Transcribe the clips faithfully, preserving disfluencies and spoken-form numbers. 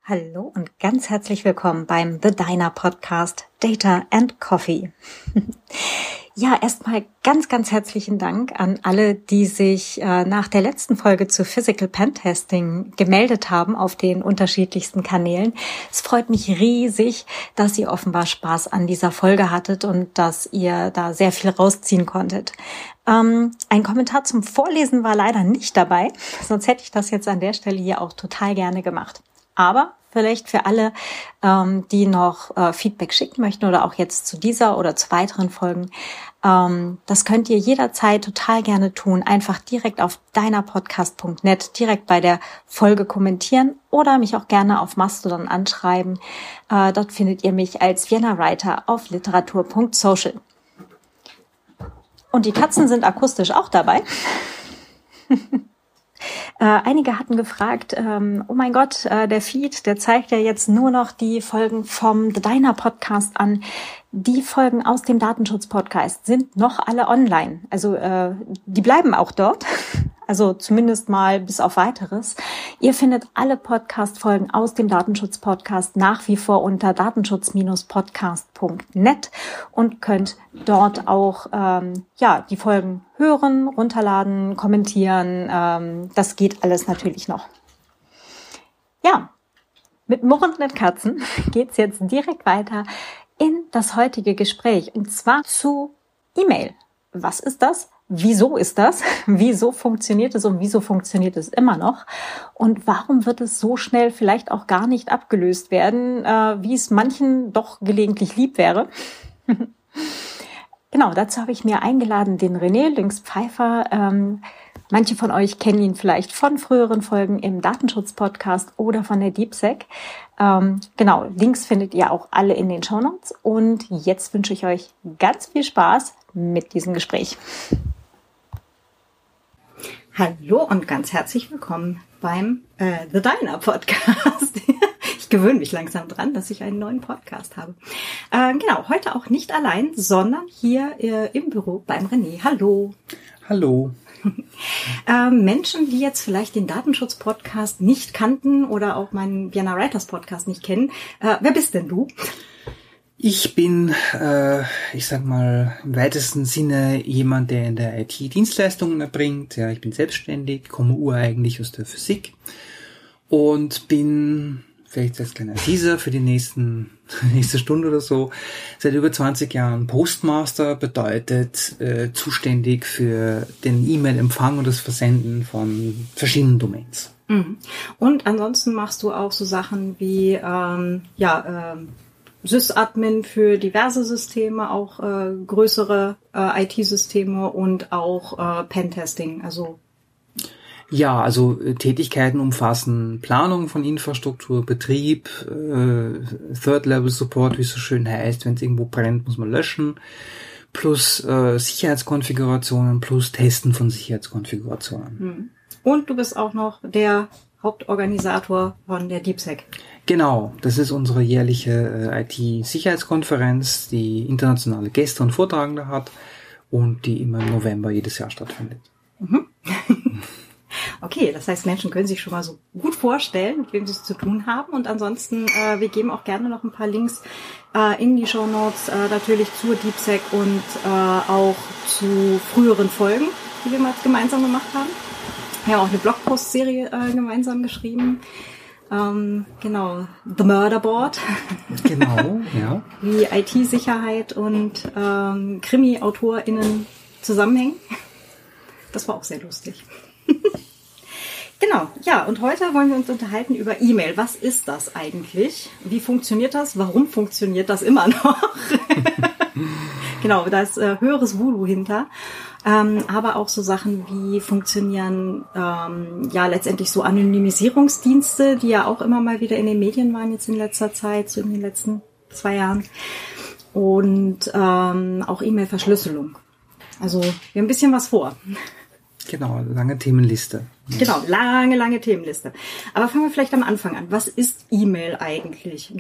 Hallo und ganz herzlich willkommen beim The Diner Podcast Data and Coffee. Ja, erstmal ganz, ganz herzlichen Dank an alle, die sich äh, nach der letzten Folge zu Physical Pentesting gemeldet haben auf den unterschiedlichsten Kanälen. Es freut mich riesig, dass ihr offenbar Spaß an dieser Folge hattet und dass ihr da sehr viel rausziehen konntet. Ähm, ein Kommentar zum Vorlesen war leider nicht dabei, sonst hätte ich das jetzt an der Stelle hier auch total gerne gemacht. Aber vielleicht für alle, ähm, die noch äh, Feedback schicken möchten oder auch jetzt zu dieser oder zu weiteren Folgen, ähm, das könnt ihr jederzeit total gerne tun. Einfach direkt auf dinerpodcast punkt net, direkt bei der Folge kommentieren oder mich auch gerne auf Mastodon anschreiben. Äh, dort findet ihr mich als Vienna Writer auf literatur punkt social. Und die Katzen sind akustisch auch dabei. Äh, einige hatten gefragt, ähm, oh mein Gott, äh, der Feed, der zeigt ja jetzt nur noch die Folgen vom The Diner Podcast an. Die Folgen aus dem Datenschutz-Podcast sind noch alle online. Also äh, die bleiben auch dort, also zumindest mal bis auf Weiteres. Ihr findet alle Podcast-Folgen aus dem Datenschutz-Podcast nach wie vor unter datenschutz Bindestrich podcast punkt net und könnt dort auch ähm, ja die Folgen hören, runterladen, kommentieren. Ähm, das geht alles natürlich noch. Ja, mit murrenden Katzen geht's jetzt direkt weiter in das heutige Gespräch, und zwar zu E-Mail. Was ist das? Wieso ist das? Wieso funktioniert es und wieso funktioniert es immer noch? Und warum wird es so schnell vielleicht auch gar nicht abgelöst werden, äh, wie es manchen doch gelegentlich lieb wäre? Genau, dazu habe ich mir eingeladen den René Lynx-Pfeiffer. Ähm, manche von euch kennen ihn vielleicht von früheren Folgen im Datenschutz-Podcast oder von der DeepSec. Ähm, genau, Links findet ihr auch alle in den Shownotes. Und jetzt wünsche ich euch ganz viel Spaß mit diesem Gespräch. Hallo und ganz herzlich willkommen beim äh, The Diner Podcast. Ich gewöhne mich langsam dran, dass ich einen neuen Podcast habe. Äh, genau, heute auch nicht allein, sondern hier äh, im Büro beim René. Hallo. Hallo. äh, Menschen, die jetzt vielleicht den Datenschutz-Podcast nicht kannten oder auch meinen Vienna Writers Podcast nicht kennen, äh, wer bist denn du? Ich bin, äh, ich sag mal, im weitesten Sinne jemand, der in der I T Dienstleistungen erbringt. Ja, ich bin selbstständig, komme ureigentlich aus der Physik und bin, vielleicht als kleiner Teaser für die nächsten, nächste Stunde oder so, seit über zwanzig Jahren Postmaster, bedeutet äh, zuständig für den E-Mail-Empfang und das Versenden von verschiedenen Domains. Mhm. Und ansonsten machst du auch so Sachen wie, ähm, ja, ähm, Sysadmin für diverse Systeme, auch äh, größere äh, I T-Systeme und auch äh, Pentesting, also ja, also äh, Tätigkeiten umfassen Planung von Infrastruktur, Betrieb, äh, Third-Level-Support, wie es so schön heißt, wenn es irgendwo brennt, muss man löschen, plus äh, Sicherheitskonfigurationen, plus Testen von Sicherheitskonfigurationen. Und du bist auch noch der Hauptorganisator von der DeepSec. Genau, das ist unsere jährliche äh, I T-Sicherheitskonferenz, die internationale Gäste und Vortragende hat und die immer im November jedes Jahr stattfindet. Mhm. Okay, das heißt, Menschen können sich schon mal so gut vorstellen, mit wem sie es zu tun haben. Und ansonsten, äh, wir geben auch gerne noch ein paar Links äh, in die Shownotes, äh, natürlich zur DeepSec und äh, auch zu früheren Folgen, die wir mal gemeinsam gemacht haben. Wir haben auch eine Blogpost-Serie äh, gemeinsam geschrieben. Ähm, genau, The Murder Board. Genau, ja. Wie I T-Sicherheit und ähm, Krimi-AutorInnen zusammenhängen. Das war auch sehr lustig. Genau, ja, und heute wollen wir uns unterhalten über E-Mail. Was ist das eigentlich? Wie funktioniert das? Warum funktioniert das immer noch? Genau, da ist äh, höheres Voodoo hinter. Ähm, aber auch so Sachen wie funktionieren ähm, ja letztendlich so Anonymisierungsdienste, die ja auch immer mal wieder in den Medien waren jetzt in letzter Zeit, so in den letzten zwei Jahren. Und ähm, auch E-Mail-Verschlüsselung. Also wir haben ein bisschen was vor. Genau, lange Themenliste. Genau, lange, lange Themenliste. Aber fangen wir vielleicht am Anfang an. Was ist E-Mail eigentlich?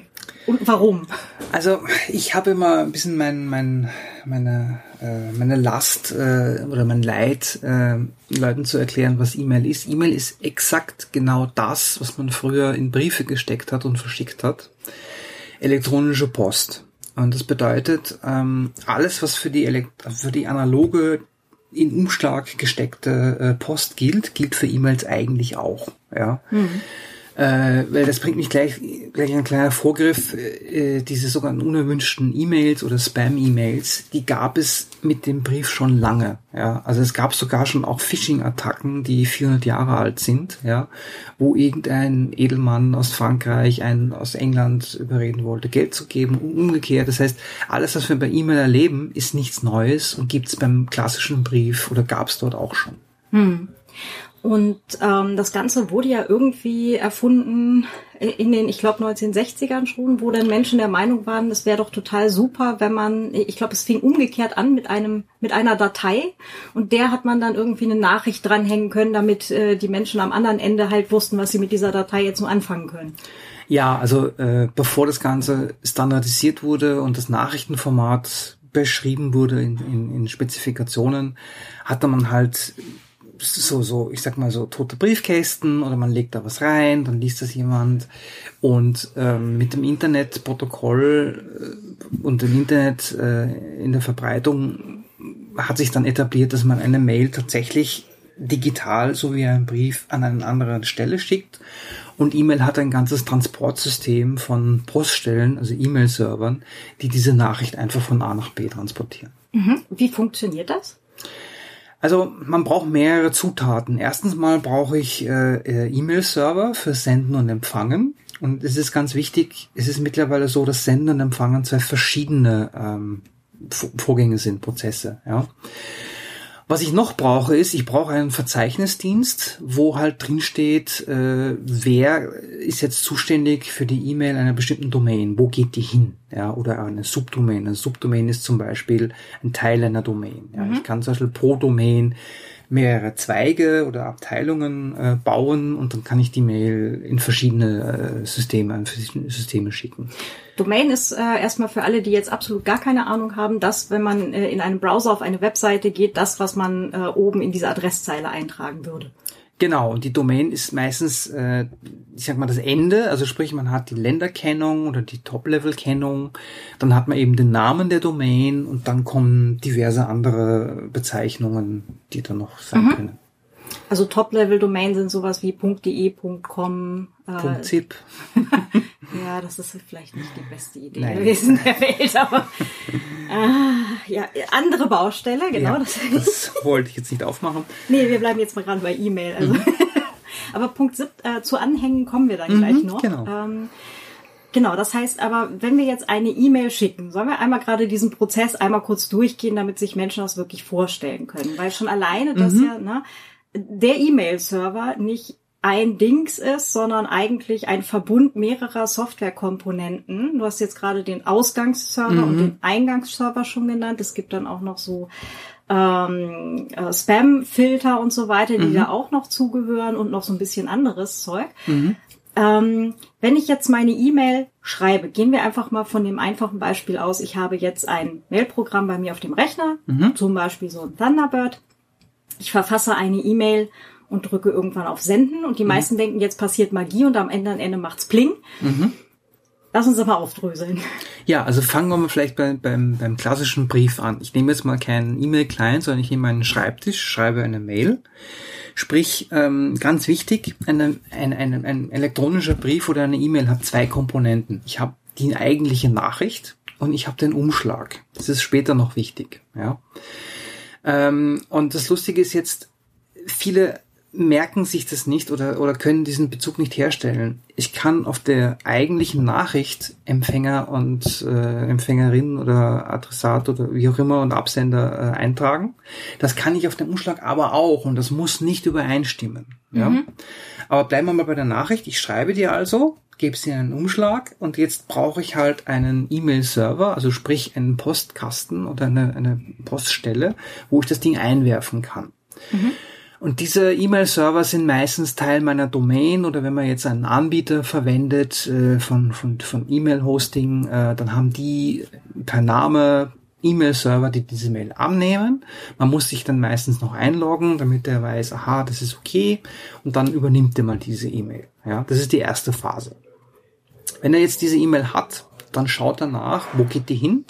Und warum? Also ich habe immer ein bisschen mein, mein, meine, äh, meine Last äh, oder mein Leid, äh, Leuten zu erklären, was E-Mail ist. E-Mail ist exakt genau das, was man früher in Briefe gesteckt hat und verschickt hat. Elektronische Post. Und das bedeutet, ähm, alles, was für die, Elekt- für die analoge, in Umschlag gesteckte äh, Post gilt, gilt für E-Mails eigentlich auch. Ja. Mhm. Äh, weil das bringt mich gleich gleich ein kleiner Vorgriff, äh, diese sogenannten unerwünschten E-Mails oder Spam-E-Mails, die gab es mit dem Brief schon lange, ja, also es gab sogar schon auch Phishing-Attacken, die vierhundert Jahre alt sind, ja, wo irgendein Edelmann aus Frankreich einen aus England überreden wollte, Geld zu geben und umgekehrt, das heißt, alles, was wir bei E-Mail erleben, ist nichts Neues und gibt's beim klassischen Brief oder gab's dort auch schon. Hm. Und ähm, das Ganze wurde ja irgendwie erfunden in den, ich glaube, neunzehnhundertsechzigern schon, wo dann Menschen der Meinung waren, es wäre doch total super, wenn man, ich glaube, es fing umgekehrt an mit einem mit einer Datei und der hat man dann irgendwie eine Nachricht dranhängen können, damit äh, die Menschen am anderen Ende halt wussten, was sie mit dieser Datei jetzt so anfangen können. Ja, also äh, bevor das Ganze standardisiert wurde und das Nachrichtenformat beschrieben wurde in, in, in Spezifikationen, hatte man halt so, so, ich sag mal so tote Briefkästen oder man legt da was rein, dann liest das jemand und ähm, mit dem Internetprotokoll äh, und dem Internet äh, in der Verbreitung hat sich dann etabliert, dass man eine Mail tatsächlich digital, so wie ein Brief, an eine andere Stelle schickt und E-Mail hat ein ganzes Transportsystem von Poststellen, also E-Mail-Servern, die diese Nachricht einfach von A nach B transportieren. Mhm. Wie funktioniert das? Also man braucht mehrere Zutaten. Erstens mal brauche ich äh, E-Mail-Server für Senden und Empfangen. Und es ist ganz wichtig, es ist mittlerweile so, dass Senden und Empfangen zwei verschiedene ähm, Vorgänge sind, Prozesse. Ja. Was ich noch brauche, ist, ich brauche einen Verzeichnisdienst, wo halt drin steht, äh, wer ist jetzt zuständig für die E-Mail einer bestimmten Domain, wo geht die hin, ja, oder eine Subdomain. Eine Subdomain ist zum Beispiel ein Teil einer Domain. Ja. Mhm. Ich kann zum Beispiel pro Domain mehrere Zweige oder Abteilungen äh, bauen und dann kann ich die Mail in verschiedene äh, Systeme, in verschiedene Systeme schicken. Domain ist äh, erstmal für alle, die jetzt absolut gar keine Ahnung haben, das, wenn man äh, in einem Browser auf eine Webseite geht, das, was man äh, oben in diese Adresszeile eintragen würde. Genau, und die Domain ist meistens, äh, ich sag mal, das Ende, also sprich, man hat die Länderkennung oder die Top-Level-Kennung, dann hat man eben den Namen der Domain und dann kommen diverse andere Bezeichnungen, die dann noch sein mhm. können. Also Top-Level-Domain sind sowas wie .de, .com. Äh, .zip. Ja, das ist vielleicht nicht die beste Idee Nein. gewesen der Welt, aber äh, ja, andere Baustelle, genau. Ja, das, das wollte ich jetzt nicht aufmachen. Nee, wir bleiben jetzt mal gerade bei E-Mail. Also. Mhm. Aber Punkt sieb, äh, zu Anhängen kommen wir dann mhm, gleich noch. Genau. Ähm, Genau, das heißt aber, wenn wir jetzt eine E-Mail schicken, sollen wir einmal gerade diesen Prozess einmal kurz durchgehen, damit sich Menschen das wirklich vorstellen können. Weil schon alleine das mhm. ja, ne, der E-Mail-Server nicht ein Dings ist, sondern eigentlich ein Verbund mehrerer Softwarekomponenten. Du hast jetzt gerade den Ausgangsserver mhm. und den Eingangsserver schon genannt. Es gibt dann auch noch so ähm, äh, Spam-Filter und so weiter, die mhm. da auch noch zugehören und noch so ein bisschen anderes Zeug. Mhm. Ähm, wenn ich jetzt meine E-Mail schreibe, gehen wir einfach mal von dem einfachen Beispiel aus. Ich habe jetzt ein Mailprogramm bei mir auf dem Rechner, mhm. zum Beispiel so ein Thunderbird. Ich verfasse eine E-Mail und drücke irgendwann auf Senden und die mhm. meisten denken, jetzt passiert Magie und am Ende, am Ende macht's Pling. Mhm. Lass uns aber aufdröseln. Ja, also fangen wir mal vielleicht bei, beim, beim klassischen Brief an. Ich nehme jetzt mal keinen E-Mail-Client, sondern ich nehme meinen Schreibtisch, schreibe eine Mail. Sprich, ähm, ganz wichtig, eine, ein, ein, ein elektronischer Brief oder eine E-Mail hat zwei Komponenten. Ich habe die eigentliche Nachricht und ich habe den Umschlag. Das ist später noch wichtig. Ja. Ähm, und das Lustige ist jetzt, viele merken sich das nicht oder oder können diesen Bezug nicht herstellen. Ich kann auf der eigentlichen Nachricht Empfänger und äh, Empfängerin oder Adressat oder wie auch immer und Absender äh, eintragen. Das kann ich auf dem Umschlag aber auch und das muss nicht übereinstimmen. Ja. Mhm. Aber bleiben wir mal bei der Nachricht. Ich schreibe dir also, gebe sie in einen Umschlag und jetzt brauche ich halt einen E-Mail-Server, also sprich einen Postkasten oder eine, eine Poststelle, wo ich das Ding einwerfen kann. Mhm. Und diese E-Mail-Server sind meistens Teil meiner Domain, oder wenn man jetzt einen Anbieter verwendet äh, von, von, von E-Mail-Hosting, äh, dann haben die per Name E-Mail-Server, die diese Mail annehmen. Man muss sich dann meistens noch einloggen, damit er weiß, aha, das ist okay, und dann übernimmt er mal diese E-Mail. Ja, das ist die erste Phase. Wenn er jetzt diese E-Mail hat, dann schaut er nach, wo geht die hin?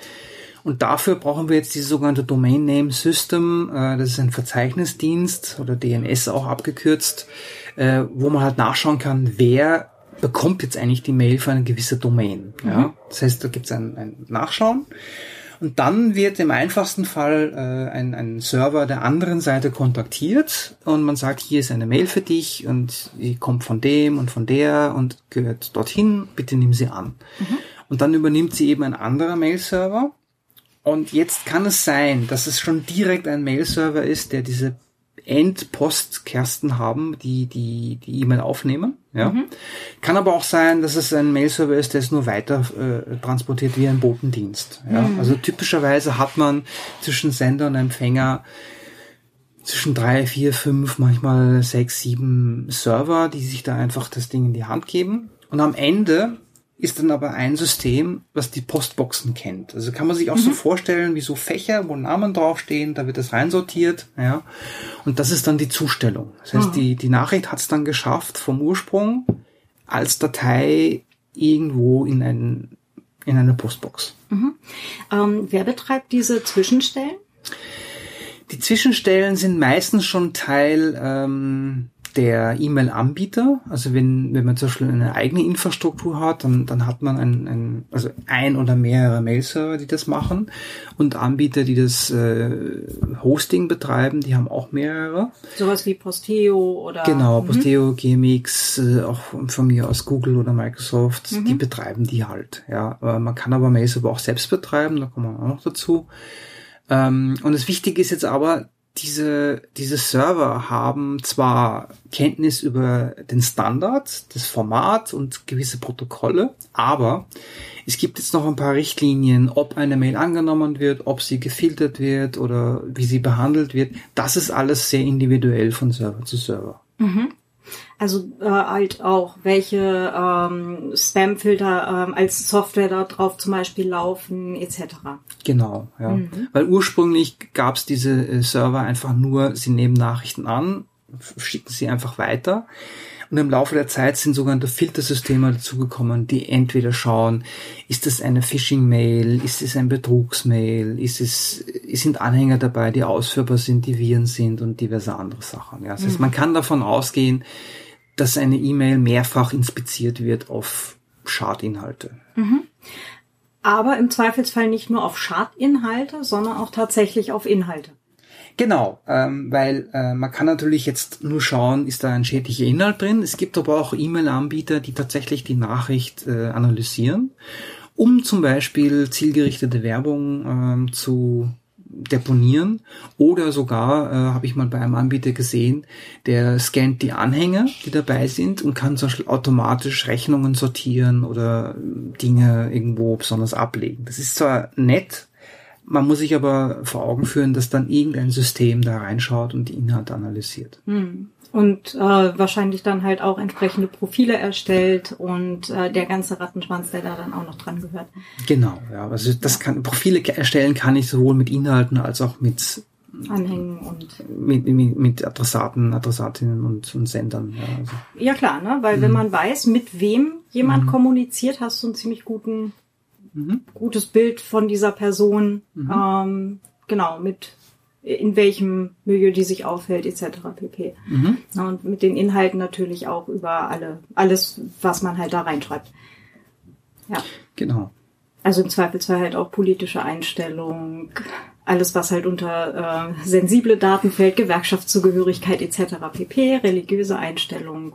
Und dafür brauchen wir jetzt diese sogenannte Domain Name System. Das ist ein Verzeichnisdienst oder D N S auch abgekürzt, wo man halt nachschauen kann, wer bekommt jetzt eigentlich die Mail für eine gewisse Domain. Ja? Mhm. Das heißt, da gibt es ein, ein Nachschauen. Und dann wird im einfachsten Fall äh, ein, ein Server der anderen Seite kontaktiert und man sagt, hier ist eine Mail für dich und die kommt von dem und von der und gehört dorthin, bitte nimm sie an. Mhm. Und dann übernimmt sie eben ein anderer Mail-Server. Und jetzt kann es sein, dass es schon direkt ein Mail-Server ist, der diese Endpostkästen haben, die die die E-Mail aufnehmen. Ja, mhm. Kann aber auch sein, dass es ein Mail-Server ist, der es nur weiter äh, transportiert wie ein Botendienst. Ja, mhm. Also typischerweise hat man zwischen Sender und Empfänger zwischen drei, vier, fünf, manchmal sechs, sieben Server, die sich da einfach das Ding in die Hand geben. Und am Ende ist dann aber ein System, was die Postboxen kennt. Also kann man sich auch mhm. so vorstellen, wie so Fächer, wo Namen draufstehen, da wird das reinsortiert, ja. Und das ist dann die Zustellung. Das heißt, mhm. die, die Nachricht hat es dann geschafft, vom Ursprung als Datei irgendwo in ein, in eine Postbox. Mhm. Ähm, wer betreibt diese Zwischenstellen? Die Zwischenstellen sind meistens schon Teil, ähm, der E-Mail-Anbieter. Also wenn wenn man zum Beispiel eine eigene Infrastruktur hat, dann dann hat man ein, ein also ein oder mehrere Mail-Server, die das machen, und Anbieter, die das äh, Hosting betreiben, die haben auch mehrere. Sowas wie Posteo oder genau Posteo, mhm. G M X, äh, auch von mir aus Google oder Microsoft, mhm. die betreiben die halt. Ja, man kann aber Mail-Server auch selbst betreiben, da kommen wir auch noch dazu. Ähm, und das Wichtige ist jetzt aber, Diese, diese Server haben zwar Kenntnis über den Standard, das Format und gewisse Protokolle, aber es gibt jetzt noch ein paar Richtlinien, ob eine Mail angenommen wird, ob sie gefiltert wird oder wie sie behandelt wird. Das ist alles sehr individuell von Server zu Server. Mhm. Also äh, halt auch, welche ähm, Spam-Filter ähm, als Software da drauf zum Beispiel laufen, et cetera. Genau, ja. Mhm. Weil ursprünglich gab es diese äh, Server einfach nur, sie nehmen Nachrichten an, schicken sie einfach weiter. Und im Laufe der Zeit sind sogenannte Filtersysteme dazugekommen, die entweder schauen, ist das eine Phishing-Mail, ist es ein Betrugsmail, ist es, sind Anhänger dabei, die ausführbar sind, die Viren sind und diverse andere Sachen. Ja. Das heißt, man kann davon ausgehen, dass eine E-Mail mehrfach inspiziert wird auf Schadinhalte. Mhm. Aber im Zweifelsfall nicht nur auf Schadinhalte, sondern auch tatsächlich auf Inhalte. Genau, ähm, weil äh, man kann natürlich jetzt nur schauen, ist da ein schädlicher Inhalt drin. Es gibt aber auch E-Mail-Anbieter, die tatsächlich die Nachricht äh, analysieren, um zum Beispiel zielgerichtete Werbung ähm, zu deponieren. Oder sogar, äh, habe ich mal bei einem Anbieter gesehen, der scannt die Anhänge, die dabei sind, und kann zum Beispiel automatisch Rechnungen sortieren oder Dinge irgendwo besonders ablegen. Das ist zwar nett, man muss sich aber vor Augen führen, dass dann irgendein System da reinschaut und die Inhalte analysiert. Hm. Und äh, wahrscheinlich dann halt auch entsprechende Profile erstellt und äh, der ganze Rattenschwanz, der da dann auch noch dran gehört. Genau, ja. Also das kann Profile erstellen kann ich sowohl mit Inhalten als auch mit Anhängen und mit, mit, mit Adressaten, Adressatinnen und, und Sendern. Ja, also. Ja klar, ne? Weil mhm. wenn man weiß, mit wem jemand mhm. kommuniziert, hast du einen ziemlich guten Mhm. gutes Bild von dieser Person, mhm. ähm, genau, mit in welchem Milieu die sich aufhält, et cetera pp. Mhm. Und mit den Inhalten natürlich auch über alle, alles, was man halt da reinschreibt. Ja. Genau. Also im Zweifelsfall halt auch politische Einstellung, alles, was halt unter äh, sensible Daten fällt, Gewerkschaftszugehörigkeit et cetera pp, religiöse Einstellung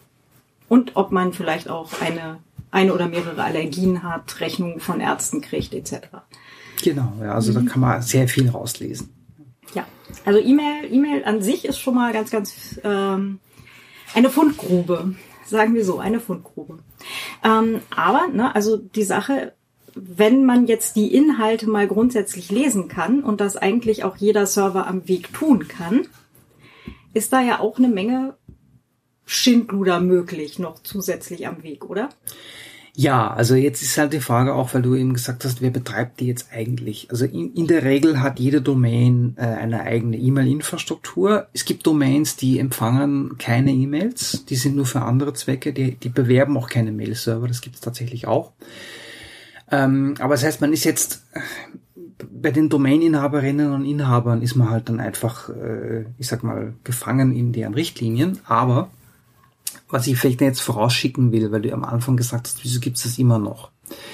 und ob man vielleicht auch eine eine oder mehrere Allergien hat, Rechnungen von Ärzten kriegt, et cetera. Genau, ja, also mhm. da kann man sehr viel rauslesen. Ja, also E-Mail, E-Mail an sich ist schon mal ganz, ganz ähm, eine Fundgrube, sagen wir so, eine Fundgrube. Ähm, aber, ne, also die Sache, wenn man jetzt die Inhalte mal grundsätzlich lesen kann und das eigentlich auch jeder Server am Weg tun kann, ist da ja auch eine Menge Schindluder möglich noch zusätzlich am Weg, oder? Ja, also jetzt ist halt die Frage auch, weil du eben gesagt hast, wer betreibt die jetzt eigentlich? Also in, in der Regel hat jede Domain äh, eine eigene E-Mail-Infrastruktur. Es gibt Domains, die empfangen keine E-Mails, die sind nur für andere Zwecke, die, die bewerben auch keine Mail-Server, das gibt es tatsächlich auch. Ähm, aber das heißt, man ist jetzt bei den Domain-Inhaberinnen und Inhabern ist man halt dann einfach, äh, ich sag mal, gefangen in deren Richtlinien, aber was ich vielleicht jetzt vorausschicken will, weil du am Anfang gesagt hast, wieso gibt es das immer noch?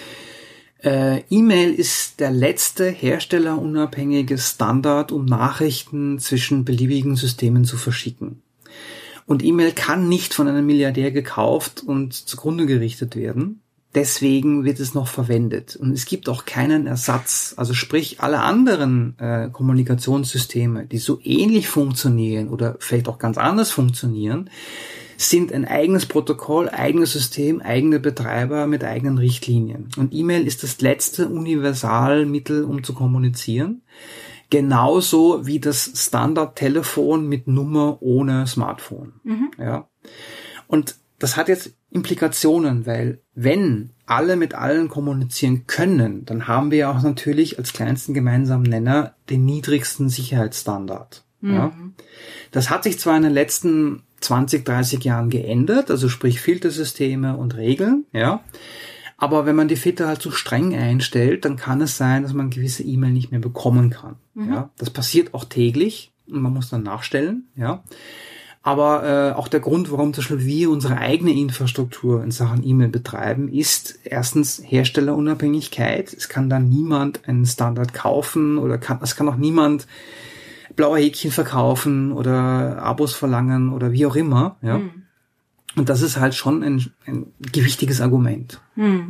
Äh, E-Mail ist der letzte herstellerunabhängige Standard, um Nachrichten zwischen beliebigen Systemen zu verschicken. Und E-Mail kann nicht von einem Milliardär gekauft und zugrunde gerichtet werden. Deswegen wird es noch verwendet. Und es gibt auch keinen Ersatz. Also sprich, alle anderen äh, Kommunikationssysteme, die so ähnlich funktionieren oder vielleicht auch ganz anders funktionieren, sind ein eigenes Protokoll, eigenes System, eigene Betreiber mit eigenen Richtlinien. Und E-Mail ist das letzte Universalmittel, um zu kommunizieren. Genauso wie das Standardtelefon mit Nummer ohne Smartphone. Mhm. Ja. Und das hat jetzt Implikationen, weil wenn alle mit allen kommunizieren können, dann haben wir auch natürlich als kleinsten gemeinsamen Nenner den niedrigsten Sicherheitsstandard. Mhm. Ja. Das hat sich zwar in den letzten zwanzig, dreißig Jahren geändert, also sprich Filtersysteme und Regeln, ja. Aber wenn man die Filter halt so streng einstellt, dann kann es sein, dass man gewisse E-Mail nicht mehr bekommen kann. Mhm. Ja. Das passiert auch täglich und man muss dann nachstellen, ja. Aber äh, auch der Grund, warum zum Beispiel wir unsere eigene Infrastruktur in Sachen E-Mail betreiben, ist erstens Herstellerunabhängigkeit. Es kann dann niemand einen Standard kaufen oder kann, es kann auch niemand blaue Häkchen verkaufen oder Abos verlangen oder wie auch immer, ja. Hm. Und das ist halt schon ein, ein gewichtiges Argument. Hm.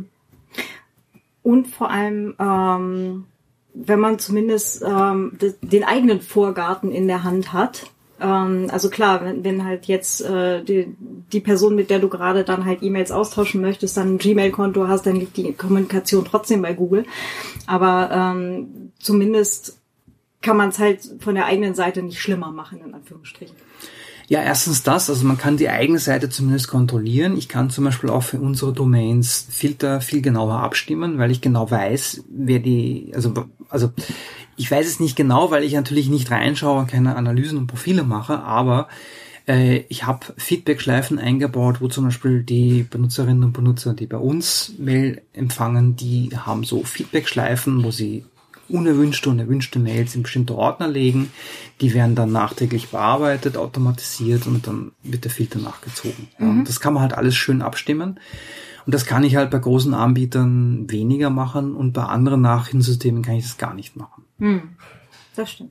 Und vor allem, ähm, wenn man zumindest ähm, den eigenen Vorgarten in der Hand hat, ähm, also klar, wenn, wenn halt jetzt äh, die, die Person, mit der du gerade dann halt E-Mails austauschen möchtest, dann ein Gmail-Konto hast, dann liegt die Kommunikation trotzdem bei Google. Aber ähm, zumindest kann man es halt von der eigenen Seite nicht schlimmer machen, in Anführungsstrichen. Ja, erstens das, also man kann die eigene Seite zumindest kontrollieren. Ich kann zum Beispiel auch für unsere Domains Filter viel genauer abstimmen, weil ich genau weiß, wer die, also, also ich weiß es nicht genau, weil ich natürlich nicht reinschaue und keine Analysen und Profile mache, aber äh, ich habe Feedback-Schleifen eingebaut, wo zum Beispiel die Benutzerinnen und Benutzer, die bei uns Mail empfangen, die haben so Feedback-Schleifen, wo sie unerwünschte und erwünschte Mails in bestimmte Ordner legen. Die werden dann nachträglich bearbeitet, automatisiert und dann wird der Filter nachgezogen. Ja, mhm. Das kann man halt alles schön abstimmen. Und das kann ich halt bei großen Anbietern weniger machen und bei anderen Nachrichtensystemen kann ich das gar nicht machen. Mhm. Das stimmt.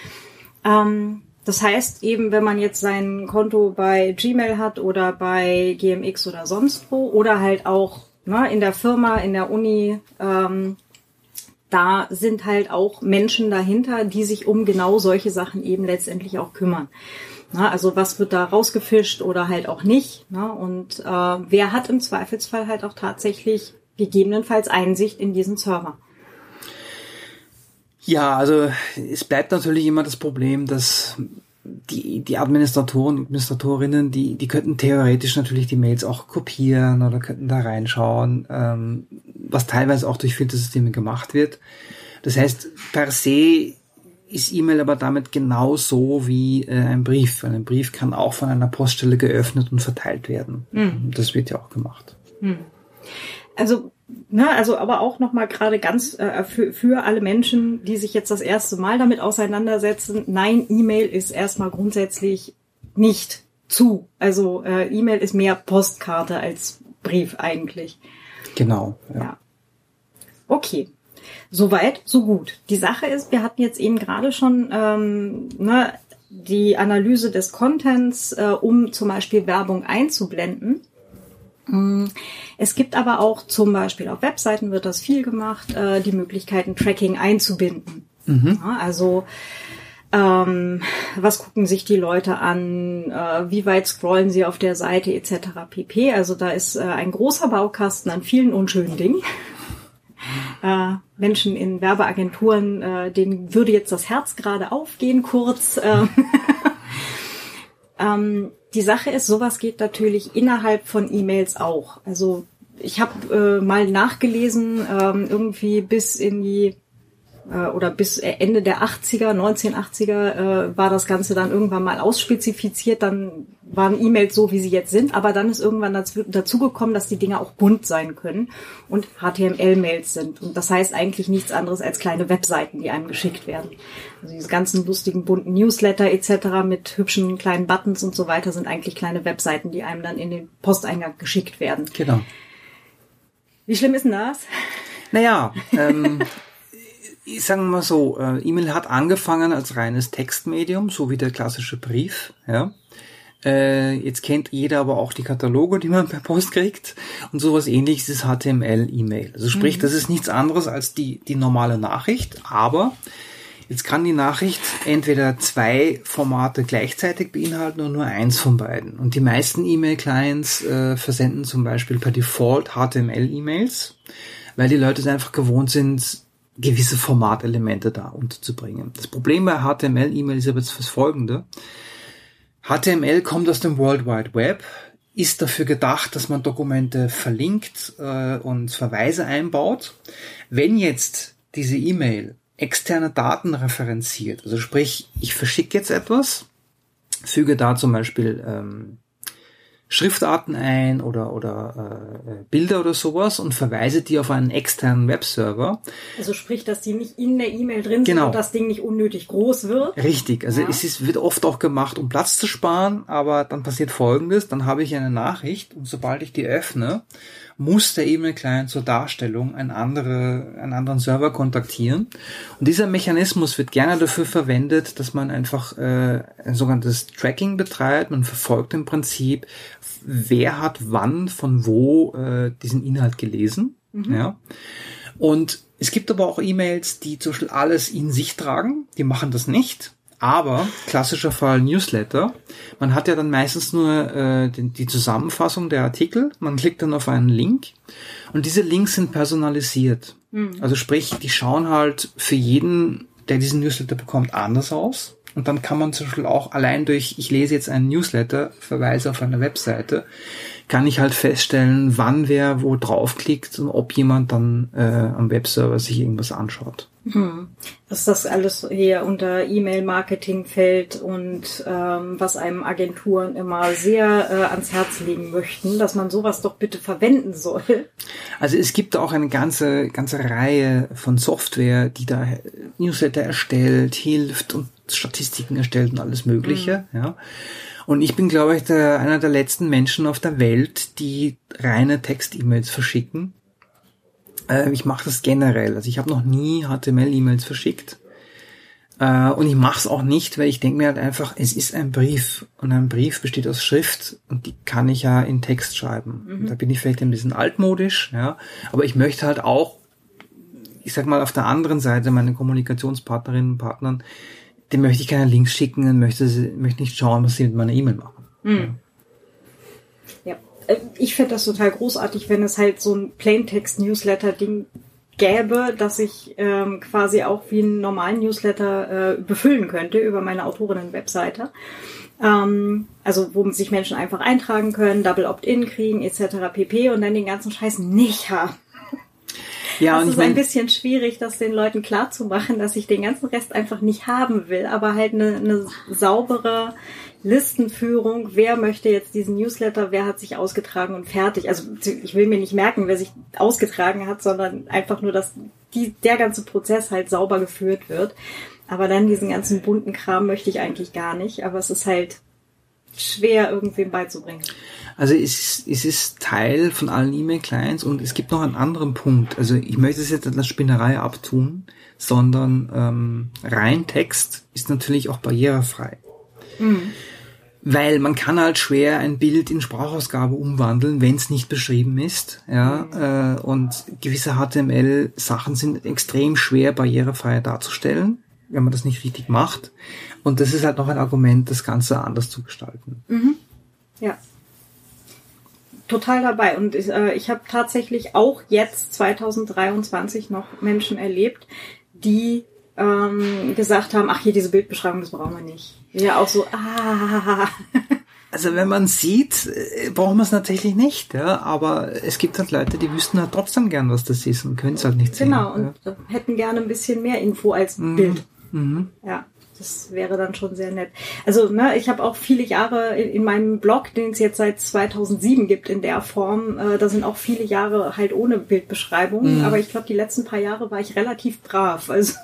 Ähm, das heißt eben, wenn man jetzt sein Konto bei Gmail hat oder bei G M X oder sonst wo oder halt auch ne, in der Firma, in der Uni, ähm, da sind halt auch Menschen dahinter, die sich um genau solche Sachen eben letztendlich auch kümmern. Na, also was wird da rausgefischt oder halt auch nicht. Na, und äh, wer hat im Zweifelsfall halt auch tatsächlich gegebenenfalls Einsicht in diesen Server? Ja, also es bleibt natürlich immer das Problem, dass die die Administratoren und Administratorinnen, die die könnten theoretisch natürlich die Mails auch kopieren oder könnten da reinschauen, ähm, was teilweise auch durch Filtersysteme gemacht wird. Das heißt, per se ist E-Mail aber damit genauso wie äh, ein Brief. Weil ein Brief kann auch von einer Poststelle geöffnet und verteilt werden. Mhm. Das wird ja auch gemacht. Mhm. Also Ne, also aber auch nochmal gerade ganz äh, für, für alle Menschen, die sich jetzt das erste Mal damit auseinandersetzen. Nein, E-Mail ist erstmal grundsätzlich nicht zu. Also äh, E-Mail ist mehr Postkarte als Brief eigentlich. Genau. Ja. ja. Okay. Soweit, so gut. Die Sache ist, wir hatten jetzt eben gerade schon ähm, ne, die Analyse des Contents, äh, um zum Beispiel Werbung einzublenden. Es gibt aber auch zum Beispiel auf Webseiten wird das viel gemacht, äh, die Möglichkeiten Tracking einzubinden. Mhm. Ja, also ähm, was gucken sich die Leute an, äh, wie weit scrollen sie auf der Seite et cetera pp. Also da ist äh, ein großer Baukasten an vielen unschönen Dingen. Äh, Menschen in Werbeagenturen, äh, denen würde jetzt das Herz gerade aufgehen kurz. Äh, Ähm, die Sache ist, sowas geht natürlich innerhalb von E-Mails auch. Also ich habe äh, mal nachgelesen, ähm, irgendwie bis in die äh, oder bis Ende der achtziger, neunzehnhundertachtziger äh, war das Ganze dann irgendwann mal ausspezifiziert. Dann waren E-Mails so, wie sie jetzt sind. Aber dann ist irgendwann dazu, dazu gekommen, dass die Dinger auch bunt sein können und H T M L-Mails sind. Und das heißt eigentlich nichts anderes als kleine Webseiten, die einem geschickt werden. Also diese ganzen lustigen bunten Newsletter et cetera mit hübschen kleinen Buttons und so weiter sind eigentlich kleine Webseiten, die einem dann in den Posteingang geschickt werden. Genau. Wie schlimm ist denn das? Naja, ähm, ich sage mal so, äh, E-Mail hat angefangen als reines Textmedium, so wie der klassische Brief, ja. Äh, jetzt kennt jeder aber auch die Kataloge, die man per Post kriegt. Und sowas Ähnliches ist H T M L-E-Mail. Also sprich, mhm. das ist nichts anderes als die, die normale Nachricht. Aber jetzt kann die Nachricht entweder zwei Formate gleichzeitig beinhalten oder nur eins von beiden. Und die meisten E-Mail-Clients äh, versenden zum Beispiel per Default H T M L-E-Mails, weil die Leute es einfach gewohnt sind, gewisse Formatelemente da unterzubringen. Das Problem bei H T M L-E-Mail ist aber jetzt das Folgende. H T M L kommt aus dem World Wide Web, ist dafür gedacht, dass man Dokumente verlinkt äh, und Verweise einbaut. Wenn jetzt diese E-Mail externe Daten referenziert, also sprich, ich verschicke jetzt etwas, füge da zum Beispiel ähm, Schriftarten ein oder oder äh, Bilder oder sowas und verweise die auf einen externen Webserver. Also sprich, dass die nicht in der E-Mail drin genau. sind und das Ding nicht unnötig groß wird. Richtig, also ja. es ist, wird oft auch gemacht, um Platz zu sparen, aber dann passiert Folgendes, dann habe ich eine Nachricht und sobald ich die öffne, muss der E-Mail-Client zur Darstellung einen, andere, einen anderen Server kontaktieren. Und dieser Mechanismus wird gerne dafür verwendet, dass man einfach äh, ein sogenanntes Tracking betreibt. Man verfolgt im Prinzip, wer hat wann von wo äh, diesen Inhalt gelesen. Mhm. Ja. Und es gibt aber auch E-Mails, die zum Beispiel alles in sich tragen. Die machen das nicht. Aber, klassischer Fall Newsletter, man hat ja dann meistens nur äh, die, die Zusammenfassung der Artikel, man klickt dann auf einen Link und diese Links sind personalisiert. Mhm. Also sprich, die schauen halt für jeden, der diesen Newsletter bekommt, anders aus. Und dann kann man zum Beispiel auch allein durch, ich lese jetzt einen Newsletter, verweise auf eine Webseite, kann ich halt feststellen, wann wer wo draufklickt und ob jemand dann äh, am Webserver sich irgendwas anschaut. Hm. Dass das alles hier unter E-Mail-Marketing fällt und ähm, was einem Agenturen immer sehr äh, ans Herz legen möchten, dass man sowas doch bitte verwenden soll. Also es gibt auch eine ganze ganze Reihe von Software, die da Newsletter erstellt, hilft und Statistiken erstellt und alles Mögliche. Mhm. Ja. Und ich bin, glaube ich, der, einer der letzten Menschen auf der Welt, die reine Text-E-Mails verschicken. Äh, ich mache das generell. Also ich habe noch nie H T M L-E-Mails verschickt. Äh, und ich mache es auch nicht, weil ich denke mir halt einfach, es ist ein Brief. Und ein Brief besteht aus Schrift und die kann ich ja in Text schreiben. Mhm. Da bin ich vielleicht ein bisschen altmodisch, ja. Aber ich möchte halt auch, ich sag mal, auf der anderen Seite meine Kommunikationspartnerinnen und Partnern, dem möchte ich keine Links schicken und möchte, möchte nicht schauen, was sie mit meiner E-Mail machen. Mhm. Ja. ja, ich finde das total großartig, wenn es halt so ein Plaintext-Newsletter-Ding gäbe, dass ich ähm, quasi auch wie einen normalen Newsletter äh, befüllen könnte über meine Autorinnen-Webseite. Ähm, also wo sich Menschen einfach eintragen können, Double Opt-in kriegen et cetera pp. Und dann den ganzen Scheiß nicht haben. Ja, das ist ein bisschen schwierig, das den Leuten klarzumachen, dass ich den ganzen Rest einfach nicht haben will, aber halt eine, eine saubere Listenführung, wer möchte jetzt diesen Newsletter, wer hat sich ausgetragen und fertig. Also ich will mir nicht merken, wer sich ausgetragen hat, sondern einfach nur, dass die, der ganze Prozess halt sauber geführt wird. Aber dann diesen ganzen bunten Kram möchte ich eigentlich gar nicht, aber es ist halt schwer, irgendwem beizubringen. Also es ist, es ist Teil von allen E-Mail-Clients und es gibt noch einen anderen Punkt. Also ich möchte es jetzt als Spinnerei abtun, sondern ähm, rein Text ist natürlich auch barrierefrei. Mhm. Weil man kann halt schwer ein Bild in Sprachausgabe umwandeln, wenn es nicht beschrieben ist. Ja, mhm. äh, und gewisse H T M L-Sachen sind extrem schwer barrierefrei darzustellen, wenn man das nicht richtig macht. Und das ist halt noch ein Argument, das Ganze anders zu gestalten. Mhm. Ja. Total dabei. Und ich, äh, ich habe tatsächlich auch jetzt zwanzig dreiundzwanzig noch Menschen erlebt, die ähm, gesagt haben, ach hier, diese Bildbeschreibung, das brauchen wir nicht. Ja, auch so, ah. Also wenn man sieht, brauchen wir es natürlich nicht, ja, aber es gibt halt Leute, die wüssten halt trotzdem gern, was das ist und können es halt nicht sehen. Genau, und ja. hätten gerne ein bisschen mehr Info als Mhm. Bild. Mhm. Ja, das wäre dann schon sehr nett. Also, ne, ich habe auch viele Jahre in, in meinem Blog, den es jetzt seit zweitausendsieben gibt in der Form, äh, da sind auch viele Jahre halt ohne Bildbeschreibung, Mhm. aber ich glaube, die letzten paar Jahre war ich relativ brav. Also,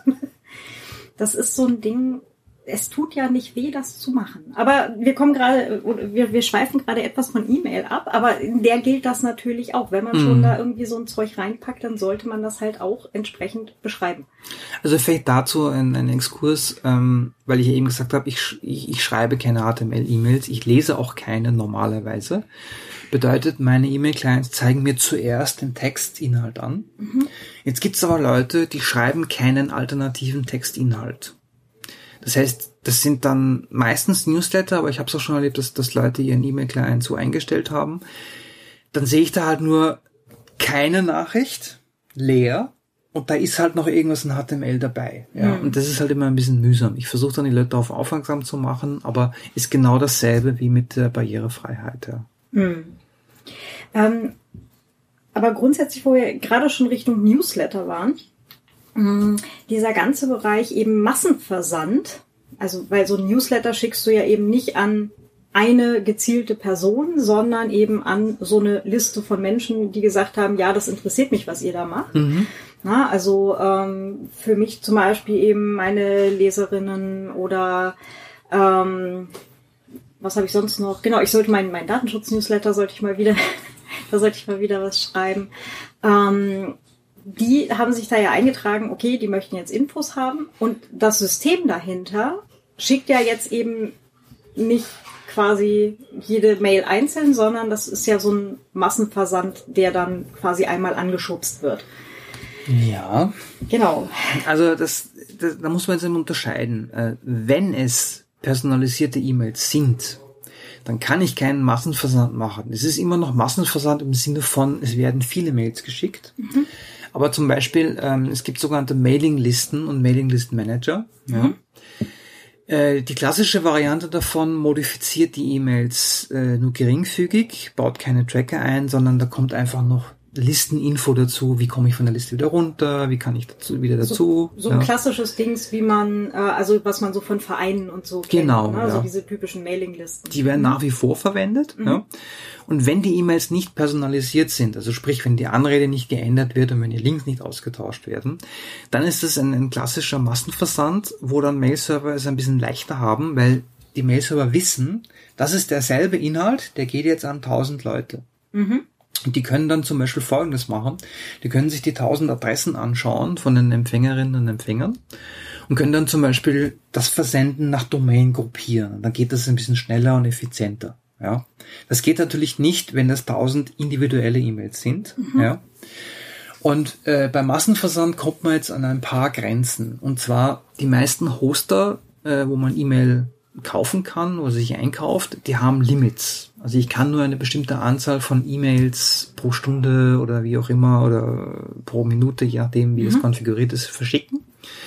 das ist so ein Ding, es tut ja nicht weh, das zu machen. Aber wir kommen gerade, wir, wir schweifen gerade etwas von E-Mail ab, aber in der gilt das natürlich auch. Wenn man Mhm. schon da irgendwie so ein Zeug reinpackt, dann sollte man das halt auch entsprechend beschreiben. Also vielleicht dazu ein, ein Exkurs, ähm, weil ich ja eben gesagt habe, ich, sch- ich, ich schreibe keine H T M L-E-Mails, ich lese auch keine normalerweise. Bedeutet, meine E-Mail-Clients zeigen mir zuerst den Textinhalt an. Mhm. Jetzt gibt's aber Leute, die schreiben keinen alternativen Textinhalt. Das heißt, das sind dann meistens Newsletter, aber ich habe es auch schon erlebt, dass, dass Leute ihren E-Mail-Client so eingestellt haben. Dann sehe ich da halt nur keine Nachricht, leer, und da ist halt noch irgendwas in H T M L dabei. Ja, Mhm. und das ist halt immer ein bisschen mühsam. Ich versuche dann die Leute darauf aufmerksam zu machen, aber ist genau dasselbe wie mit der Barrierefreiheit. Ja. Hm. Ähm, aber grundsätzlich, wo wir gerade schon Richtung Newsletter waren, mh, dieser ganze Bereich eben Massenversand, also weil so ein Newsletter schickst du ja eben nicht an eine gezielte Person, sondern eben an so eine Liste von Menschen, die gesagt haben, ja, das interessiert mich, was ihr da macht. Mhm. Na, also ähm, für mich zum Beispiel eben meine Leserinnen oder ähm, was habe ich sonst noch? Genau, ich sollte meinen mein Datenschutz-Newsletter sollte ich mal wieder, da sollte ich mal wieder was schreiben. Ähm, die haben sich da ja eingetragen, okay, die möchten jetzt Infos haben, und das System dahinter schickt ja jetzt eben nicht quasi jede Mail einzeln, sondern das ist ja so ein Massenversand, der dann quasi einmal angeschubst wird. Ja. Genau. Also das, das, da muss man jetzt eben unterscheiden. Äh, wenn es personalisierte E-Mails sind, dann kann ich keinen Massenversand machen. Es ist immer noch Massenversand im Sinne von, es werden viele Mails geschickt. Mhm. Aber zum Beispiel, ähm, es gibt sogenannte Mailinglisten und Mailinglist-Manager. Mhm. Ja. Äh, die klassische Variante davon modifiziert die E-Mails äh, nur geringfügig, baut keine Tracker ein, sondern da kommt einfach noch Listeninfo dazu, wie komme ich von der Liste wieder runter, wie kann ich dazu wieder dazu. So, so ein ja. klassisches Dings, wie man, äh, also was man so von Vereinen und so kennt. Genau, Ne? ja. Also diese typischen Mailinglisten. Die werden mhm. nach wie vor verwendet. Mhm. Ja. Und wenn die E-Mails nicht personalisiert sind, also sprich, wenn die Anrede nicht geändert wird und wenn die Links nicht ausgetauscht werden, dann ist es ein, ein klassischer Massenversand, wo dann Mailserver es ein bisschen leichter haben, weil die Mailserver wissen, das ist derselbe Inhalt, der geht jetzt an tausend Leute. Mhm. Und die können dann zum Beispiel Folgendes machen. Die können sich die tausend Adressen anschauen von den Empfängerinnen und Empfängern und können dann zum Beispiel das Versenden nach Domain gruppieren. Dann geht das ein bisschen schneller und effizienter. Ja, das geht natürlich nicht, wenn das tausend individuelle E-Mails sind. Mhm. Ja, und äh, beim Massenversand kommt man jetzt an ein paar Grenzen. Und zwar die meisten Hoster, äh, wo man E-Mail kaufen kann oder sich einkauft, die haben Limits. Also ich kann nur eine bestimmte Anzahl von E-Mails pro Stunde oder wie auch immer oder pro Minute, je nachdem wie mhm. das konfiguriert ist, verschicken.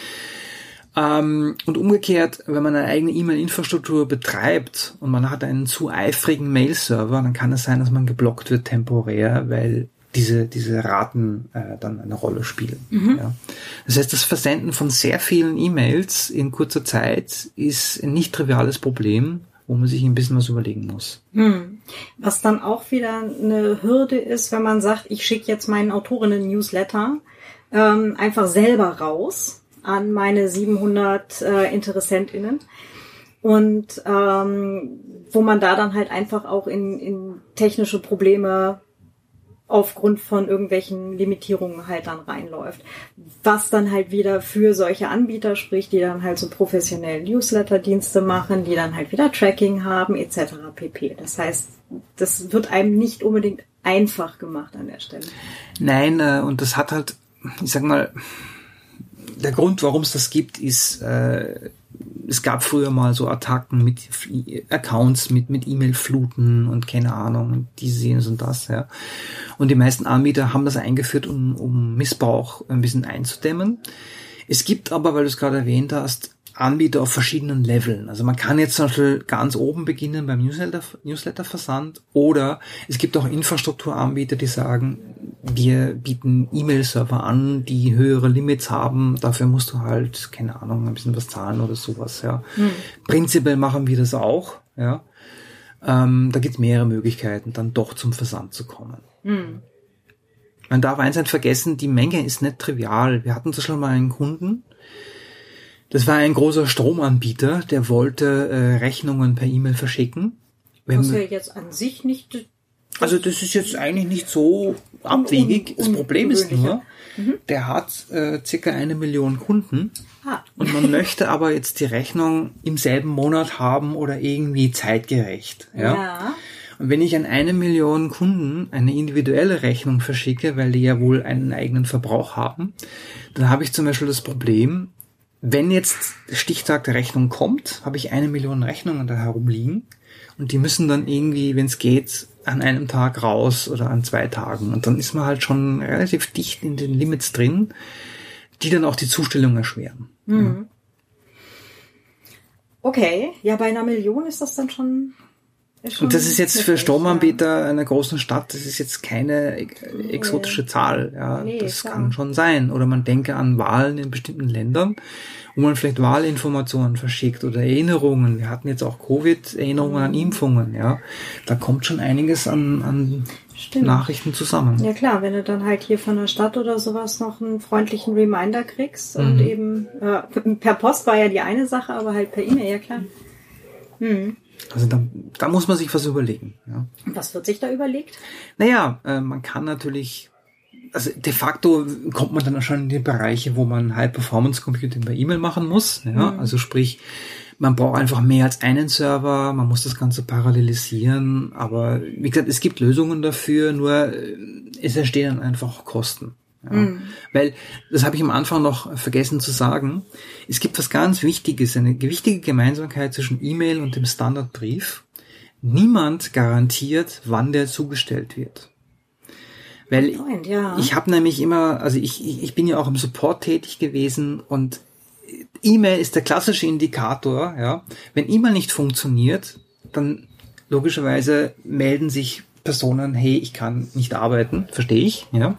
Ähm, und umgekehrt, wenn man eine eigene E-Mail-Infrastruktur betreibt und man hat einen zu eifrigen Mail-Server, dann kann es sein, dass man geblockt wird temporär, weil diese diese Raten äh, dann eine Rolle spielen. Mhm. Ja. Das heißt, das Versenden von sehr vielen E-Mails in kurzer Zeit ist ein nicht triviales Problem, wo man sich ein bisschen was überlegen muss. Hm. Was dann auch wieder eine Hürde ist, wenn man sagt, ich schicke jetzt meinen Autorinnen-Newsletter ähm, einfach selber raus an meine siebenhundert äh, InteressentInnen. Und ähm, wo man da dann halt einfach auch in, in technische Probleme aufgrund von irgendwelchen Limitierungen halt dann reinläuft. Was dann halt wieder für solche Anbieter spricht, die dann halt so professionelle Newsletter-Dienste machen, die dann halt wieder Tracking haben, et cetera pp. Das heißt, das wird einem nicht unbedingt einfach gemacht an der Stelle. Nein, äh, und das hat halt, ich sag mal, der Grund, warum es das gibt, ist, äh, es gab früher mal so Attacken mit Accounts, mit mit E-Mail-Fluten und keine Ahnung, dieses und das, ja. Und die meisten Anbieter haben das eingeführt, um, um Missbrauch ein bisschen einzudämmen. Es gibt aber, weil du es gerade erwähnt hast, Anbieter auf verschiedenen Leveln. Also man kann jetzt zum Beispiel ganz oben beginnen beim Newsletter, Newsletterversand, oder es gibt auch Infrastrukturanbieter, die sagen, wir bieten E-Mail-Server an, die höhere Limits haben, dafür musst du halt, keine Ahnung, ein bisschen was zahlen oder sowas, ja. Hm. Prinzipiell machen wir das auch, ja. Ähm, da gibt es mehrere Möglichkeiten, dann doch zum Versand zu kommen. Hm. Man darf eins nicht vergessen, die Menge ist nicht trivial. Wir hatten so schon mal einen Kunden, das war ein großer Stromanbieter, der wollte äh, Rechnungen per E-Mail verschicken. Wenn Was ja jetzt an sich nicht... Also das ist jetzt eigentlich nicht so abwegig. Un, un, das Problem ist nur, mhm. der hat äh, circa eine Million Kunden ah. und man möchte aber jetzt die Rechnung im selben Monat haben oder irgendwie zeitgerecht. Ja. ja. Und wenn ich an eine Million Kunden eine individuelle Rechnung verschicke, weil die ja wohl einen eigenen Verbrauch haben, dann habe ich zum Beispiel das Problem, wenn jetzt der Stichtag der Rechnung kommt, habe ich eine Million Rechnungen da herumliegen und die müssen dann irgendwie, wenn es geht, an einem Tag raus oder an zwei Tagen. Und dann ist man halt schon relativ dicht in den Limits drin, die dann auch die Zustellung erschweren. Mhm. Ja. Okay, ja, bei einer Million ist das dann schon... Und das ist jetzt für Stromanbieter einer großen Stadt, das ist jetzt keine exotische Zahl. Ja, nee, das klar. kann schon sein. Oder man denke an Wahlen in bestimmten Ländern, wo man vielleicht Wahlinformationen verschickt oder Erinnerungen. Wir hatten jetzt auch Covid-Erinnerungen mhm. an Impfungen. Ja, da kommt schon einiges an, an Nachrichten zusammen. Ja klar, wenn du dann halt hier von der Stadt oder sowas noch einen freundlichen Reminder kriegst mhm. und eben äh, per Post war ja die eine Sache, aber halt per E-Mail, ja klar. Mhm. Also da, da muss man sich was überlegen. Ja. Und was wird sich da überlegt? Naja, äh, man kann natürlich, also de facto kommt man dann schon in die Bereiche, wo man High-Performance-Computing bei E-Mail machen muss. Ja. Mhm. Also sprich, man braucht einfach mehr als einen Server, man muss das Ganze parallelisieren. Aber wie gesagt, es gibt Lösungen dafür, nur es entstehen dann einfach Kosten. Ja, mhm. Weil, das habe ich am Anfang noch vergessen zu sagen, es gibt was ganz Wichtiges, eine wichtige Gemeinsamkeit zwischen E-Mail und dem Standardbrief. Niemand garantiert, wann der zugestellt wird. Weil Point, ja. ich habe nämlich immer, also ich, ich, ich bin ja auch im Support tätig gewesen und E-Mail ist der klassische Indikator. Ja, wenn E-Mail nicht funktioniert, dann logischerweise melden sich Personen, hey, ich kann nicht arbeiten, verstehe ich, ja.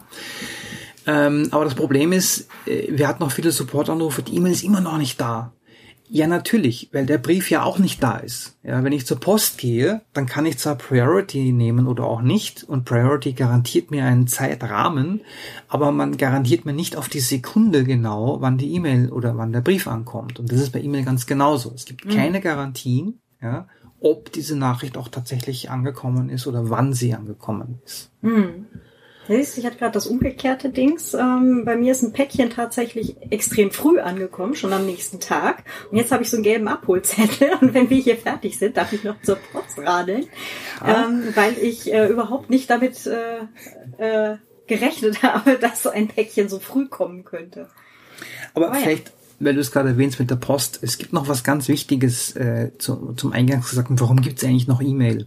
Ähm, aber das Problem ist, wir hatten noch viele Supportanrufe, die E-Mail ist immer noch nicht da. Ja, natürlich, weil der Brief ja auch nicht da ist. Ja, wenn ich zur Post gehe, dann kann ich zwar Priority nehmen oder auch nicht, und Priority garantiert mir einen Zeitrahmen, aber man garantiert mir nicht auf die Sekunde genau, wann die E-Mail oder wann der Brief ankommt. Und das ist bei E-Mail ganz genauso. Es gibt mhm. keine Garantien, ja, ob diese Nachricht auch tatsächlich angekommen ist oder wann sie angekommen ist. Mhm. Ich hatte gerade das umgekehrte Dings. Ähm, bei mir ist ein Päckchen tatsächlich extrem früh angekommen, schon am nächsten Tag. Und jetzt habe ich so einen gelben Abholzettel. Und wenn wir hier fertig sind, darf ich noch zur Post radeln, ja. ähm, weil ich äh, überhaupt nicht damit äh, äh, gerechnet habe, dass so ein Päckchen so früh kommen könnte. Aber oh, vielleicht, ja. weil du es gerade erwähnst mit der Post, es gibt noch was ganz Wichtiges äh, zu, zum Eingangs gesagt. Warum gibt es eigentlich noch E-Mail?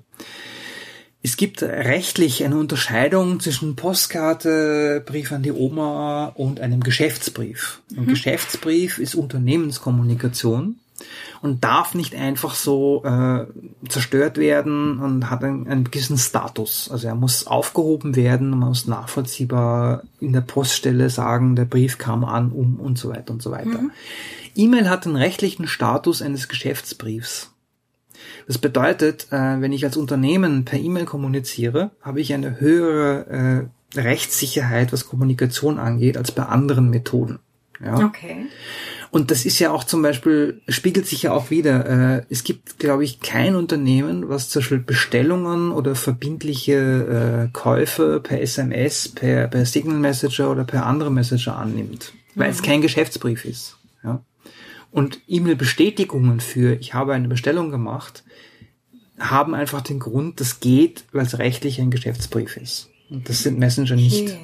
Es gibt rechtlich eine Unterscheidung zwischen Postkarte, Brief an die Oma und einem Geschäftsbrief. Ein mhm. Geschäftsbrief ist Unternehmenskommunikation und darf nicht einfach so äh, zerstört werden und hat einen, einen gewissen Status. Also er muss aufgehoben werden, man muss nachvollziehbar in der Poststelle sagen, der Brief kam an, um und so weiter und so weiter. Mhm. E-Mail hat den rechtlichen Status eines Geschäftsbriefs. Das bedeutet, äh, wenn ich als Unternehmen per E-Mail kommuniziere, habe ich eine höhere äh, Rechtssicherheit, was Kommunikation angeht, als bei anderen Methoden. Ja. Okay. Und das ist ja auch zum Beispiel, spiegelt sich ja auch wieder, äh, es gibt, glaube ich, kein Unternehmen, was zum Beispiel Bestellungen oder verbindliche äh, Käufe per S M S, per, per Signal Messenger oder per andere Messenger annimmt, weil mhm. es kein Geschäftsbrief ist. Ja. Und E-Mail-Bestätigungen für, ich habe eine Bestellung gemacht, haben einfach den Grund, das geht, weil es rechtlich ein Geschäftsbrief ist. Und das sind Messenger okay. nicht.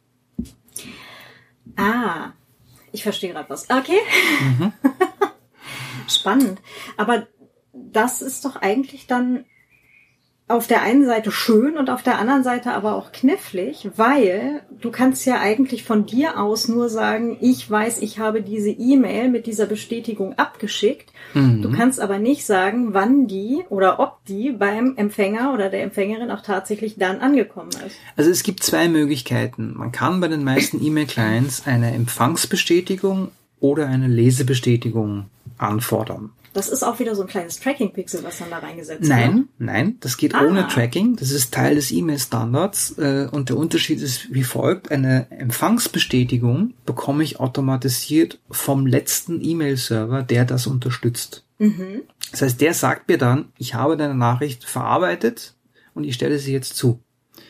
Ah, ich verstehe gerade was. Okay. Mhm. Spannend. Aber das ist doch eigentlich dann auf der einen Seite schön und auf der anderen Seite aber auch knifflig, weil du kannst ja eigentlich von dir aus nur sagen, ich weiß, ich habe diese E-Mail mit dieser Bestätigung abgeschickt. Mhm. Du kannst aber nicht sagen, wann die oder ob die beim Empfänger oder der Empfängerin auch tatsächlich dann angekommen ist. Also es gibt zwei Möglichkeiten. Man kann bei den meisten E-Mail-Clients eine Empfangsbestätigung oder eine Lesebestätigung anfordern. Das ist auch wieder so ein kleines Tracking-Pixel, was dann da reingesetzt wird. Nein, nein, das geht ah. ohne Tracking. Das ist Teil des E-Mail-Standards äh, und der Unterschied ist wie folgt. Eine Empfangsbestätigung bekomme ich automatisiert vom letzten E-Mail-Server, der das unterstützt. Mhm. Das heißt, der sagt mir dann, ich habe deine Nachricht verarbeitet und ich stelle sie jetzt zu.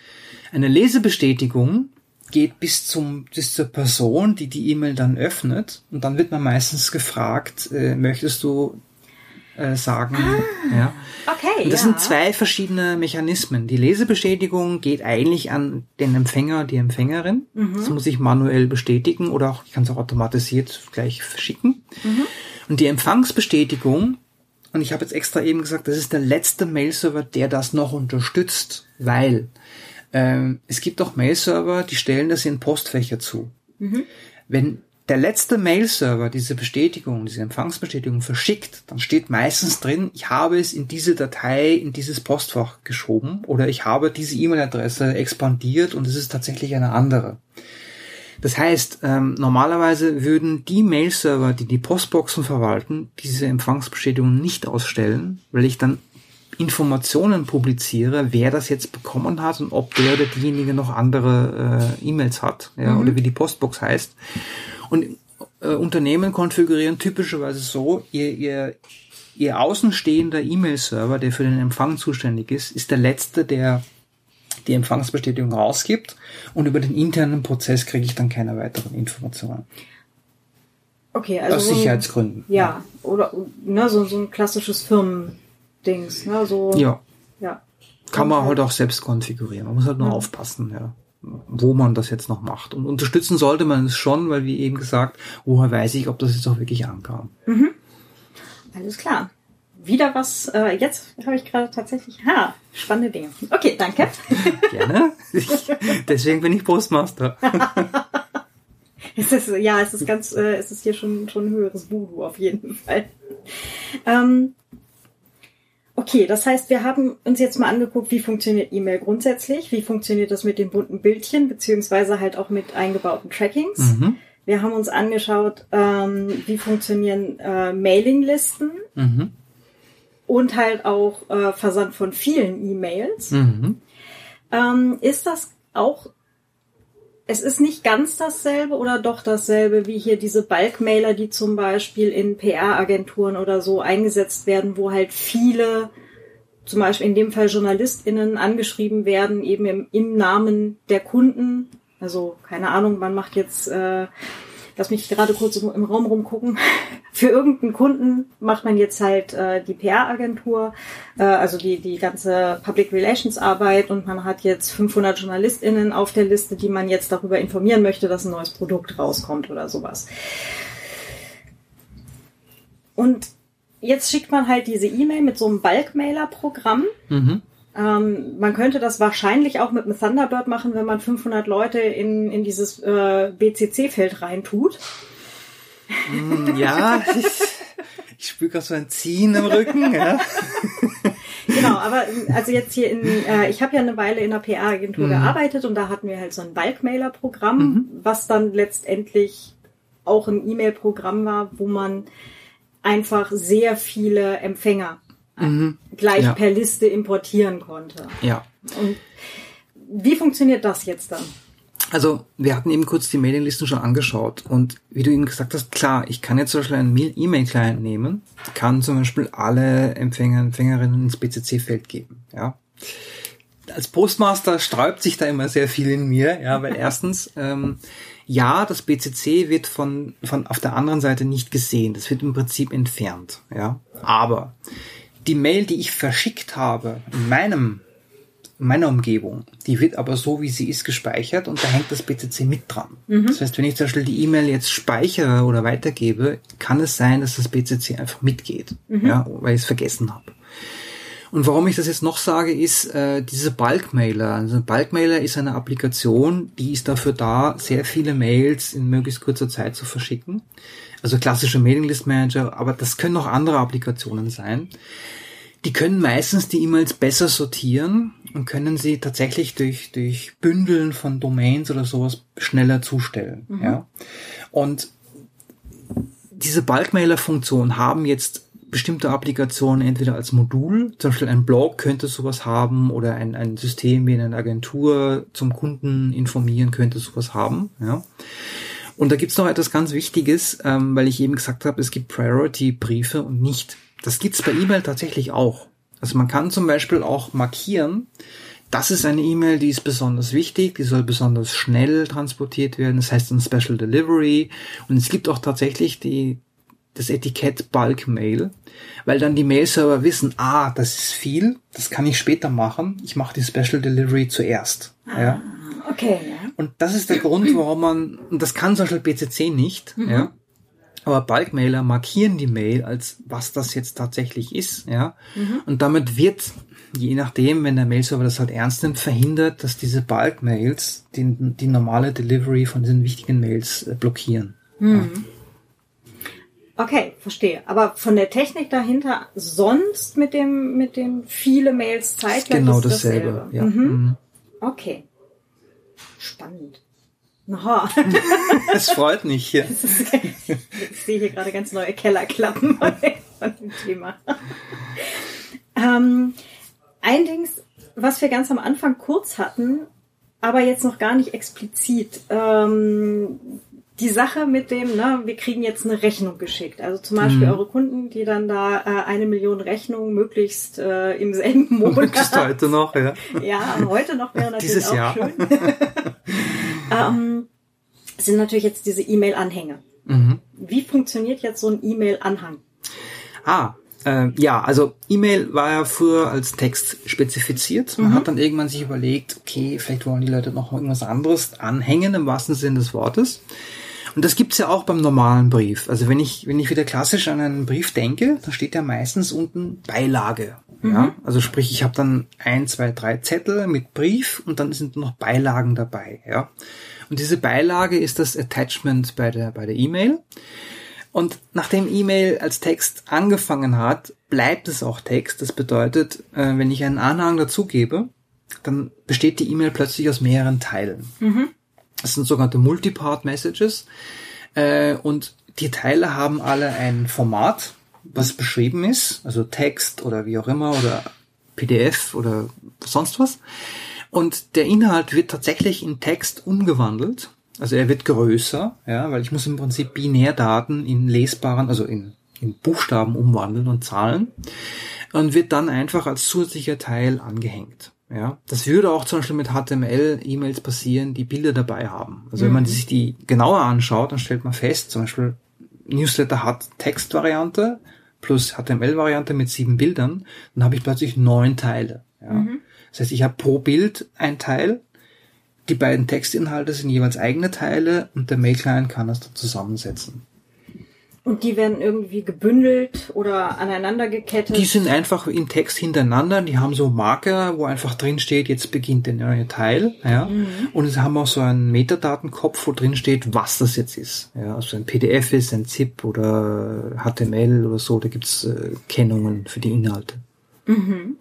Eine Lesebestätigung geht bis zum bis zur Person, die die E-Mail dann öffnet und dann wird man meistens gefragt, äh, möchtest du äh, sagen, ah, ja. Okay, und das ja. sind zwei verschiedene Mechanismen. Die Lesebestätigung geht eigentlich an den Empfänger, die Empfängerin. Mhm. Das muss ich manuell bestätigen oder auch ich kann es auch automatisiert gleich verschicken. Mhm. Und die Empfangsbestätigung, und ich habe jetzt extra eben gesagt, das ist der letzte Mail-Server, der das noch unterstützt, weil ähm, es gibt auch Mail-Server, die stellen das in Postfächer zu. Mhm. Wenn der letzte Mail-Server diese Bestätigung, diese Empfangsbestätigung verschickt, dann steht meistens drin, ich habe es in diese Datei, in dieses Postfach geschoben oder ich habe diese E-Mail-Adresse expandiert und es ist tatsächlich eine andere. Das heißt, ähm, normalerweise würden die Mail-Server, die die Postboxen verwalten, diese Empfangsbestätigung nicht ausstellen, weil ich dann Informationen publiziere, wer das jetzt bekommen hat und ob der oder diejenige noch andere äh, E-Mails hat, ja, mhm. oder wie die Postbox heißt. Und äh, Unternehmen konfigurieren typischerweise so, ihr, ihr, ihr außenstehender E-Mail-Server, der für den Empfang zuständig ist, ist der letzte, der die Empfangsbestätigung rausgibt und über den internen Prozess kriege ich dann keine weiteren Informationen. Okay, also aus Sicherheitsgründen. Ja, ja. oder ne, so, so ein klassisches Firmendings. Ne, so, ja. ja. Kann man halt auch selbst konfigurieren. Man muss halt nur ja. aufpassen, ja, wo man das jetzt noch macht. Und unterstützen sollte man es schon, weil wie eben gesagt, woher weiß ich, ob das jetzt auch wirklich ankam. Mhm. Alles klar. Wieder was, äh, jetzt habe ich gerade tatsächlich, ha, spannende Dinge. Okay, danke. Gerne. Ich, deswegen bin ich Postmaster. es ist, ja, es ist ganz, äh, es ist hier schon, schon ein höheres Voodoo auf jeden Fall. Ähm, okay, das heißt, wir haben uns jetzt mal angeguckt, wie funktioniert E-Mail grundsätzlich, wie funktioniert das mit den bunten Bildchen, beziehungsweise halt auch mit eingebauten Trackings. Mhm. Wir haben uns angeschaut, ähm, wie funktionieren äh, Mailinglisten. Mhm. Und halt auch äh, Versand von vielen E-Mails. Mhm. Ähm, ist das auch, es ist nicht ganz dasselbe oder doch dasselbe wie hier diese Bulk-Mailer, die zum Beispiel in P R-Agenturen oder so eingesetzt werden, wo halt viele, zum Beispiel in dem Fall JournalistInnen, angeschrieben werden, eben im, im Namen der Kunden. Also, keine Ahnung, man macht jetzt... Äh, Lass mich gerade kurz im Raum rumgucken. Für irgendeinen Kunden macht man jetzt halt äh, die P R-Agentur, äh, also die die ganze Public Relations Arbeit und man hat jetzt fünfhundert JournalistInnen auf der Liste, die man jetzt darüber informieren möchte, dass ein neues Produkt rauskommt oder sowas. Und jetzt schickt man halt diese E-Mail mit so einem Bulk-Mailer-Programm. Mhm. Ähm, man könnte das wahrscheinlich auch mit einem Thunderbird machen, wenn man fünfhundert Leute in, in dieses äh, B C C-Feld reintut. Mm, ja, ich, ich spüre gerade so ein Ziehen im Rücken. Ja. Genau, aber also jetzt hier in, äh, ich habe ja eine Weile in einer P R-Agentur mhm. gearbeitet und da hatten wir halt so ein Bulk-Mailer-Programm, mhm. was dann letztendlich auch ein E-Mail-Programm war, wo man einfach sehr viele Empfänger Mhm. gleich ja. per Liste importieren konnte. Ja. Und wie funktioniert das jetzt dann? Also, wir hatten eben kurz die Mailinglisten schon angeschaut und wie du eben gesagt hast, klar, ich kann jetzt zum Beispiel einen E-Mail-Client nehmen, kann zum Beispiel alle Empfänger, Empfängerinnen ins B C C-Feld geben, ja. Als Postmaster sträubt sich da immer sehr viel in mir, ja, weil erstens, ähm, ja, das B C C wird von, von auf der anderen Seite nicht gesehen, das wird im Prinzip entfernt, ja, aber die Mail, die ich verschickt habe in meinem, in meiner Umgebung, die wird aber so, wie sie ist, gespeichert und da hängt das B C C mit dran. Mhm. Das heißt, wenn ich zum Beispiel die E-Mail jetzt speichere oder weitergebe, kann es sein, dass das B C C einfach mitgeht, mhm. ja, weil ich es vergessen habe. Und warum ich das jetzt noch sage, ist äh, diese Bulk-Mailer. Also Bulk-Mailer ist eine Applikation, die ist dafür da, sehr viele Mails in möglichst kurzer Zeit zu verschicken. Also klassische Mailinglist-Manager, aber das können auch andere Applikationen sein. Die können meistens die E-Mails besser sortieren und können sie tatsächlich durch durch Bündeln von Domains oder sowas schneller zustellen. Mhm. Ja. Und diese Bulk-Mailer-Funktion haben jetzt bestimmte Applikationen entweder als Modul, zum Beispiel ein Blog könnte sowas haben oder ein, ein System wie eine Agentur zum Kunden informieren könnte sowas haben. Ja. Und da gibt's noch etwas ganz Wichtiges, ähm, weil ich eben gesagt habe, es gibt Priority-Briefe und nicht. Das gibt's bei E-Mail tatsächlich auch. Also man kann zum Beispiel auch markieren, das ist eine E-Mail, die ist besonders wichtig, die soll besonders schnell transportiert werden, das heißt ein Special Delivery. Und es gibt auch tatsächlich die das Etikett Bulk Mail, weil dann die Mail-Server wissen, ah, das ist viel, das kann ich später machen, ich mache die Special Delivery zuerst. Ah, ja. Okay, ja. Und das ist der Grund, warum man, und das kann zum Beispiel B C C nicht, mhm. ja, aber Bulk-Mailer markieren die Mail als was das jetzt tatsächlich ist, ja, mhm. und damit wird, je nachdem, wenn der Mail-Server das halt ernst nimmt, verhindert, dass diese Bulk-Mails die, die normale Delivery von diesen wichtigen Mails äh, blockieren. Mhm. Ja. Okay, verstehe. Aber von der Technik dahinter sonst mit dem mit dem viele Mails zeitgleich genau ist dasselbe. dasselbe. Ja. Mhm. Mhm. Okay. Spannend. Aha. Es freut mich hier. Ich sehe hier gerade ganz neue Kellerklappen von dem Thema. ähm, ein Ding, was wir ganz am Anfang kurz hatten, aber jetzt noch gar nicht explizit. Ähm, Die Sache mit dem, ne, wir kriegen jetzt eine Rechnung geschickt. Also zum Beispiel mhm. eure Kunden, die dann da äh, eine Million Rechnungen möglichst äh, im selben Monat. Möglichst heute noch, ja. Ja, heute noch wäre natürlich Dieses auch Jahr. schön. ähm, sind natürlich jetzt diese E-Mail-Anhänge. Mhm. Wie funktioniert jetzt so ein E-Mail-Anhang? Ah, äh, ja, also E-Mail war ja früher als Text spezifiziert. Man mhm. hat dann irgendwann sich überlegt, okay, vielleicht wollen die Leute noch irgendwas anderes anhängen, im wahrsten Sinne des Wortes. Und das gibt's ja auch beim normalen Brief. Also wenn ich wenn ich wieder klassisch an einen Brief denke, dann steht ja meistens unten Beilage. Mhm. Ja, also sprich, ich habe dann ein, zwei, drei Zettel mit Brief und dann sind noch Beilagen dabei. Ja, und diese Beilage ist das Attachment bei der bei der E-Mail. Und nachdem E-Mail als Text angefangen hat, bleibt es auch Text. Das bedeutet, wenn ich einen Anhang dazugebe, dann besteht die E-Mail plötzlich aus mehreren Teilen. Mhm. Das sind sogenannte Multipart-Messages. Und die Teile haben alle ein Format, was beschrieben ist, also Text oder wie auch immer oder P D F oder sonst was. Und der Inhalt wird tatsächlich in Text umgewandelt. Also er wird größer, ja, weil ich muss im Prinzip Binärdaten in lesbaren, also in, in Buchstaben umwandeln und Zahlen und wird dann einfach als zusätzlicher Teil angehängt. Ja, das würde auch zum Beispiel mit H T M L-E-Mails passieren, die Bilder dabei haben. Also mhm. wenn man sich die genauer anschaut, dann stellt man fest, zum Beispiel Newsletter hat Textvariante plus H T M L-Variante mit sieben Bildern, dann habe ich plötzlich neun Teile. Ja. Mhm. Das heißt, ich habe pro Bild ein Teil. Die beiden Textinhalte sind jeweils eigene Teile und der Mail-Client kann das dann zusammensetzen. Und die werden irgendwie gebündelt oder aneinander gekettet? Die sind einfach im Text hintereinander. Die haben so Marker, wo einfach drin steht, jetzt beginnt der neue Teil. Ja. Mhm. Und sie haben auch so einen Metadatenkopf, wo drin steht, was das jetzt ist. Ja, also ein P D F ist, ein ZIP oder H T M L oder so. Da gibt's äh, Kennungen für die Inhalte. Mhm.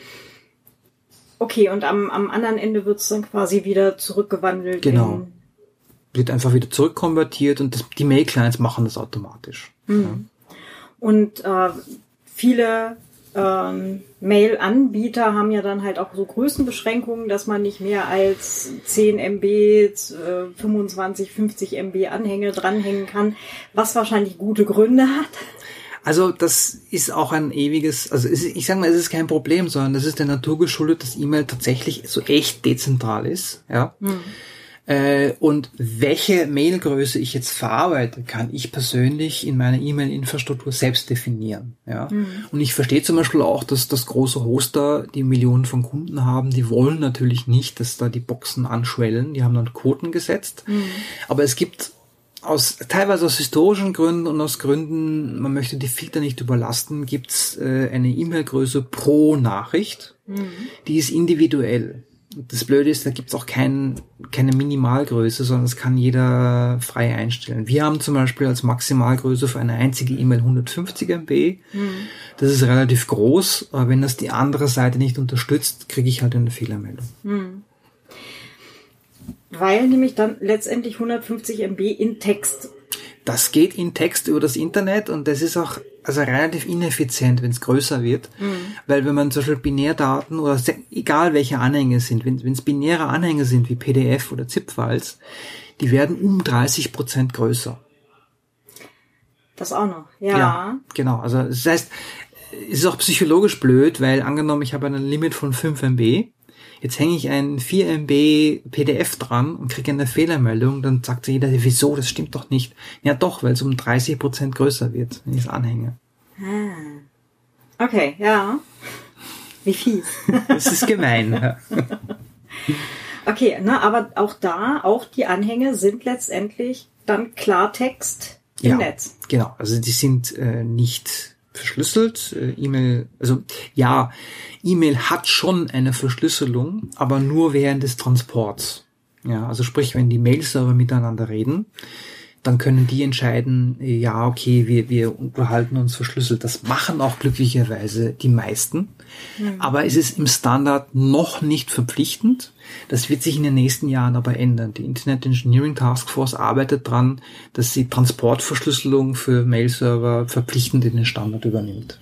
Okay, und am, am anderen Ende wird es dann quasi wieder zurückgewandelt. Genau. Wird einfach wieder zurückkonvertiert und das, die Mail-Clients machen das automatisch. Mhm. Ja. Und äh, viele ähm, Mail-Anbieter haben ja dann halt auch so Größenbeschränkungen, dass man nicht mehr als zehn Megabyte, äh, fünfundzwanzig, fünfzig Megabyte Anhänge dranhängen kann, was wahrscheinlich gute Gründe hat. Also das ist auch ein ewiges, also ich sage mal, es ist kein Problem, sondern das ist der Natur geschuldet, dass E-Mail tatsächlich so echt dezentral ist, ja. Hm. Äh, und welche Mailgröße ich jetzt verarbeite, kann ich persönlich in meiner E-Mail-Infrastruktur selbst definieren, ja. Hm. Und ich verstehe zum Beispiel auch, dass das große Hoster, die Millionen von Kunden haben, die wollen natürlich nicht, dass da die Boxen anschwellen, die haben dann Quoten gesetzt. Hm. Aber es gibt aus teilweise aus historischen Gründen und aus Gründen, man möchte die Filter nicht überlasten, gibt's äh, eine E-Mail-Größe pro Nachricht. Mhm. Die ist individuell. Das Blöde ist, da gibt's auch kein, keine Minimalgröße, sondern das kann jeder frei einstellen. Wir haben zum Beispiel als Maximalgröße für eine einzige E-Mail hundertfünfzig Megabyte. Mhm. Das ist relativ groß, aber wenn das die andere Seite nicht unterstützt, kriege ich halt eine Fehlermeldung. Mhm. Weil nämlich dann letztendlich hundertfünfzig Megabyte in Text. Das geht in Text über das Internet und das ist auch also relativ ineffizient, wenn es größer wird. Mhm. Weil wenn man zum Beispiel Binärdaten oder egal welche Anhänge sind, wenn es binäre Anhänge sind wie P D F oder ZIP-Files, die werden um dreißig Prozent größer. Das auch noch, ja. Ja, genau. Also das heißt, es ist auch psychologisch blöd, weil angenommen, ich habe ein Limit von fünf Megabyte. Jetzt hänge ich ein vier Megabyte P D F dran und kriege eine Fehlermeldung, dann sagt jeder, wieso, das stimmt doch nicht. Ja doch, weil es um dreißig Prozent größer wird, wenn ich es anhänge. Ah. Okay, ja. Wie fies. Das ist gemein. Ja. Okay, na, aber auch da, auch die Anhänge sind letztendlich dann Klartext im ja, Netz. Genau, also die sind äh, nicht verschlüsselt. Äh, E-Mail, also ja, E-Mail hat schon eine Verschlüsselung, aber nur während des Transports. Ja, also sprich, wenn die Mail-Server miteinander reden, dann können die entscheiden, ja, okay, wir, wir unterhalten uns verschlüsselt. Das machen auch glücklicherweise die meisten. Mhm. Aber es ist im Standard noch nicht verpflichtend. Das wird sich in den nächsten Jahren aber ändern. Die Internet Engineering Task Force arbeitet dran, dass sie Transportverschlüsselung für Mail-Server verpflichtend in den Standard übernimmt.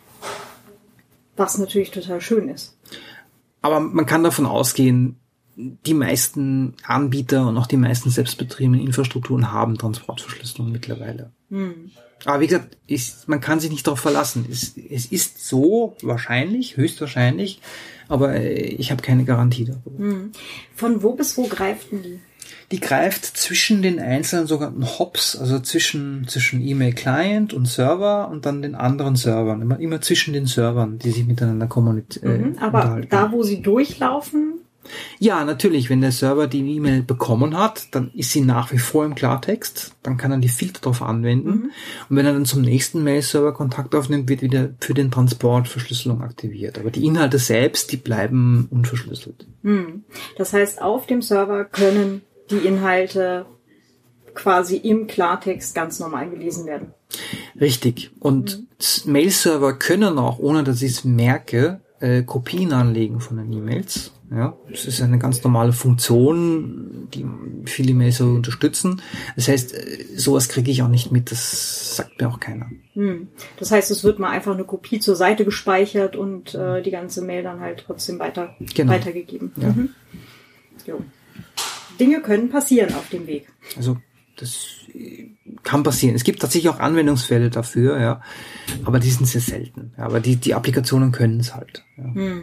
Was natürlich total schön ist. Aber man kann davon ausgehen, die meisten Anbieter und auch die meisten selbstbetriebenen Infrastrukturen haben Transportverschlüsselung mittlerweile. Hm. Aber wie gesagt, ist, man kann sich nicht darauf verlassen. Es, es ist so wahrscheinlich, höchstwahrscheinlich, aber ich habe keine Garantie darüber. Hm. Von wo bis wo greift denn die? Die greift zwischen den einzelnen sogenannten Hops, also zwischen zwischen E-Mail-Client und Server und dann den anderen Servern. Immer, immer zwischen den Servern, die sich miteinander kommunizieren. Mhm, aber da, wo sie durchlaufen? Ja, natürlich, wenn der Server die E-Mail bekommen hat, dann ist sie nach wie vor im Klartext, dann kann er die Filter darauf anwenden mhm. und wenn er dann zum nächsten Mail-Server Kontakt aufnimmt, wird wieder für den Transport Verschlüsselung aktiviert. Aber die Inhalte selbst, die bleiben unverschlüsselt. Mhm. Das heißt, auf dem Server können die Inhalte quasi im Klartext ganz normal gelesen werden. Richtig. Und mhm. Mail-Server können auch, ohne dass ich es merke, äh, Kopien anlegen von den E-Mails. Ja, das ist eine ganz normale Funktion, die viele Mails so unterstützen. Das heißt, sowas kriege ich auch nicht mit, das sagt mir auch keiner. Hm. Das heißt, es wird mal einfach eine Kopie zur Seite gespeichert und äh, die ganze Mail dann halt trotzdem weiter genau. weitergegeben. Ja. Mhm. Jo. Dinge können passieren auf dem Weg. Also das kann passieren. Es gibt tatsächlich auch Anwendungsfälle dafür, ja, aber die sind sehr selten. Ja, aber die die Applikationen können es halt. Ja. Hm.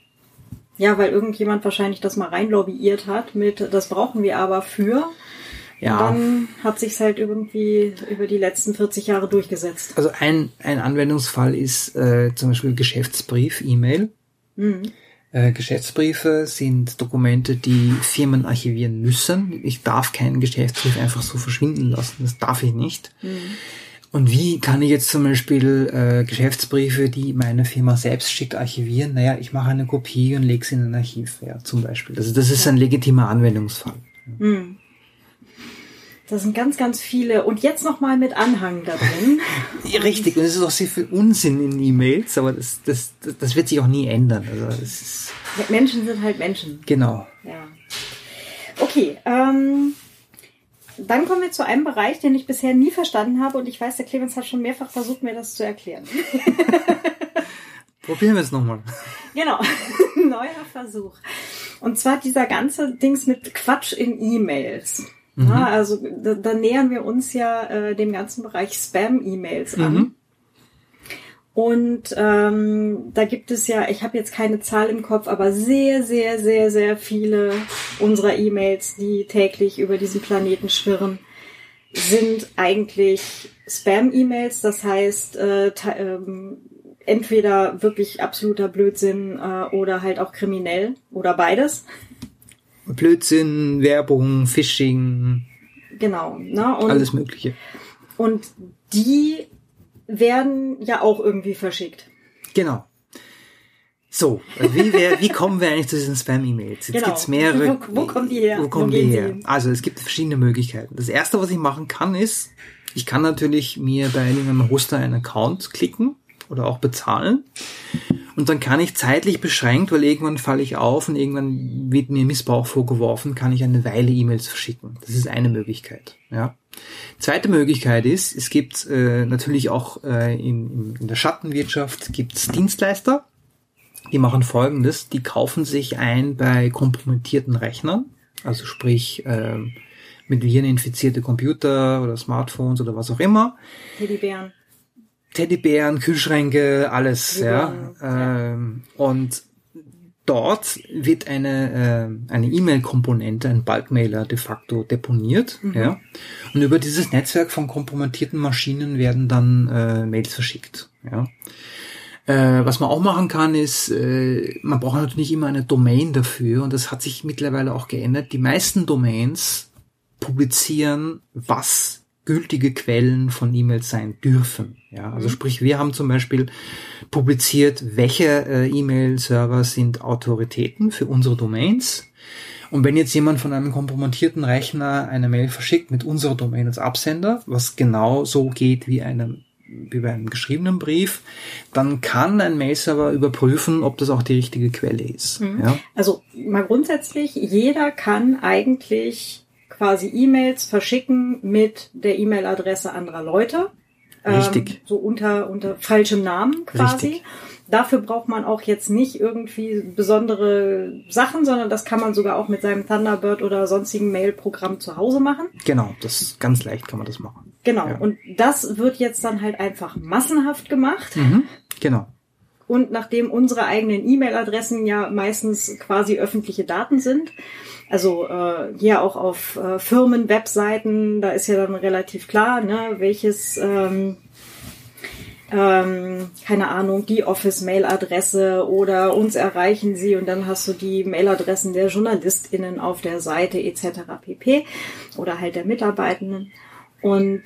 Ja, weil irgendjemand wahrscheinlich das mal reinlobbyiert hat mit, das brauchen wir aber für. Ja. Und dann hat sich's halt irgendwie über die letzten vierzig Jahre durchgesetzt. Also ein ein Anwendungsfall ist äh, zum Beispiel Geschäftsbrief-E-Mail. Mhm. Äh, Geschäftsbriefe sind Dokumente, die Firmen archivieren müssen. Ich darf keinen Geschäftsbrief einfach so verschwinden lassen. Das darf ich nicht. Mhm. Und wie kann ich jetzt zum Beispiel äh, Geschäftsbriefe, die meine Firma selbst schickt, archivieren? Naja, ich mache eine Kopie und lege sie in ein Archiv, ja, zum Beispiel. Also das ist ein legitimer Anwendungsfall. Hm. Das sind ganz, ganz viele. Und jetzt nochmal mit Anhang da drin. Ja, richtig, und es ist auch sehr viel Unsinn in E-Mails, aber das, das, das, das wird sich auch nie ändern. Also das ist Menschen sind halt Menschen. Genau. Ja. Okay, ähm... dann kommen wir zu einem Bereich, den ich bisher nie verstanden habe und ich weiß, der Clemens hat schon mehrfach versucht, mir das zu erklären. Probieren wir es nochmal. Genau, neuer Versuch. Und zwar dieser ganze Dings mit Quatsch in E-Mails. Mhm. Ja, also da, da nähern wir uns ja äh, dem ganzen Bereich Spam-E-Mails an. Mhm. Und ähm, da gibt es ja, ich habe jetzt keine Zahl im Kopf, aber sehr, sehr, sehr, sehr viele unserer E-Mails, die täglich über diesen Planeten schwirren, sind eigentlich Spam-E-Mails. Das heißt, äh, ta- ähm, entweder wirklich absoluter Blödsinn äh, oder halt auch kriminell oder beides. Blödsinn, Werbung, Phishing. Genau. Ne? Und, alles Mögliche. Und die werden ja auch irgendwie verschickt. Genau. So, wie, wär, wie kommen wir eigentlich zu diesen Spam-E-Mails? Jetzt genau. gibt's mehrere. Wo, wo kommen die her? Wo kommen wo die her? Also es gibt verschiedene Möglichkeiten. Das erste, was ich machen kann, ist, ich kann natürlich mir bei einem Hoster einen Account klicken oder auch bezahlen. Und dann kann ich zeitlich beschränkt, weil irgendwann falle ich auf und irgendwann wird mir Missbrauch vorgeworfen, kann ich eine Weile E-Mails verschicken. Das ist eine Möglichkeit. Ja. Zweite Möglichkeit ist, es gibt äh, natürlich auch äh, in, in der Schattenwirtschaft gibt's Dienstleister, die machen Folgendes, die kaufen sich ein bei kompromittierten Rechnern, also sprich äh, mit Viren infizierte Computer oder Smartphones oder was auch immer. Teddybären. Teddybären, Kühlschränke, alles, ja. ja. Ähm, und dort wird eine äh, eine E-Mail-Komponente, ein Bulk-Mailer de facto deponiert, mhm. ja. Und über dieses Netzwerk von kompromittierten Maschinen werden dann äh, Mails verschickt, ja. Äh, was man auch machen kann, ist, äh, man braucht natürlich nicht immer eine Domain dafür und das hat sich mittlerweile auch geändert. Die meisten Domains publizieren, was gültige Quellen von E-Mails sein dürfen. Ja, also mhm. sprich, wir haben zum Beispiel publiziert, welche äh, E-Mail-Server sind Autoritäten für unsere Domains. Und wenn jetzt jemand von einem kompromittierten Rechner eine Mail verschickt mit unserer Domain als Absender, was genau so geht wie einem wie bei einem geschriebenen Brief, dann kann ein Mail-Server überprüfen, ob das auch die richtige Quelle ist. Mhm. Ja? Also mal grundsätzlich, jeder kann eigentlich quasi E-Mails verschicken mit der E-Mail-Adresse anderer Leute. Richtig. Ähm, so unter, unter falschem Namen quasi. Richtig. Dafür braucht man auch jetzt nicht irgendwie besondere Sachen, sondern das kann man sogar auch mit seinem Thunderbird oder sonstigen Mail-Programm zu Hause machen. Genau, das ist ganz leicht, kann man das machen. Genau, ja. Und das wird jetzt dann halt einfach massenhaft gemacht. Mhm, genau. Und nachdem unsere eigenen E-Mail-Adressen ja meistens quasi öffentliche Daten sind, also äh, hier auch auf äh, Firmen-Webseiten, da ist ja dann relativ klar, ne, welches, ähm, ähm, keine Ahnung, die Office-Mail-Adresse oder uns erreichen sie und dann hast du die Mailadressen der JournalistInnen auf der Seite et cetera pp. Oder halt der Mitarbeitenden. Und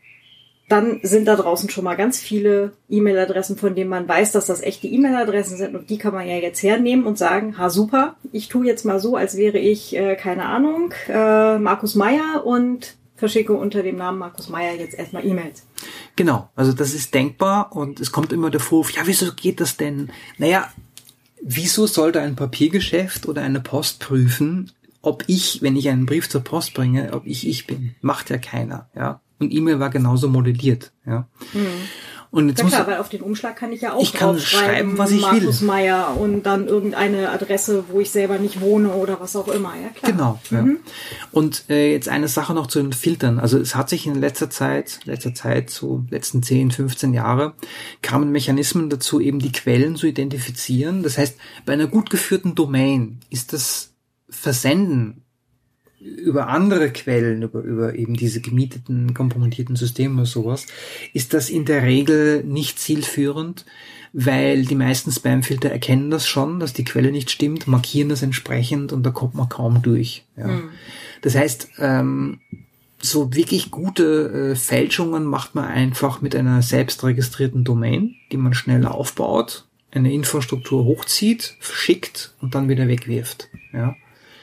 dann sind da draußen schon mal ganz viele E-Mail-Adressen, von denen man weiß, dass das echte E-Mail-Adressen sind. Und die kann man ja jetzt hernehmen und sagen, ha super, ich tue jetzt mal so, als wäre ich, äh, keine Ahnung, äh, Markus Meyer und verschicke unter dem Namen Markus Meyer jetzt erstmal E-Mails. Genau, also das ist denkbar und es kommt immer der Vorwurf, ja, wieso geht das denn? Naja, wieso sollte ein Papiergeschäft oder eine Post prüfen, ob ich, wenn ich einen Brief zur Post bringe, ob ich ich bin? Macht ja keiner, ja. Und E-Mail war genauso modelliert, ja. Mhm. Und jetzt ja muss klar, weil auf den Umschlag kann ich ja auch ich kann schreiben, was ich Markus will. Markus Meyer und dann irgendeine Adresse, wo ich selber nicht wohne oder was auch immer, ja klar. Genau, mhm. ja. Und äh, jetzt eine Sache noch zu den Filtern. Also es hat sich in letzter Zeit, letzter Zeit, so letzten zehn, fünfzehn Jahre, kamen Mechanismen dazu, eben die Quellen zu identifizieren. Das heißt, bei einer gut geführten Domain ist das Versenden über andere Quellen, über, über eben diese gemieteten, kompromittierten Systeme oder sowas, ist das in der Regel nicht zielführend, weil die meisten Spamfilter erkennen das schon, dass die Quelle nicht stimmt, markieren das entsprechend und da kommt man kaum durch. Ja. Mhm. Das heißt, ähm, so wirklich gute äh, Fälschungen macht man einfach mit einer selbst registrierten Domain, die man schnell aufbaut, eine Infrastruktur hochzieht, verschickt und dann wieder wegwirft. Ja.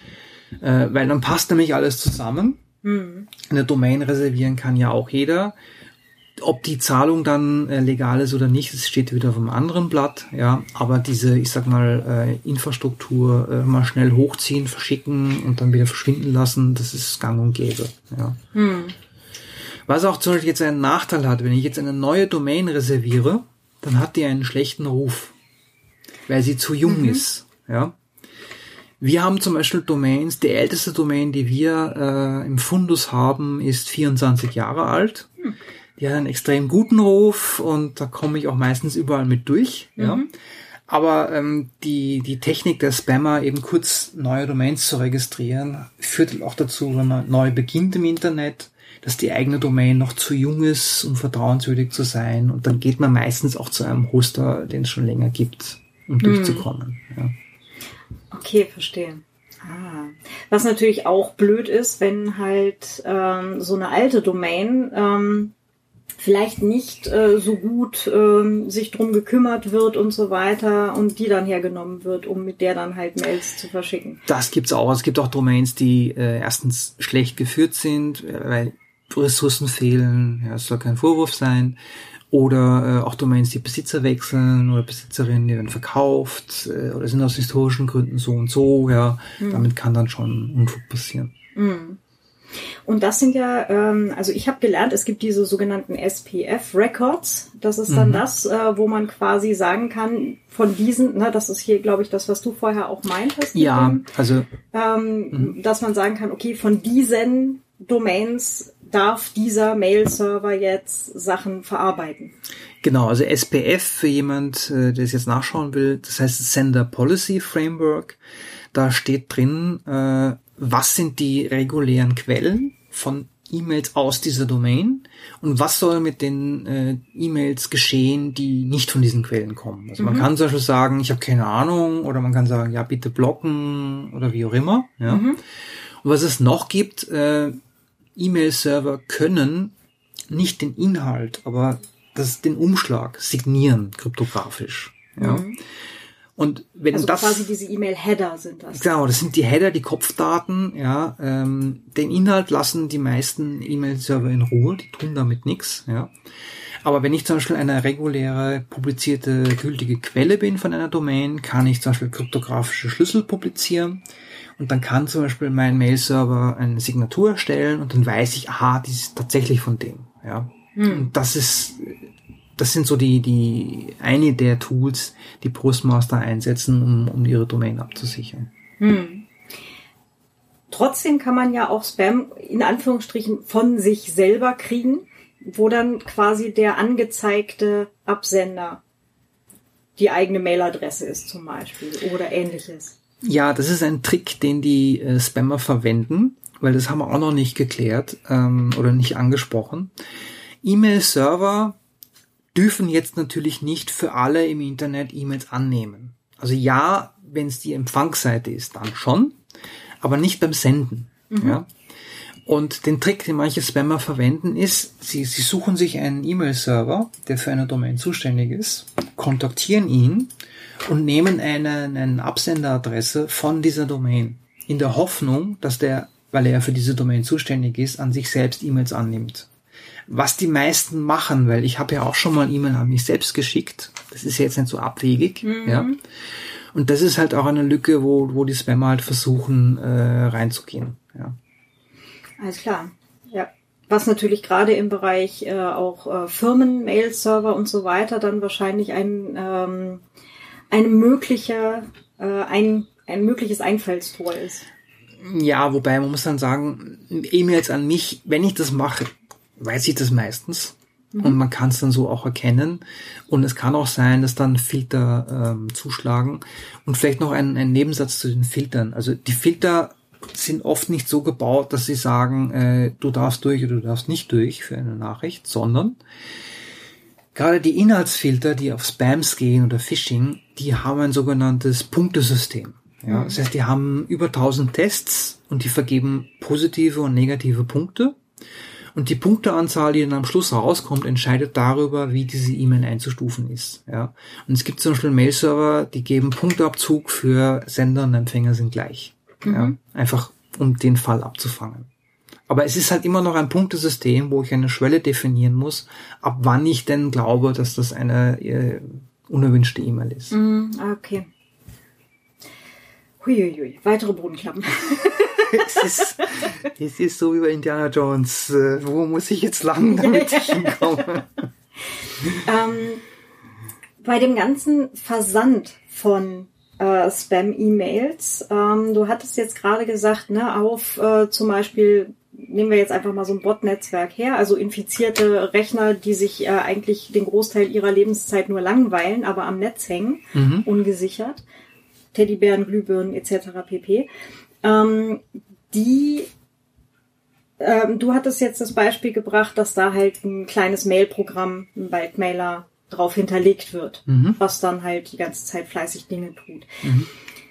Äh, weil dann passt nämlich alles zusammen. Mhm. Eine Domain reservieren kann ja auch jeder. Ob die Zahlung dann äh, legal ist oder nicht, das steht wieder auf einem anderen Blatt. Ja, aber diese, ich sag mal, äh, Infrastruktur äh, mal schnell hochziehen, verschicken und dann wieder verschwinden lassen, das ist gang und gäbe. Ja. Mhm. Was auch zum Beispiel jetzt einen Nachteil hat, wenn ich jetzt eine neue Domain reserviere, dann hat die einen schlechten Ruf, weil sie zu jung mhm. ist. Ja. Wir haben zum Beispiel Domains, die älteste Domain, die wir äh, im Fundus haben, ist vierundzwanzig Jahre alt. Hm. Die hat einen extrem guten Ruf und da komme ich auch meistens überall mit durch. Mhm. Ja. Aber ähm, die die Technik der Spammer, eben kurz neue Domains zu registrieren, führt auch dazu, wenn man neu beginnt im Internet, dass die eigene Domain noch zu jung ist, um vertrauenswürdig zu sein. Und dann geht man meistens auch zu einem Hoster, den es schon länger gibt, um mhm. durchzukommen. Ja. Okay, verstehe. Ah. Was natürlich auch blöd ist, wenn halt ähm, so eine alte Domain ähm, vielleicht nicht äh, so gut ähm, sich drum gekümmert wird und so weiter und die dann hergenommen wird, um mit der dann halt Mails zu verschicken. Das gibt's auch. Es gibt auch Domains, die äh, erstens schlecht geführt sind, weil Ressourcen fehlen. Ja, es soll kein Vorwurf sein. Oder äh, auch Domains, die Besitzer wechseln oder Besitzerinnen, die werden verkauft äh, oder sind aus historischen Gründen so und so. Ja, mhm. Damit kann dann schon Unfug passieren. Mhm. Und das sind ja, ähm, also ich habe gelernt, es gibt diese sogenannten S P F-Records. Das ist dann mhm. das, äh, wo man quasi sagen kann, von diesen, ne, das ist hier, glaube ich, das, was du vorher auch meintest. Ja, dem, also. Ähm, mhm. Dass man sagen kann, okay, von diesen Domains darf dieser Mail-Server jetzt Sachen verarbeiten. Genau, also S P F für jemand, der es jetzt nachschauen will, das heißt Sender Policy Framework. Da steht drin, äh, was sind die regulären Quellen von E-Mails aus dieser Domain und was soll mit den äh, E-Mails geschehen, die nicht von diesen Quellen kommen. Also mhm. man kann zum Beispiel sagen, ich habe keine Ahnung, oder man kann sagen, ja, bitte blocken oder wie auch immer. Ja. Mhm. Und was es noch gibt, äh, E-Mail-Server können nicht den Inhalt, aber das, den Umschlag signieren, kryptografisch. Ja. Mhm. Und wenn also das quasi diese E-Mail-Header sind das. Genau, das sind die Header, die Kopfdaten. Ja, ähm, den Inhalt lassen die meisten E-Mail-Server in Ruhe, die tun damit nichts. Ja, aber wenn ich zum Beispiel eine reguläre publizierte gültige Quelle bin von einer Domain, kann ich zum Beispiel kryptografische Schlüssel publizieren und dann kann zum Beispiel mein Mail-Server eine Signatur erstellen und dann weiß ich, aha, die ist tatsächlich von dem. Ja, hm. Und das ist Das sind so die, die, eine der Tools, die Postmaster einsetzen, um, um ihre Domain abzusichern. Hm. Trotzdem kann man ja auch Spam in Anführungsstrichen von sich selber kriegen, wo dann quasi der angezeigte Absender die eigene Mailadresse ist zum Beispiel oder ähnliches. Ja, das ist ein Trick, den die äh, Spammer verwenden, weil das haben wir auch noch nicht geklärt ähm, oder nicht angesprochen. E-Mail-Server dürfen jetzt natürlich nicht für alle im Internet E-Mails annehmen. Also ja, wenn es die Empfangsseite ist, dann schon, aber nicht beim Senden. Mhm. Ja. Und den Trick, den manche Spammer verwenden, ist, sie, sie suchen sich einen E-Mail-Server, der für eine Domain zuständig ist, kontaktieren ihn und nehmen eine, eine Absenderadresse von dieser Domain, in der Hoffnung, dass der, weil er für diese Domain zuständig ist, an sich selbst E-Mails annimmt. Was die meisten machen, weil ich habe ja auch schon mal E-Mail an mich selbst geschickt. Das ist ja jetzt nicht so abwegig. Mhm. Ja. Und das ist halt auch eine Lücke, wo, wo die Spammer halt versuchen, äh, reinzugehen. Ja. Alles klar. Ja. Was natürlich gerade im Bereich äh, auch äh, Firmen-Mail-Server und so weiter dann wahrscheinlich ein, ähm, eine mögliche, äh, ein, ein mögliches Einfallstor ist. Ja, wobei man muss dann sagen, E-Mails an mich, wenn ich das mache, weiß ich das meistens. Mhm. Und man kann es dann so auch erkennen. Und es kann auch sein, dass dann Filter ähm, zuschlagen. Und vielleicht noch ein, ein Nebensatz zu den Filtern. Also die Filter sind oft nicht so gebaut, dass sie sagen, äh, du darfst durch oder du darfst nicht durch für eine Nachricht, sondern gerade die Inhaltsfilter, die auf Spams gehen oder Phishing, die haben ein sogenanntes Punktesystem. Ja, das heißt, die haben über tausend Tests und die vergeben positive und negative Punkte. Und die Punkteanzahl, die dann am Schluss rauskommt, entscheidet darüber, wie diese E-Mail einzustufen ist. Ja. Und es gibt zum Beispiel Mail-Server, die geben Punkteabzug für Sender und Empfänger sind gleich. Mhm. Ja. Einfach, um den Fall abzufangen. Aber es ist halt immer noch ein Punktesystem, wo ich eine Schwelle definieren muss, ab wann ich denn glaube, dass das eine äh, unerwünschte E-Mail ist. Mhm, okay. Huiuiui, weitere Bodenklappen. es, ist, es ist so wie bei Indiana Jones. Äh, wo muss ich jetzt lang, damit ich hinkomme? ähm, bei dem ganzen Versand von äh, Spam-E-Mails, ähm, du hattest jetzt gerade gesagt, ne, auf äh, zum Beispiel, nehmen wir jetzt einfach mal so ein Bot-Netzwerk her, also infizierte Rechner, die sich äh, eigentlich den Großteil ihrer Lebenszeit nur langweilen, aber am Netz hängen, mhm. ungesichert. Teddybären, Glühbirnen et cetera pp. Ähm, die, ähm, du hattest jetzt das Beispiel gebracht, dass da halt ein kleines Mailprogramm, ein Bulk-Mailer drauf hinterlegt wird, mhm. was dann halt die ganze Zeit fleißig Dinge tut. Mhm.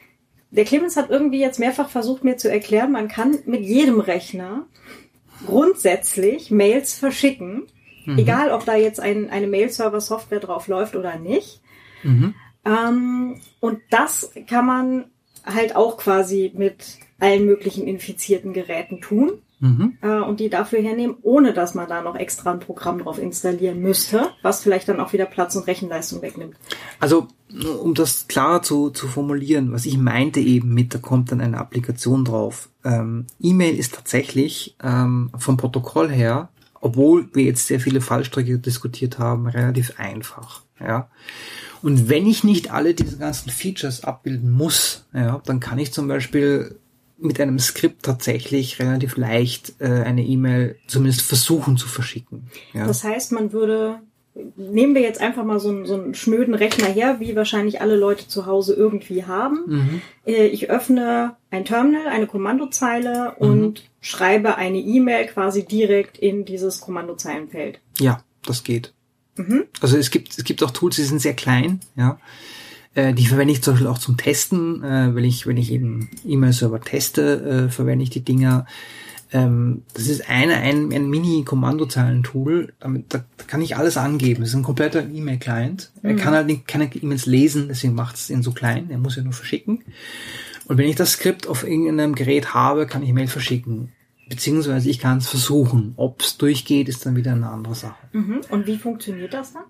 der Clemens hat irgendwie jetzt mehrfach versucht, mir zu erklären, man kann mit jedem Rechner grundsätzlich Mails verschicken, mhm. egal ob da jetzt ein, eine Mail-Server-Software drauf läuft oder nicht. Mhm. Ähm, und das kann man halt auch quasi mit allen möglichen infizierten Geräten tun. Mhm. Äh, und die dafür hernehmen, ohne dass man da noch extra ein Programm drauf installieren müsste, was vielleicht dann auch wieder Platz und Rechenleistung wegnimmt. Also, um das klar zu, zu formulieren, was ich meinte eben mit, da kommt dann eine Applikation drauf. Ähm, E-Mail ist tatsächlich ähm, vom Protokoll her, obwohl wir jetzt sehr viele Fallstricke diskutiert haben, relativ einfach. Ja. Und wenn ich nicht alle diese ganzen Features abbilden muss, ja, dann kann ich zum Beispiel mit einem Skript tatsächlich relativ leicht äh, eine E-Mail zumindest versuchen zu verschicken. Ja. Das heißt, man würde, nehmen wir jetzt einfach mal so einen, so einen schnöden Rechner her, wie wahrscheinlich alle Leute zu Hause irgendwie haben. Mhm. Äh, ich öffne ein Terminal, eine Kommandozeile und mhm. schreibe eine E-Mail quasi direkt in dieses Kommandozeilenfeld. Ja, das geht. Mhm. Also es gibt es gibt auch Tools, die sind sehr klein, ja. Die verwende ich zum Beispiel auch zum Testen, äh, wenn ich wenn ich eben E-Mail-Server teste, äh, verwende ich die Dinger. Ähm, das ist eine ein, ein Mini-Kommandozeilen-Tool, damit da kann ich alles angeben. Das ist ein kompletter E-Mail-Client. Mhm. Er kann halt nicht, keine E-Mails lesen, deswegen macht es ihn so klein. Er muss ja nur verschicken. Und wenn ich das Skript auf irgendeinem Gerät habe, kann ich Mail verschicken. Beziehungsweise ich kann es versuchen. Ob es durchgeht, ist dann wieder eine andere Sache. Mhm. Und wie funktioniert das dann?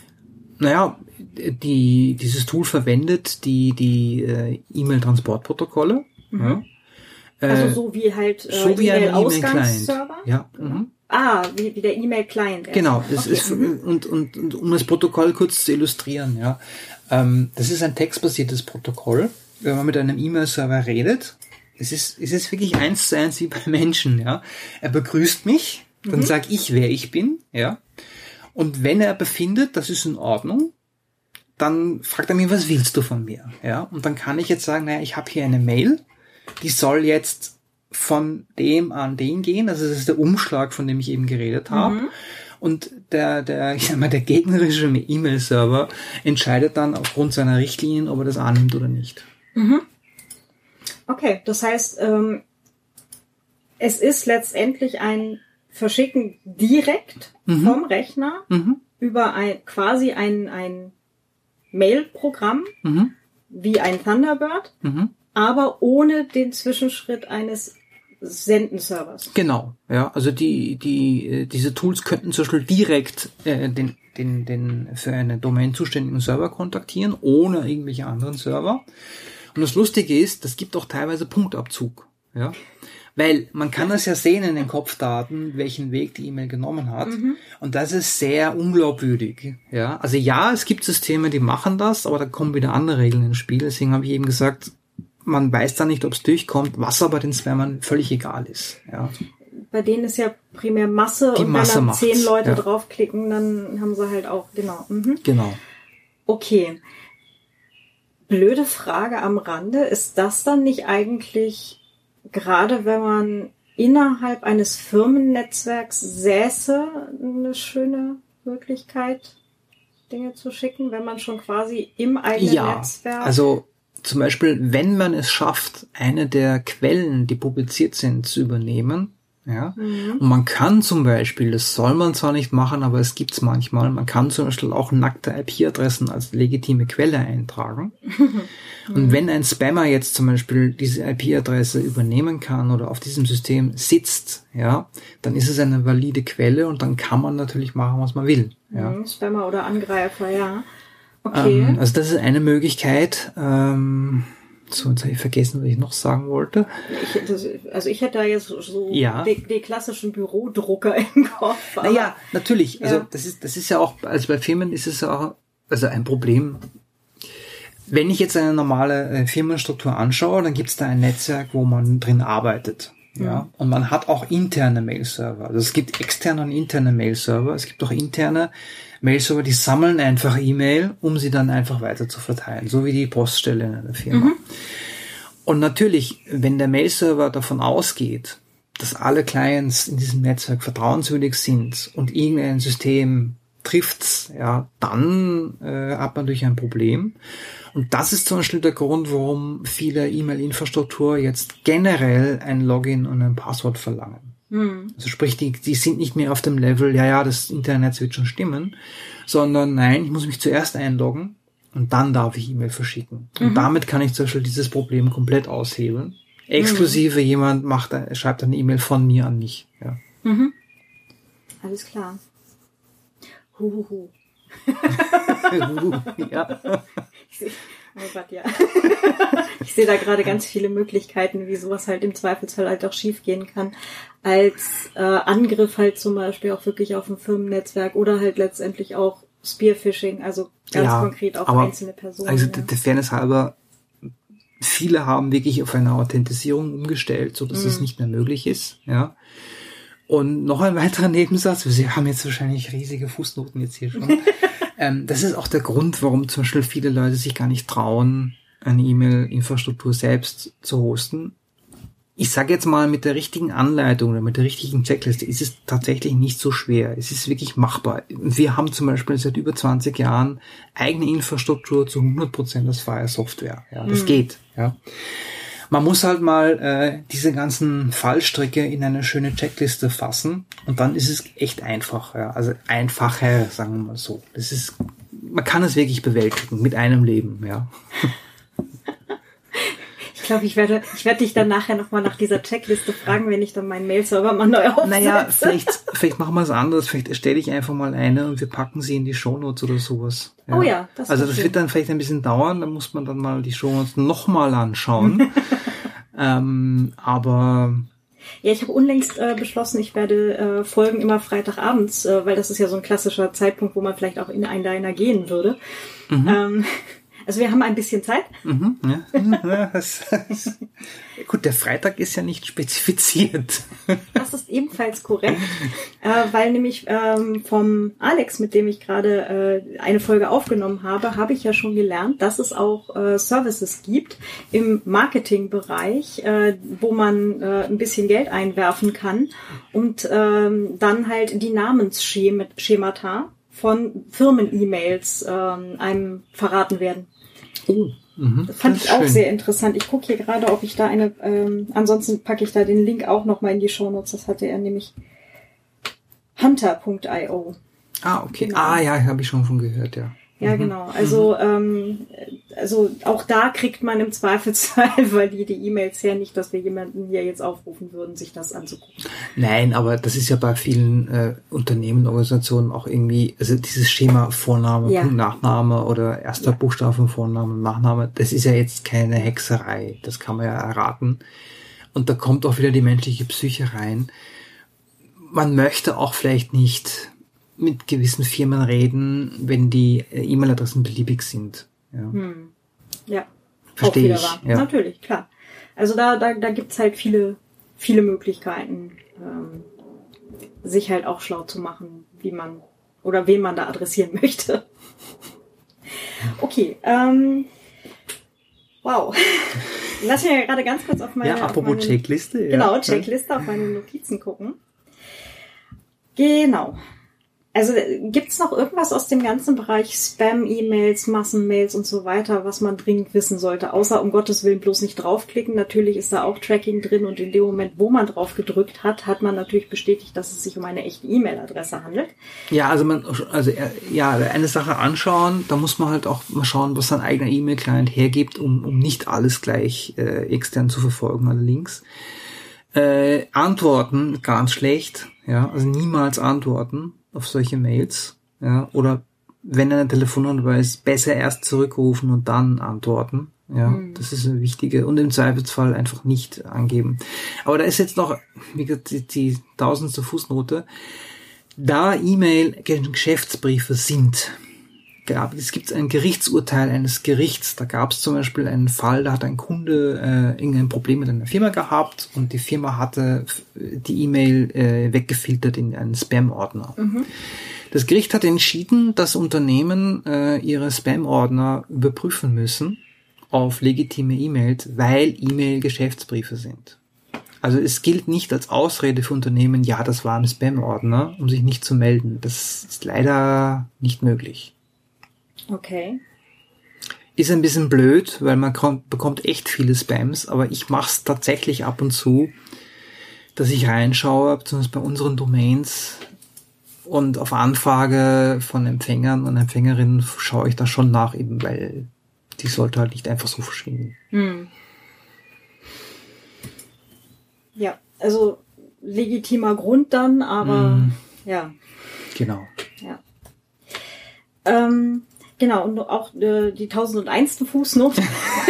Naja, die, dieses Tool verwendet die, die äh, E-Mail-Transportprotokolle. Mhm. Ja. Also äh, so wie halt äh, so wie ein E-Mail-Ausgangsserver? Ja. Mhm. Ah, wie, wie der E-Mail-Client. Genau, das okay. ist mhm. und, und, und um das Protokoll kurz zu illustrieren, ja. Ähm, das ist ein textbasiertes Protokoll. Wenn man mit einem E-Mail-Server redet, es ist, es ist wirklich eins zu eins wie bei Menschen, ja. Er begrüßt mich, dann mhm. sage ich, wer ich bin, ja. Und wenn er befindet, das ist in Ordnung, dann fragt er mich, was willst du von mir? Ja, und dann kann ich jetzt sagen, naja, ich habe hier eine Mail, die soll jetzt von dem an den gehen. Also das ist der Umschlag, von dem ich eben geredet habe. Mhm. Und der, der, ich sag mal, der gegnerische E-Mail-Server entscheidet dann aufgrund seiner Richtlinien, ob er das annimmt oder nicht. Mhm. Okay, das heißt, ähm, es ist letztendlich ein Verschicken direkt mhm. vom Rechner mhm. über ein quasi ein, ein Mail-Programm mhm. wie ein Thunderbird, mhm. aber ohne den Zwischenschritt eines Sendenservers. Genau, ja, also die die diese Tools könnten zum Beispiel direkt äh, den den den für eine Domain zuständigen Server kontaktieren, ohne irgendwelche anderen Server. Und das Lustige ist, das gibt auch teilweise Punktabzug, ja. Weil man kann das ja sehen in den Kopfdaten, welchen Weg die E-Mail genommen hat. Mhm. Und das ist sehr unglaubwürdig. Ja, also ja, es gibt Systeme, die machen das, aber da kommen wieder andere Regeln ins Spiel. Deswegen habe ich eben gesagt, man weiß da nicht, ob es durchkommt, was aber den Spammern völlig egal ist. Ja. Bei denen ist ja primär Masse die und Masse wenn dann macht's, zehn Leute ja. draufklicken, dann haben sie halt auch, genau. Mhm. Genau. Okay. Blöde Frage am Rande. Ist das dann nicht eigentlich, gerade wenn man innerhalb eines Firmennetzwerks säße, eine schöne Möglichkeit, Dinge zu schicken, wenn man schon quasi im eigenen ja, Netzwerk... Also zum Beispiel, wenn man es schafft, eine der Quellen, die publiziert sind, zu übernehmen, ja, mhm. und man kann zum Beispiel, das soll man zwar nicht machen, aber es gibt's manchmal, man kann zum Beispiel auch nackte I P-Adressen als legitime Quelle eintragen. Mhm. Und wenn ein Spammer jetzt zum Beispiel diese I P-Adresse übernehmen kann oder auf diesem System sitzt, ja, dann ist es eine valide Quelle und dann kann man natürlich machen, was man will. Ja. Mhm, Spammer oder Angreifer, ja. Okay. Ähm, also das ist eine Möglichkeit. Ähm, So, jetzt habe ich vergessen, was ich noch sagen wollte. Ich, das, also ich hätte da jetzt so ja. die, die klassischen Bürodrucker im Kopf. Naja, natürlich. Ja. Also das ist, das ist ja auch, also bei Firmen ist es auch, also ein Problem. Wenn ich jetzt eine normale äh, Firmenstruktur anschaue, dann gibt es da ein Netzwerk, wo man drin arbeitet. Ja, mhm. Und man hat auch interne Mail-Server. Also es gibt externe und interne Mail-Server. Es gibt auch interne Mail-Server, die sammeln einfach E-Mail, um sie dann einfach weiter zu verteilen. So wie die Poststelle in einer Firma. Mhm. Und natürlich, wenn der Mail-Server davon ausgeht, dass alle Clients in diesem Netzwerk vertrauenswürdig sind und irgendein System trifft's, ja, dann äh, hat man natürlich ein Problem. Und das ist zum Beispiel der Grund, warum viele E-Mail-Infrastruktur jetzt generell ein Login und ein Passwort verlangen. Mhm. Also sprich, die, die sind nicht mehr auf dem Level, ja, ja, das Internet wird schon stimmen, sondern nein, ich muss mich zuerst einloggen und dann darf ich E-Mail verschicken. Und mhm. damit kann ich zum Beispiel dieses Problem komplett aushebeln. Exklusive mhm. jemand macht, schreibt eine E-Mail von mir an mich. Ja. Mhm. Alles klar. Huhuhu. ja. Ich sehe, oh Gott, ja. Ich sehe da gerade ganz viele Möglichkeiten, wie sowas halt im Zweifelsfall halt auch schief gehen kann. Als äh, Angriff halt zum Beispiel auch wirklich auf ein Firmennetzwerk oder halt letztendlich auch Spearphishing, also ganz ja, konkret auf einzelne Personen. Also ja. der Fairness halber, viele haben wirklich auf eine Authentisierung umgestellt, so dass mm. es nicht mehr möglich ist, ja. Und noch ein weiterer Nebensatz, wir haben jetzt wahrscheinlich riesige Fußnoten jetzt hier schon. ähm, das ist auch der Grund, warum zum Beispiel viele Leute sich gar nicht trauen, eine E-Mail-Infrastruktur selbst zu hosten. Ich sage jetzt mal, mit der richtigen Anleitung oder mit der richtigen Checkliste ist es tatsächlich nicht so schwer. Es ist wirklich machbar. Wir haben zum Beispiel seit über zwanzig Jahren eigene Infrastruktur zu hundert Prozent aus freier Software. Ja, das mhm. geht. Ja. Man muss halt mal äh, diese ganzen Fallstricke in eine schöne Checkliste fassen und dann ist es echt einfach. Ja. Also einfacher, sagen wir mal so. Das ist, man kann es wirklich bewältigen mit einem Leben. Ja. Ich glaube, ich werde, ich werde dich dann nachher nochmal nach dieser Checkliste fragen, wenn ich dann meinen Mail-Server mal neu aufsetze. Naja, vielleicht, vielleicht machen wir es anders. Vielleicht erstelle ich einfach mal eine und wir packen sie in die Shownotes oder sowas. Ja. Oh ja, das Also das schön. Wird dann vielleicht ein bisschen dauern. Da muss man dann mal die Shownotes nochmal anschauen. ähm, aber... Ja, ich habe unlängst äh, beschlossen, ich werde äh, Folgen immer Freitagabends, äh, weil das ist ja so ein klassischer Zeitpunkt, wo man vielleicht auch in einen Diner gehen würde. Mhm. Ähm, Also wir haben ein bisschen Zeit. Mhm, ja. Ja, das, das, gut, der Freitag ist ja nicht spezifiziert. Das ist ebenfalls korrekt, äh, weil nämlich ähm, vom Alex, mit dem ich gerade äh, eine Folge aufgenommen habe, habe ich ja schon gelernt, dass es auch äh, Services gibt im Marketingbereich, äh, wo man äh, ein bisschen Geld einwerfen kann und ähm, dann halt die Namensschemata von Firmen-E-Mails ähm, einem verraten werden. Oh, mh, das fand das ich auch schön. Sehr interessant. Ich gucke hier gerade, ob ich da eine, ähm, ansonsten packe ich da den Link auch nochmal in die Shownotes. Das hatte er nämlich hunter punkt io. Ah, okay. Genau. Ah, ja, habe ich schon von gehört, ja. Ja, mhm. genau. Also, mhm. ähm, also auch da kriegt man im Zweifelsfall, weil die die E-Mails her nicht, dass wir jemanden hier jetzt aufrufen würden, sich das anzugucken. Nein, aber das ist ja bei vielen äh, Unternehmen, Organisationen auch irgendwie, also dieses Schema Vorname, ja. Punkt, Nachname oder erster ja. Buchstabe Vorname, Nachname, das ist ja jetzt keine Hexerei. Das kann man ja erraten. Und da kommt auch wieder die menschliche Psyche rein. Man möchte auch vielleicht nicht mit gewissen Firmen reden, wenn die E-Mail-Adressen beliebig sind. Ja, hm. ja. Verstehe ich. Ja. Natürlich, klar. Also da, da, da gibt's halt viele, viele Möglichkeiten, ähm, sich halt auch schlau zu machen, wie man oder wen man da adressieren möchte. Okay, ähm, wow. Lass mich ja gerade ganz kurz auf meine... Ja, apropos meine, Checkliste. Ja. Genau, Checkliste, auf meine Notizen gucken. Genau. Also gibt's noch irgendwas aus dem ganzen Bereich Spam-E-Mails, Massenmails und so weiter, was man dringend wissen sollte, außer um Gottes Willen bloß nicht draufklicken. Natürlich ist da auch Tracking drin und in dem Moment, wo man drauf gedrückt hat, hat man natürlich bestätigt, dass es sich um eine echte E-Mail-Adresse handelt. Ja, also man, also ja, eine Sache anschauen, da muss man halt auch mal schauen, was sein eigener E-Mail-Client hergibt, um, um nicht alles gleich äh, extern zu verfolgen, alle Links. Äh, antworten, ganz schlecht, ja, also niemals antworten auf solche Mails, ja, oder wenn eine Telefonnummer ist, besser erst zurückrufen und dann antworten, ja, mhm. das ist eine wichtige, und im Zweifelsfall einfach nicht angeben. Aber da ist jetzt noch, wie gesagt, die, die tausendste Fußnote, da E-Mail-Geschäftsbriefe sind, gab, es gibt ein Gerichtsurteil eines Gerichts, da gab es zum Beispiel einen Fall, da hat ein Kunde äh, irgendein Problem mit einer Firma gehabt und die Firma hatte die E-Mail äh, weggefiltert in einen Spam-Ordner. Mhm. Das Gericht hat entschieden, dass Unternehmen äh, ihre Spam-Ordner überprüfen müssen auf legitime E-Mails, weil E-Mail Geschäftsbriefe sind. Also es gilt nicht als Ausrede für Unternehmen, ja, das war ein Spam-Ordner, um sich nicht zu melden. Das ist leider nicht möglich. Okay. Ist ein bisschen blöd, weil man kommt, bekommt echt viele Spams, aber ich mache es tatsächlich ab und zu, dass ich reinschaue, besonders bei unseren Domains, und auf Anfrage von Empfängern und Empfängerinnen schaue ich da schon nach, eben weil die sollte halt nicht einfach so verschwinden. Hm. Ja, also legitimer Grund dann, aber mm. ja. Genau. Ja. Ähm, genau, und auch äh, die tausendundeinste Fußnote.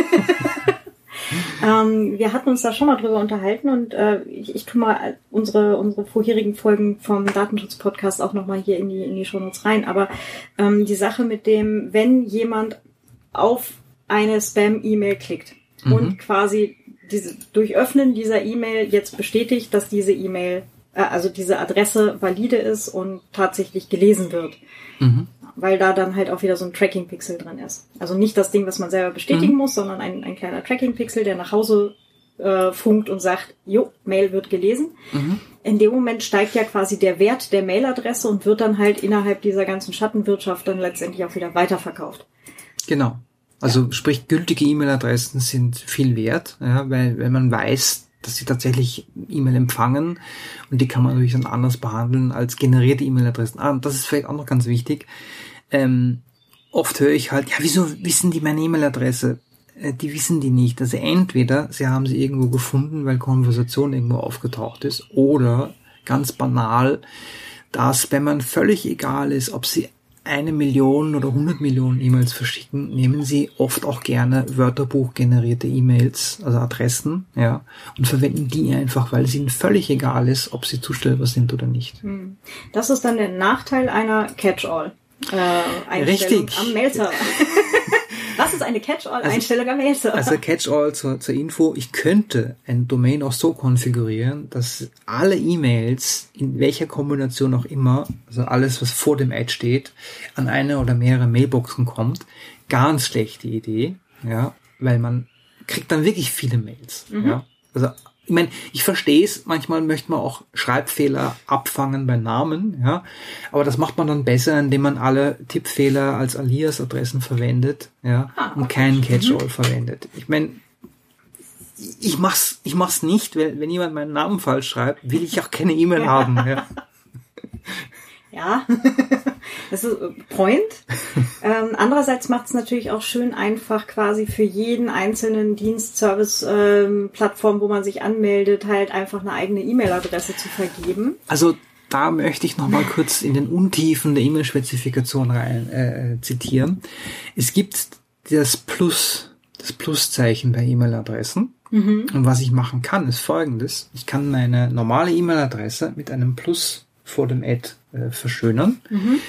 ähm, wir hatten uns da schon mal drüber unterhalten und äh, ich, ich tue mal unsere unsere vorherigen Folgen vom Datenschutz-Podcast auch nochmal hier in die in die Shownotes rein. Aber ähm, die Sache mit dem, wenn jemand auf eine Spam-E-Mail klickt mhm. und quasi diese, durch Öffnen dieser E-Mail jetzt bestätigt, dass diese E-Mail, äh, also diese Adresse valide ist und tatsächlich gelesen wird. Mhm. Weil da dann halt auch wieder so ein Tracking-Pixel drin ist. Also nicht das Ding, was man selber bestätigen mhm. muss, sondern ein, ein kleiner Tracking-Pixel, der nach Hause äh, funkt und sagt, jo, Mail wird gelesen. Mhm. In dem Moment steigt ja quasi der Wert der Mailadresse und wird dann halt innerhalb dieser ganzen Schattenwirtschaft dann letztendlich auch wieder weiterverkauft. Genau. Also ja. Sprich, gültige E-Mail-Adressen sind viel wert, ja, weil wenn man weiß, dass sie tatsächlich E-Mail empfangen und die kann man natürlich dann anders behandeln als generierte E-Mail-Adressen. Ah, und das ist vielleicht auch noch ganz wichtig. Ähm, oft höre ich halt, ja, wieso wissen die meine E-Mail-Adresse? Äh, die wissen die nicht. Also entweder sie haben sie irgendwo gefunden, weil Konversation irgendwo aufgetaucht ist, oder ganz banal, dass, wenn man völlig egal ist, ob sie eine Million oder hundert Millionen E-Mails verschicken, nehmen sie oft auch gerne Wörterbuch-generierte E-Mails, also Adressen, ja, und verwenden die einfach, weil es ihnen völlig egal ist, ob sie zustellbar sind oder nicht. Das ist dann der Nachteil einer Catch-all. Äh, Einstellung Richtig. Am Mail-Server. Was ist eine Catch-all-Einstellung also, am Mail-Server? Also Catch-all zur, zur Info, ich könnte ein Domain auch so konfigurieren, dass alle E-Mails, in welcher Kombination auch immer, also alles, was vor dem Ad steht, an eine oder mehrere Mailboxen kommt. Ganz schlechte Idee, ja, weil man kriegt dann wirklich viele Mails. Mhm. Ja. Also ich meine, ich verstehe es, manchmal möchte man auch Schreibfehler abfangen bei Namen, ja, aber das macht man dann besser, indem man alle Tippfehler als Alias-Adressen verwendet, ja, ah, okay. und keinen Catch-all mhm. verwendet. Ich meine, ich mach's, ich mach's nicht, weil wenn jemand meinen Namen falsch schreibt, will ich auch keine E-Mail ja. haben, ja. Ja, das ist Point. Ähm, andererseits macht es natürlich auch schön einfach quasi für jeden einzelnen Dienst-Service-Plattform, ähm, wo man sich anmeldet, halt einfach eine eigene E-Mail-Adresse zu vergeben. Also da möchte ich noch mal kurz in den Untiefen der E-Mail-Spezifikation rein äh, zitieren. Es gibt das Plus, das Pluszeichen bei E-Mail-Adressen. Mhm. Und was ich machen kann, ist Folgendes. Ich kann meine normale E-Mail-Adresse mit einem Plus vor dem Ad äh, verschönern. Mhm.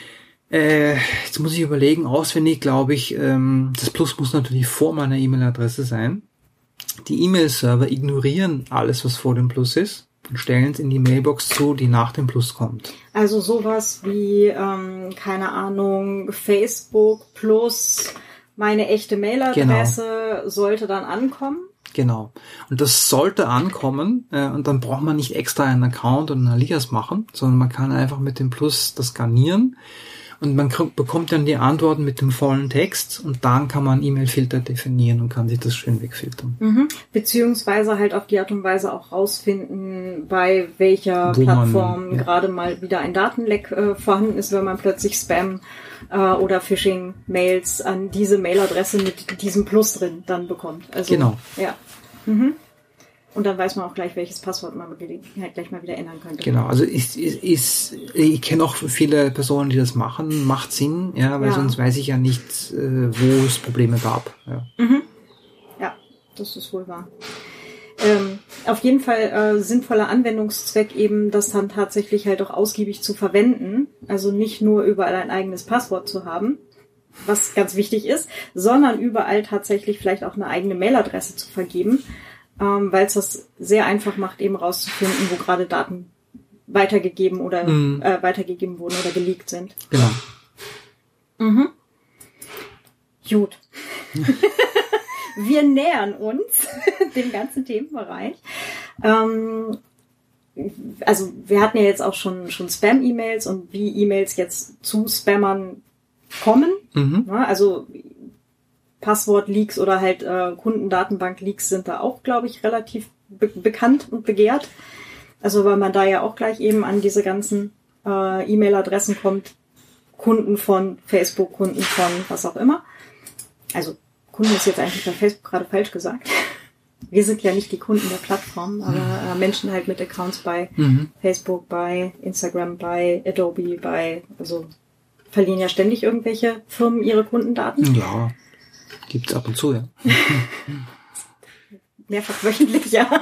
Äh, jetzt muss ich überlegen, auswendig glaube ich, ähm, das Plus muss natürlich vor meiner E-Mail-Adresse sein. Die E-Mail-Server ignorieren alles, was vor dem Plus ist und stellen es in die Mailbox zu, die nach dem Plus kommt. Also sowas wie, ähm, keine Ahnung, Facebook plus meine echte Mail-Adresse genau. sollte dann ankommen. Genau. Und das sollte ankommen äh, und dann braucht man nicht extra einen Account und einen Alias machen, sondern man kann einfach mit dem Plus das garnieren und man k- bekommt dann die Antworten mit dem vollen Text und dann kann man E-Mail-Filter definieren und kann sich das schön wegfiltern. Mhm. Beziehungsweise halt auf die Art und Weise auch rausfinden, bei welcher Wo Plattform man, ja. gerade mal wieder ein Datenleck äh, vorhanden ist, wenn man plötzlich Spam äh, oder Phishing-Mails an diese Mailadresse mit diesem Plus drin dann bekommt. Also, genau. Ja. Mhm. Und dann weiß man auch gleich, welches Passwort man halt gleich mal wieder ändern könnte. Genau, also ist, ist, ist, ich kenne auch viele Personen, die das machen, macht Sinn, ja, weil ja. sonst weiß ich ja nicht, wo es Probleme gab. Ja, mhm. ja das ist wohl wahr. Ähm, auf jeden Fall äh, sinnvoller Anwendungszweck eben, das dann tatsächlich halt auch ausgiebig zu verwenden. Also nicht nur überall ein eigenes Passwort zu haben, was ganz wichtig ist, sondern überall tatsächlich vielleicht auch eine eigene Mailadresse zu vergeben, ähm, weil es das sehr einfach macht, eben rauszufinden, wo gerade Daten weitergegeben oder mhm. äh, weitergegeben wurden oder geleakt sind. Genau. Mhm. Gut. Wir nähern uns dem ganzen Themenbereich. Ähm, also wir hatten ja jetzt auch schon schon Spam-E-Mails und wie E-Mails jetzt zu Spammern kommen. Mhm. Ja, also Passwort-Leaks oder halt äh, Kundendatenbank-Leaks sind da auch, glaube ich, relativ be- bekannt und begehrt. Also weil man da ja auch gleich eben an diese ganzen äh, E-Mail-Adressen kommt, Kunden von Facebook, Kunden von was auch immer. Also Kunden ist jetzt eigentlich bei Facebook gerade falsch gesagt. Wir sind ja nicht die Kunden der Plattform, aber äh, Menschen halt mit Accounts bei mhm. Facebook, bei Instagram, bei Adobe, bei, also verlieren ja ständig irgendwelche Firmen ihre Kundendaten. Ja, gibt's ab und zu, ja. Mehrfach wöchentlich, ja.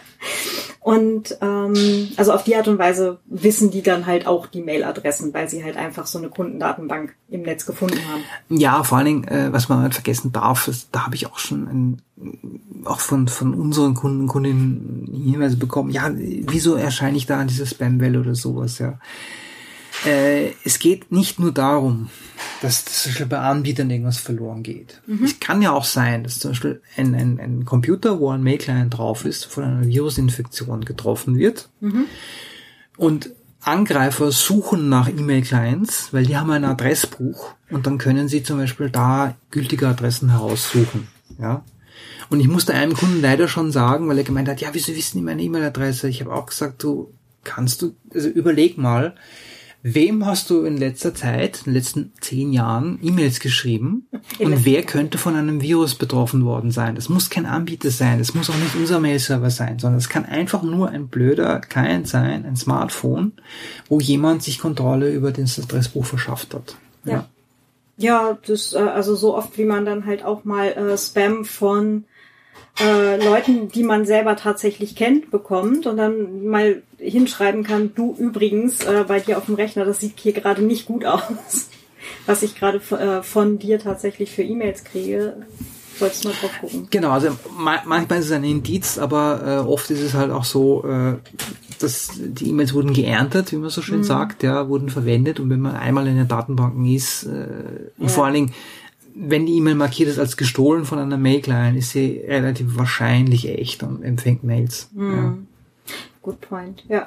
Und ähm, also auf die Art und Weise wissen die dann halt auch die Mailadressen, weil sie halt einfach so eine Kundendatenbank im Netz gefunden haben. Ja, vor allen Dingen, äh, was man halt vergessen darf, ist, da habe ich auch schon ein, auch von von unseren Kunden, Kundinnen Hinweise bekommen, ja, wieso erscheine ich da an dieser Spam-Welle oder sowas, ja. Äh, es geht nicht nur darum, dass zum Beispiel bei Anbietern irgendwas verloren geht. Mhm. Es kann ja auch sein, dass zum Beispiel ein, ein, ein Computer, wo ein Mail-Client drauf ist, von einer Virusinfektion getroffen wird. Mhm. Und Angreifer suchen nach E-Mail-Clients, weil die haben ein Adressbuch und dann können sie zum Beispiel da gültige Adressen heraussuchen. Ja. Und ich musste einem Kunden leider schon sagen, weil er gemeint hat, ja, wieso wissen die meine E-Mail-Adresse? Ich habe auch gesagt, du kannst du, also überleg mal, wem hast du in letzter Zeit, in den letzten zehn Jahren E-Mails geschrieben und wer könnte von einem Virus betroffen worden sein? Das muss kein Anbieter sein, das muss auch nicht unser Mail-Server sein, sondern es kann einfach nur ein blöder Client sein, ein Smartphone, wo jemand sich Kontrolle über das Adressbuch verschafft hat. Ja, ja, ja das äh, also so oft, wie man dann halt auch mal äh, Spam von äh, Leuten, die man selber tatsächlich kennt, bekommt und dann mal hinschreiben kann, du übrigens, äh, bei dir auf dem Rechner, das sieht hier gerade nicht gut aus, was ich gerade äh, von dir tatsächlich für E-Mails kriege. Solltest du mal drauf gucken. Genau, also ma- manchmal ist es ein Indiz, aber äh, oft ist es halt auch so, äh, dass die E-Mails wurden geerntet, wie man so schön mhm. sagt, ja, wurden verwendet und wenn man einmal in den Datenbanken ist äh, und ja. vor allen Dingen wenn die E-Mail markiert ist als gestohlen von einer Mail-Client, ist sie relativ wahrscheinlich echt und empfängt Mails. Mm. Ja. Good point, ja.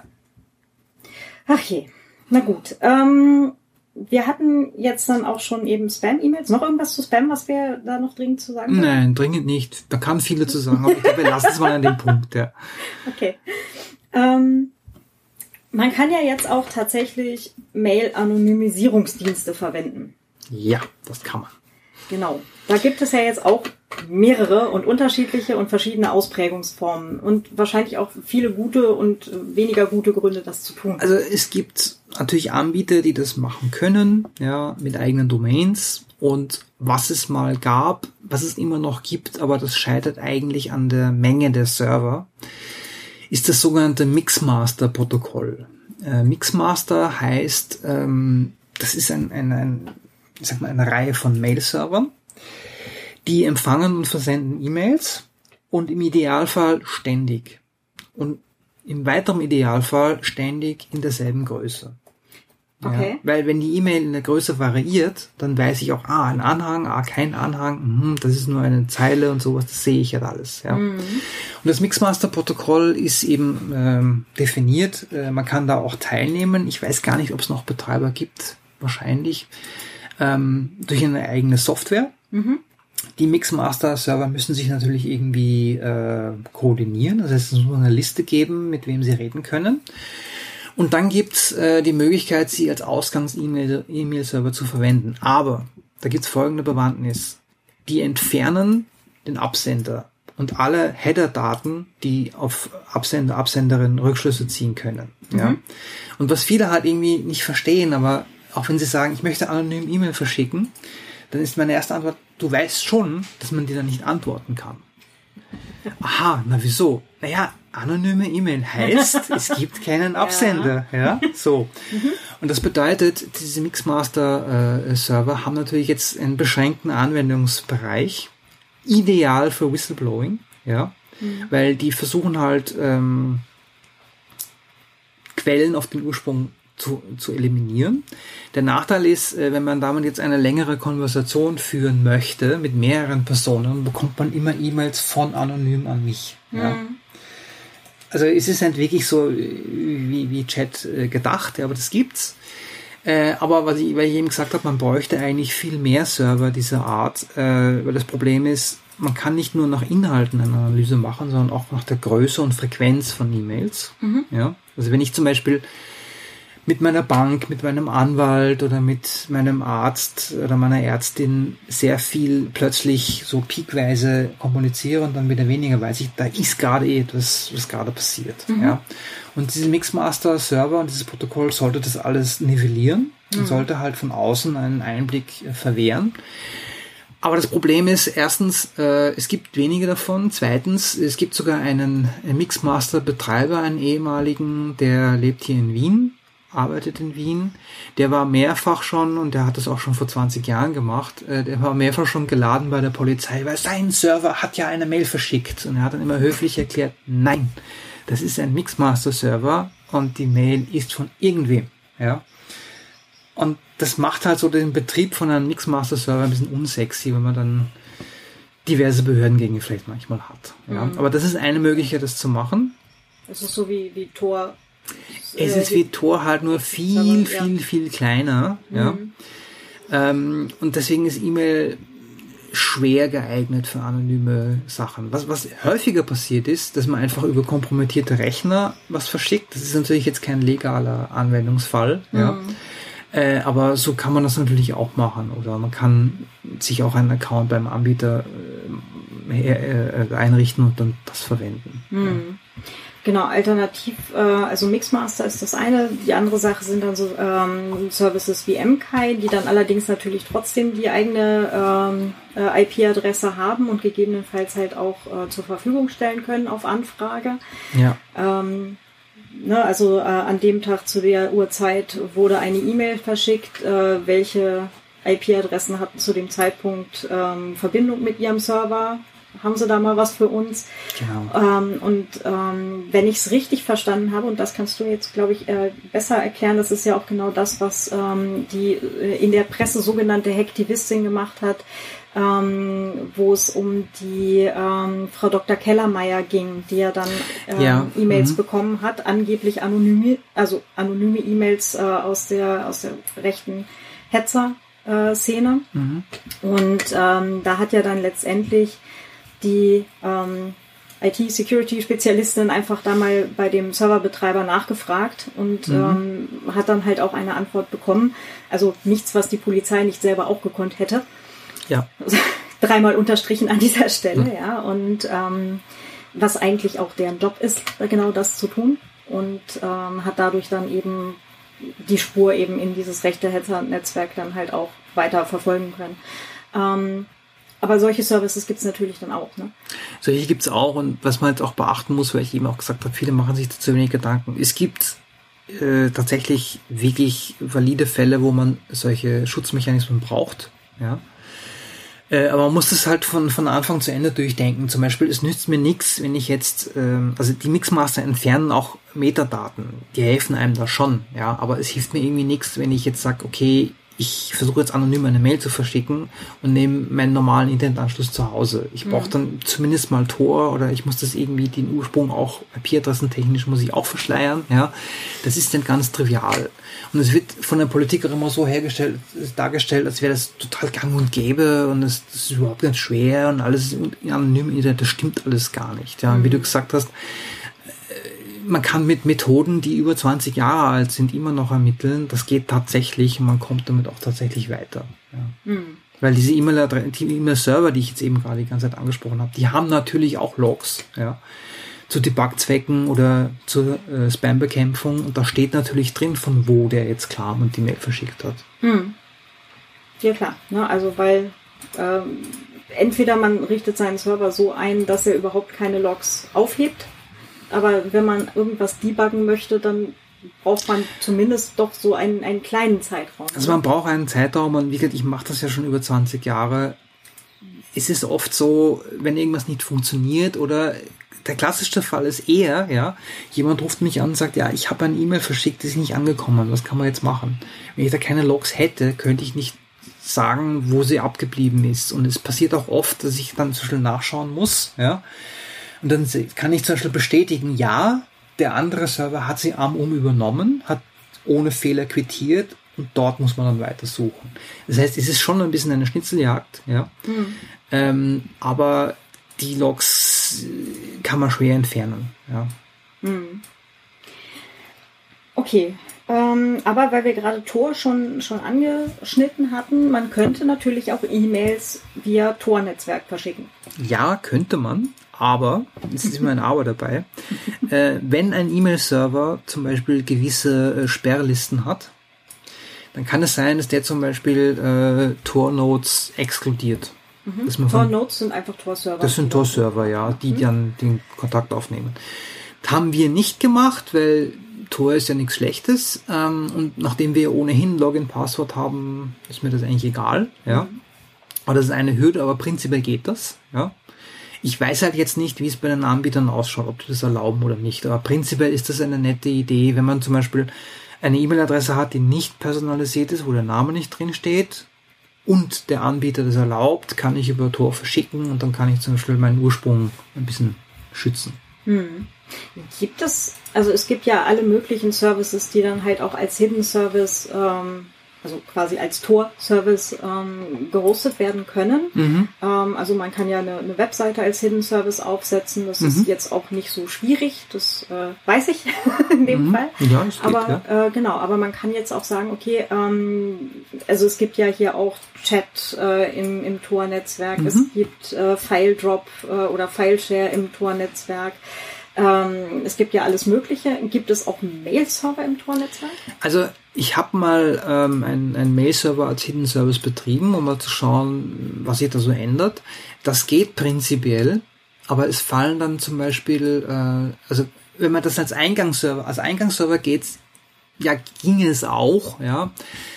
Ach je, na gut. Ähm, wir hatten jetzt dann auch schon eben Spam-E-Mails. Noch irgendwas zu Spam, was wir da noch dringend zu sagen haben? Nein, dringend nicht. Da kann viele zu sagen, aber ich glaube, wir lassen es mal an dem Punkt, ja. Okay. Ähm, man kann ja jetzt auch tatsächlich Mail-Anonymisierungsdienste verwenden. Ja, das kann man. Genau. Da gibt es ja jetzt auch mehrere und unterschiedliche und verschiedene Ausprägungsformen und wahrscheinlich auch viele gute und weniger gute Gründe, das zu tun. Also es gibt natürlich Anbieter, die das machen können, ja, mit eigenen Domains und was es mal gab, was es immer noch gibt, aber das scheitert eigentlich an der Menge der Server, ist das sogenannte Mixmaster-Protokoll. Äh, Mixmaster heißt, ähm, das ist ein, ein, ein ich sag mal, eine Reihe von Mail-Servern, die empfangen und versenden E-Mails und im Idealfall ständig. Und im weiteren Idealfall ständig in derselben Größe. Okay. Ja, weil wenn die E-Mail in der Größe variiert, dann weiß ich auch, ah, ein Anhang, ah, kein Anhang, mh, das ist nur eine Zeile und sowas, das sehe ich ja alles. Ja. Mhm. Und das Mixmaster-Protokoll ist eben ähm, definiert, äh, man kann da auch teilnehmen. Ich weiß gar nicht, ob es noch Betreiber gibt, wahrscheinlich. Ähm, durch eine eigene Software. Mhm. Die Mixmaster-Server müssen sich natürlich irgendwie äh, koordinieren. Das heißt, es muss eine Liste geben, mit wem sie reden können. Und dann gibt's äh, die Möglichkeit, sie als Ausgangs-E-Mail-Server zu verwenden. Aber da gibt's folgende Bewandtnis. Die entfernen den Absender und alle Header-Daten, die auf Absender, Absenderin Rückschlüsse ziehen können. Mhm. Ja? Und was viele halt irgendwie nicht verstehen, aber auch wenn sie sagen, ich möchte anonym E-Mail verschicken, dann ist meine erste Antwort, du weißt schon, dass man dir dann nicht antworten kann. Aha, na wieso? Naja, anonyme E-Mail heißt, es gibt keinen Absender. Ja, ja? So. Mhm. Und das bedeutet, diese Mixmaster-Server äh, haben natürlich jetzt einen beschränkten Anwendungsbereich, ideal für Whistleblowing, ja, mhm. weil die versuchen halt ähm, Quellen auf den Ursprung Zu, zu eliminieren. Der Nachteil ist, wenn man damit jetzt eine längere Konversation führen möchte mit mehreren Personen, bekommt man immer E-Mails von anonym an mich. Ja. Mhm. also es ist nicht wirklich so wie, wie Chat äh, gedacht, ja, aber das gibt's. Äh, aber was ich, weil ich eben gesagt habe, man bräuchte eigentlich viel mehr Server dieser Art, äh, weil das Problem ist, man kann nicht nur nach Inhalten eine Analyse machen, sondern auch nach der Größe und Frequenz von E-Mails. Mhm. Ja, also wenn ich zum Beispiel mit meiner Bank, mit meinem Anwalt oder mit meinem Arzt oder meiner Ärztin sehr viel plötzlich so peakweise kommuniziere und dann wieder weniger, weiß ich, da ist gerade eh etwas, was gerade passiert. Mhm. Ja. Und diese Mixmaster-Server und dieses Protokoll sollte das alles nivellieren und mhm. sollte halt von außen einen Einblick verwehren. Aber das Problem ist, erstens, äh, es gibt wenige davon. Zweitens, es gibt sogar einen, einen Mixmaster-Betreiber, einen ehemaligen, der lebt hier in Wien, arbeitet in Wien. Der war mehrfach schon, und der hat das auch schon vor zwanzig Jahren gemacht, äh, der war mehrfach schon geladen bei der Polizei, weil sein Server hat ja eine Mail verschickt. Und er hat dann immer höflich erklärt, nein, das ist ein Mixmaster-Server und die Mail ist von irgendwem. Ja. Und das macht halt so den Betrieb von einem Mixmaster-Server ein bisschen unsexy, wenn man dann diverse Behörden gegen ihn vielleicht manchmal hat. Ja. Mhm. Aber das ist eine Möglichkeit, das zu machen. Es ist so wie, wie Tor. Es ist wie Tor, halt nur viel, ja. viel, viel kleiner. Mhm. Ja. Ähm, und deswegen ist E-Mail schwer geeignet für anonyme Sachen. Was, was häufiger passiert ist, dass man einfach über kompromittierte Rechner was verschickt. Das ist natürlich jetzt kein legaler Anwendungsfall. Mhm. Ja. Äh, aber so kann man das natürlich auch machen. Oder man kann sich auch einen Account beim Anbieter äh, äh, einrichten und dann das verwenden. Mhm. Ja. Genau, alternativ, äh, also Mixmaster ist das eine. Die andere Sache sind dann so ähm, Services wie M K I, die dann allerdings natürlich trotzdem die eigene ähm, äh, I P-Adresse haben und gegebenenfalls halt auch äh, zur Verfügung stellen können auf Anfrage. Ja. Ähm, ne, also äh, an dem Tag zu der Uhrzeit wurde eine E-Mail verschickt, äh, welche I P-Adressen hatten zu dem Zeitpunkt ähm, Verbindung mit ihrem Server. Haben Sie da mal was für uns? Genau. Ähm, und ähm, wenn ich es richtig verstanden habe, und das kannst du jetzt, glaube ich, äh, besser erklären, das ist ja auch genau das, was ähm, die äh, in der Presse sogenannte Hacktivistin gemacht hat, ähm, wo es um die ähm, Frau Doktor Kellermeier ging, die ja dann ähm, ja. E-Mails mhm. bekommen hat, angeblich anonyme, also anonyme E-Mails äh, aus der aus der rechten Hetzer-Szene. Äh, mhm. Und ähm, da hat ja dann letztendlich die ähm, I T-Security-Spezialistin einfach da mal bei dem Serverbetreiber nachgefragt und mhm. ähm, hat dann halt auch eine Antwort bekommen. Also nichts, was die Polizei nicht selber auch gekonnt hätte. Ja. Also, dreimal unterstrichen an dieser Stelle, mhm. ja. Und ähm, was eigentlich auch deren Job ist, genau das zu tun. Und ähm, hat dadurch dann eben die Spur eben in dieses rechte Hetzer-Netzwerk dann halt auch weiter verfolgen können. Ähm, Aber solche Services gibt's natürlich dann auch, ne? Solche gibt's auch, und was man jetzt auch beachten muss, weil ich eben auch gesagt habe, viele machen sich zu wenig Gedanken. Es gibt äh, tatsächlich wirklich valide Fälle, wo man solche Schutzmechanismen braucht, ja. Äh, aber man muss das halt von von Anfang zu Ende durchdenken. Zum Beispiel, es nützt mir nichts, wenn ich jetzt, ähm, also die Mixmaster entfernen auch Metadaten, die helfen einem da schon, ja. Aber es hilft mir irgendwie nichts, wenn ich jetzt sage, okay, ich versuche jetzt anonym eine Mail zu verschicken und nehme meinen normalen Internetanschluss zu Hause. Ich brauche dann zumindest mal Tor, oder ich muss das irgendwie, den Ursprung auch I P-Adressen-technisch muss ich auch verschleiern. Ja, das ist dann ganz trivial. Und es wird von der Politik auch immer so hergestellt, dargestellt, als wäre das total gang und gäbe und das, das ist überhaupt nicht schwer und alles anonym im Internet. Das stimmt alles gar nicht. Ja, und wie du gesagt hast, man kann mit Methoden, die über zwanzig Jahre alt sind, immer noch ermitteln. Das geht tatsächlich und man kommt damit auch tatsächlich weiter. Ja. Mhm. Weil diese E-Mail-Server, die ich jetzt eben gerade die ganze Zeit angesprochen habe, die haben natürlich auch Logs, ja, zu Debug-Zwecken oder zur äh, Spam-Bekämpfung. Und da steht natürlich drin, von wo der jetzt kam und die Mail verschickt hat. Mhm. Ja, klar. Ne? Also, weil ähm, entweder man richtet seinen Server so ein, dass er überhaupt keine Logs aufhebt. Aber wenn man irgendwas debuggen möchte, dann braucht man zumindest doch so einen, einen kleinen Zeitraum. Also man braucht einen Zeitraum, und wie gesagt, ich mache das ja schon über zwanzig Jahre. Es ist oft so, wenn irgendwas nicht funktioniert, oder der klassischste Fall ist eher, ja, jemand ruft mich an und sagt, ja, ich habe eine E-Mail verschickt, die ist nicht angekommen, was kann man jetzt machen? Wenn ich da keine Logs hätte, könnte ich nicht sagen, wo sie abgeblieben ist. Und es passiert auch oft, dass ich dann zum Beispiel nachschauen muss, ja. Und dann kann ich zum Beispiel bestätigen, ja, der andere Server hat sie arm um übernommen, hat ohne Fehler quittiert und dort muss man dann weiter suchen. Das heißt, es ist schon ein bisschen eine Schnitzeljagd, ja. Mhm. Ähm, aber die Logs kann man schwer entfernen, ja. Mhm. Okay. Ähm, aber weil wir gerade Tor schon, schon angeschnitten hatten, man könnte natürlich auch E-Mails via Tor-Netzwerk verschicken. Ja, könnte man, aber, es ist immer ein Aber dabei, äh, wenn ein E-Mail-Server zum Beispiel gewisse äh, Sperrlisten hat, dann kann es sein, dass der zum Beispiel äh, Tor-Nodes exkludiert. Mhm. Tor-Nodes sind einfach Tor-Server. Das sind Tor-Server, ja, die mhm. dann den Kontakt aufnehmen. Das haben wir nicht gemacht, weil Tor ist ja nichts Schlechtes, ähm, und nachdem wir ohnehin Login-Passwort haben, ist mir das eigentlich egal, ja. Mhm. Aber das ist eine Hürde, aber prinzipiell geht das, ja. Ich weiß halt jetzt nicht, wie es bei den Anbietern ausschaut, ob die das erlauben oder nicht, aber prinzipiell ist das eine nette Idee, wenn man zum Beispiel eine E-Mail-Adresse hat, die nicht personalisiert ist, wo der Name nicht drin steht und der Anbieter das erlaubt, kann ich über Tor verschicken und dann kann ich zum Beispiel meinen Ursprung ein bisschen schützen. Mhm. Gibt es, also es gibt ja alle möglichen Services, die dann halt auch als Hidden Service, ähm, also quasi als Tor-Service ähm, gehostet werden können. Mhm. Ähm, also man kann ja eine, eine Webseite als Hidden Service aufsetzen. Das mhm. ist jetzt auch nicht so schwierig, das äh, weiß ich in dem mhm. Fall. Ja, das geht, aber ja. äh, genau, aber man kann jetzt auch sagen, okay, ähm, also es gibt ja hier auch Chat äh, im, im Tor-Netzwerk, mhm. es gibt äh, File-Drop äh, oder File-Share im Tor-Netzwerk. Ähm, es gibt ja alles Mögliche. Gibt es auch einen Mail-Server im Tor-Netzwerk? Also ich habe mal ähm, einen, einen Mail-Server als Hidden Service betrieben, um mal zu schauen, was sich da so ändert. Das geht prinzipiell, aber es fallen dann zum Beispiel, äh, also wenn man das als Eingangsserver, als Eingangsserver geht, ja, ging es auch, ja.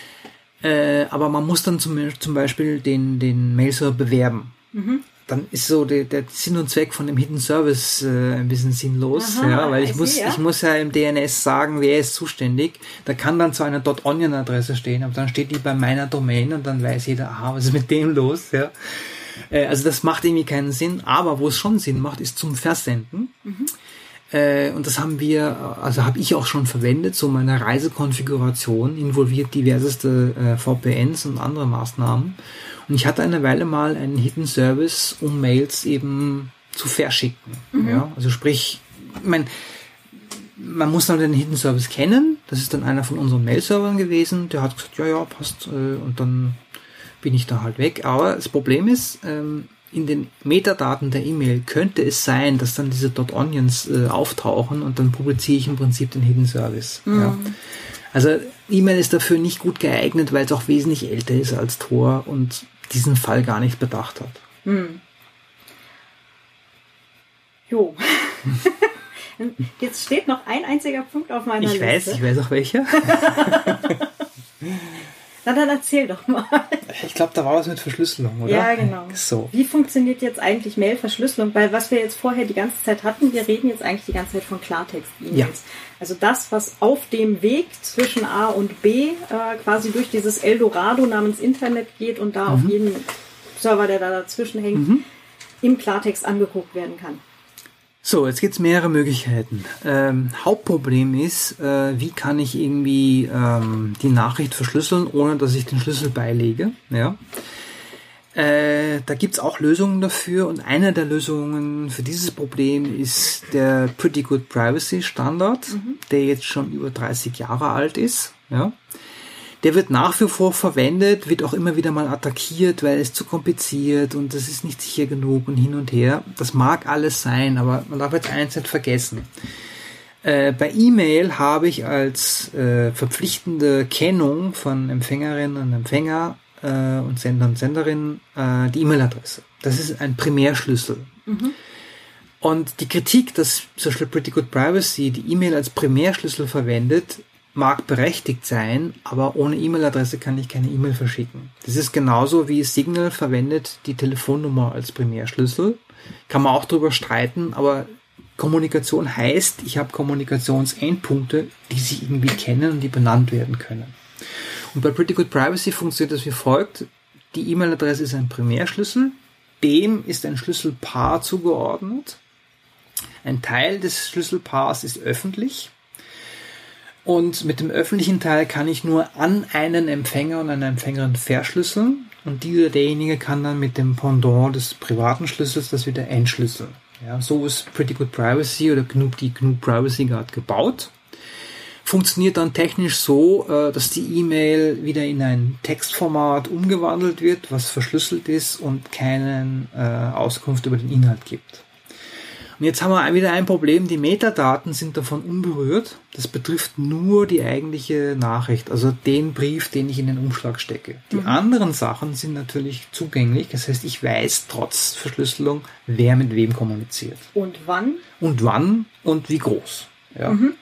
Äh, aber man muss dann zum, zum Beispiel den, den Mail-Server bewerben. Mhm. Dann ist so der, der Sinn und Zweck von dem Hidden Service äh, ein bisschen sinnlos, Aha, ja, weil ich muss, see, ja. ich muss ja im D N S sagen, wer ist zuständig. Da kann dann zwar eine .onion-Adresse stehen, aber dann steht die bei meiner Domain und dann weiß jeder, aha, was ist mit dem los, ja. Äh, also das macht irgendwie keinen Sinn, aber wo es schon Sinn macht, ist zum Versenden. Mhm. Äh, und das haben wir, also habe ich auch schon verwendet, so meine Reisekonfiguration involviert diverseste äh, V P Ns und andere Maßnahmen. Und ich hatte eine Weile mal einen Hidden Service, um Mails eben zu verschicken. Mhm. Ja, also sprich, ich mein, man muss dann den Hidden Service kennen. Das ist dann einer von unseren Mail-Servern gewesen. Der hat gesagt, ja, ja, passt. Und dann bin ich da halt weg. Aber das Problem ist, in den Metadaten der E-Mail könnte es sein, dass dann diese .onions auftauchen und dann publiziere ich im Prinzip den Hidden Service. Mhm. Ja. Also E-Mail ist dafür nicht gut geeignet, weil es auch wesentlich älter ist als Tor und diesen Fall gar nicht bedacht hat. Hm. Jo. Jetzt steht noch ein einziger Punkt auf meiner ich Liste. Ich weiß, ich weiß auch welcher. Na dann erzähl doch mal. Ich glaube, da war was mit Verschlüsselung, oder? Ja, genau. So. Wie funktioniert jetzt eigentlich Mail-Verschlüsselung? Weil was wir jetzt vorher die ganze Zeit hatten, wir reden jetzt eigentlich die ganze Zeit von Klartext-E-Mails. Ja. Also das, was auf dem Weg zwischen A und B äh, quasi durch dieses Eldorado namens Internet geht und da mhm. auf jeden Server, der da dazwischen hängt, mhm. im Klartext angeguckt werden kann. So, jetzt gibt's mehrere Möglichkeiten. Ähm, Hauptproblem ist, äh, wie kann ich irgendwie ähm, die Nachricht verschlüsseln, ohne dass ich den Schlüssel beilege. Ja. Äh, da gibt's auch Lösungen dafür und eine der Lösungen für dieses Problem ist der Pretty Good Privacy Standard, mhm. der jetzt schon über dreißig Jahre alt ist. Ja. Der wird nach wie vor verwendet, wird auch immer wieder mal attackiert, weil es zu kompliziert und das ist nicht sicher genug und hin und her. Das mag alles sein, aber man darf jetzt eins nicht vergessen. Äh, bei E-Mail habe ich als äh, verpflichtende Kennung von Empfängerinnen und Empfänger äh, und Sender und Senderinnen äh, die E-Mail-Adresse. Das ist ein Primärschlüssel. Mhm. Und die Kritik, dass zum Beispiel Pretty Good Privacy die E-Mail als Primärschlüssel verwendet, mag berechtigt sein, aber ohne E-Mail-Adresse kann ich keine E-Mail verschicken. Das ist genauso wie Signal verwendet die Telefonnummer als Primärschlüssel. Kann man auch drüber streiten, aber Kommunikation heißt, ich habe Kommunikationsendpunkte, die sich irgendwie kennen und die benannt werden können. Und bei Pretty Good Privacy funktioniert das wie folgt. Die E-Mail-Adresse ist ein Primärschlüssel, dem ist ein Schlüsselpaar zugeordnet Ein Teil des Schlüsselpaars ist öffentlich. Und mit dem öffentlichen Teil kann ich nur an einen Empfänger und eine Empfängerin verschlüsseln. Und dieser derjenige kann dann mit dem Pendant des privaten Schlüssels das wieder entschlüsseln. Ja, so ist Pretty Good Privacy oder G N U, die G N U Privacy Guard gebaut. Funktioniert dann technisch so, dass die E-Mail wieder in ein Textformat umgewandelt wird, was verschlüsselt ist und keinen äh, Auskunft über den Inhalt gibt. Und jetzt haben wir wieder ein Problem, die Metadaten sind davon unberührt. Das betrifft nur die eigentliche Nachricht, also den Brief, den ich in den Umschlag stecke. Die mhm. anderen Sachen sind natürlich zugänglich, das heißt, ich weiß trotz Verschlüsselung, wer mit wem kommuniziert. Und wann? Und wann und wie groß. Ja. Mhm.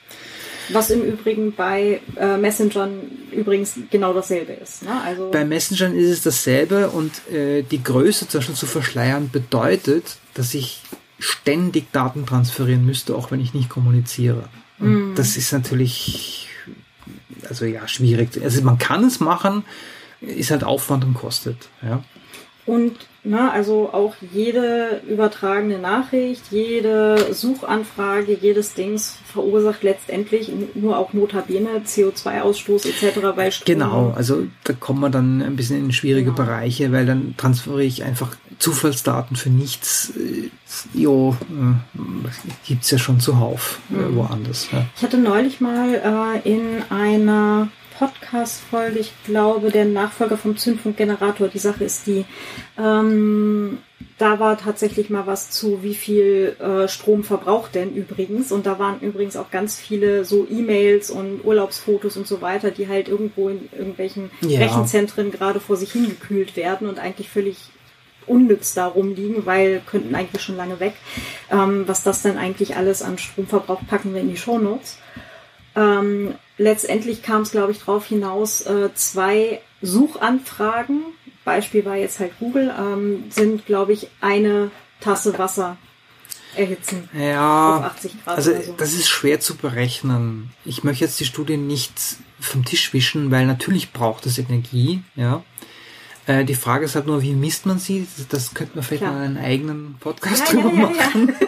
Was im Übrigen bei äh, Messengern übrigens genau dasselbe ist. Ne? Also bei Messengern ist es dasselbe und äh, die Größe zum Beispiel zu verschleiern bedeutet, dass ich ständig Daten transferieren müsste, auch wenn ich nicht kommuniziere. Und mm. das ist natürlich, also ja, schwierig. Also man kann es machen, ist halt Aufwand und kostet. Ja. Und na, also auch jede übertragene Nachricht, jede Suchanfrage, jedes Dings verursacht letztendlich nur auch notabene C O zwei Ausstoß et cetera. Weil Strom genau, also da kommt man dann ein bisschen in schwierige genau. Bereiche, weil dann transferiere ich einfach Zufallsdaten für nichts. Jo, äh, gibt's ja schon zuhauf äh, mhm. woanders. Ja. Ich hatte neulich mal äh, in einer Podcast-Folge, ich glaube, der Nachfolger vom Zündfunkgenerator. Die Sache ist die, ähm, da war tatsächlich mal was zu, wie viel äh, Strom verbraucht denn übrigens. Und da waren übrigens auch ganz viele so E-Mails und Urlaubsfotos und so weiter, die halt irgendwo in irgendwelchen ja. Rechenzentren gerade vor sich hingekühlt werden und eigentlich völlig unnütz da rumliegen, weil könnten eigentlich schon lange weg. Ähm, was das denn eigentlich alles an Stromverbrauch, packen wir in die Shownotes. Ähm, letztendlich kam es, glaube ich, darauf hinaus, äh, zwei Suchanfragen, Beispiel war jetzt halt Google, ähm, sind, glaube ich, eine Tasse Wasser erhitzen. Ja, auf achtzig Grad also oder so. Das ist schwer zu berechnen. Ich möchte jetzt die Studie nicht vom Tisch wischen, weil natürlich braucht es Energie, ja. Äh, die Frage ist halt nur, wie misst man sie? Das, das könnte man vielleicht Klar. mal einen eigenen Podcast ja, drüber ja, ja, machen. Ja.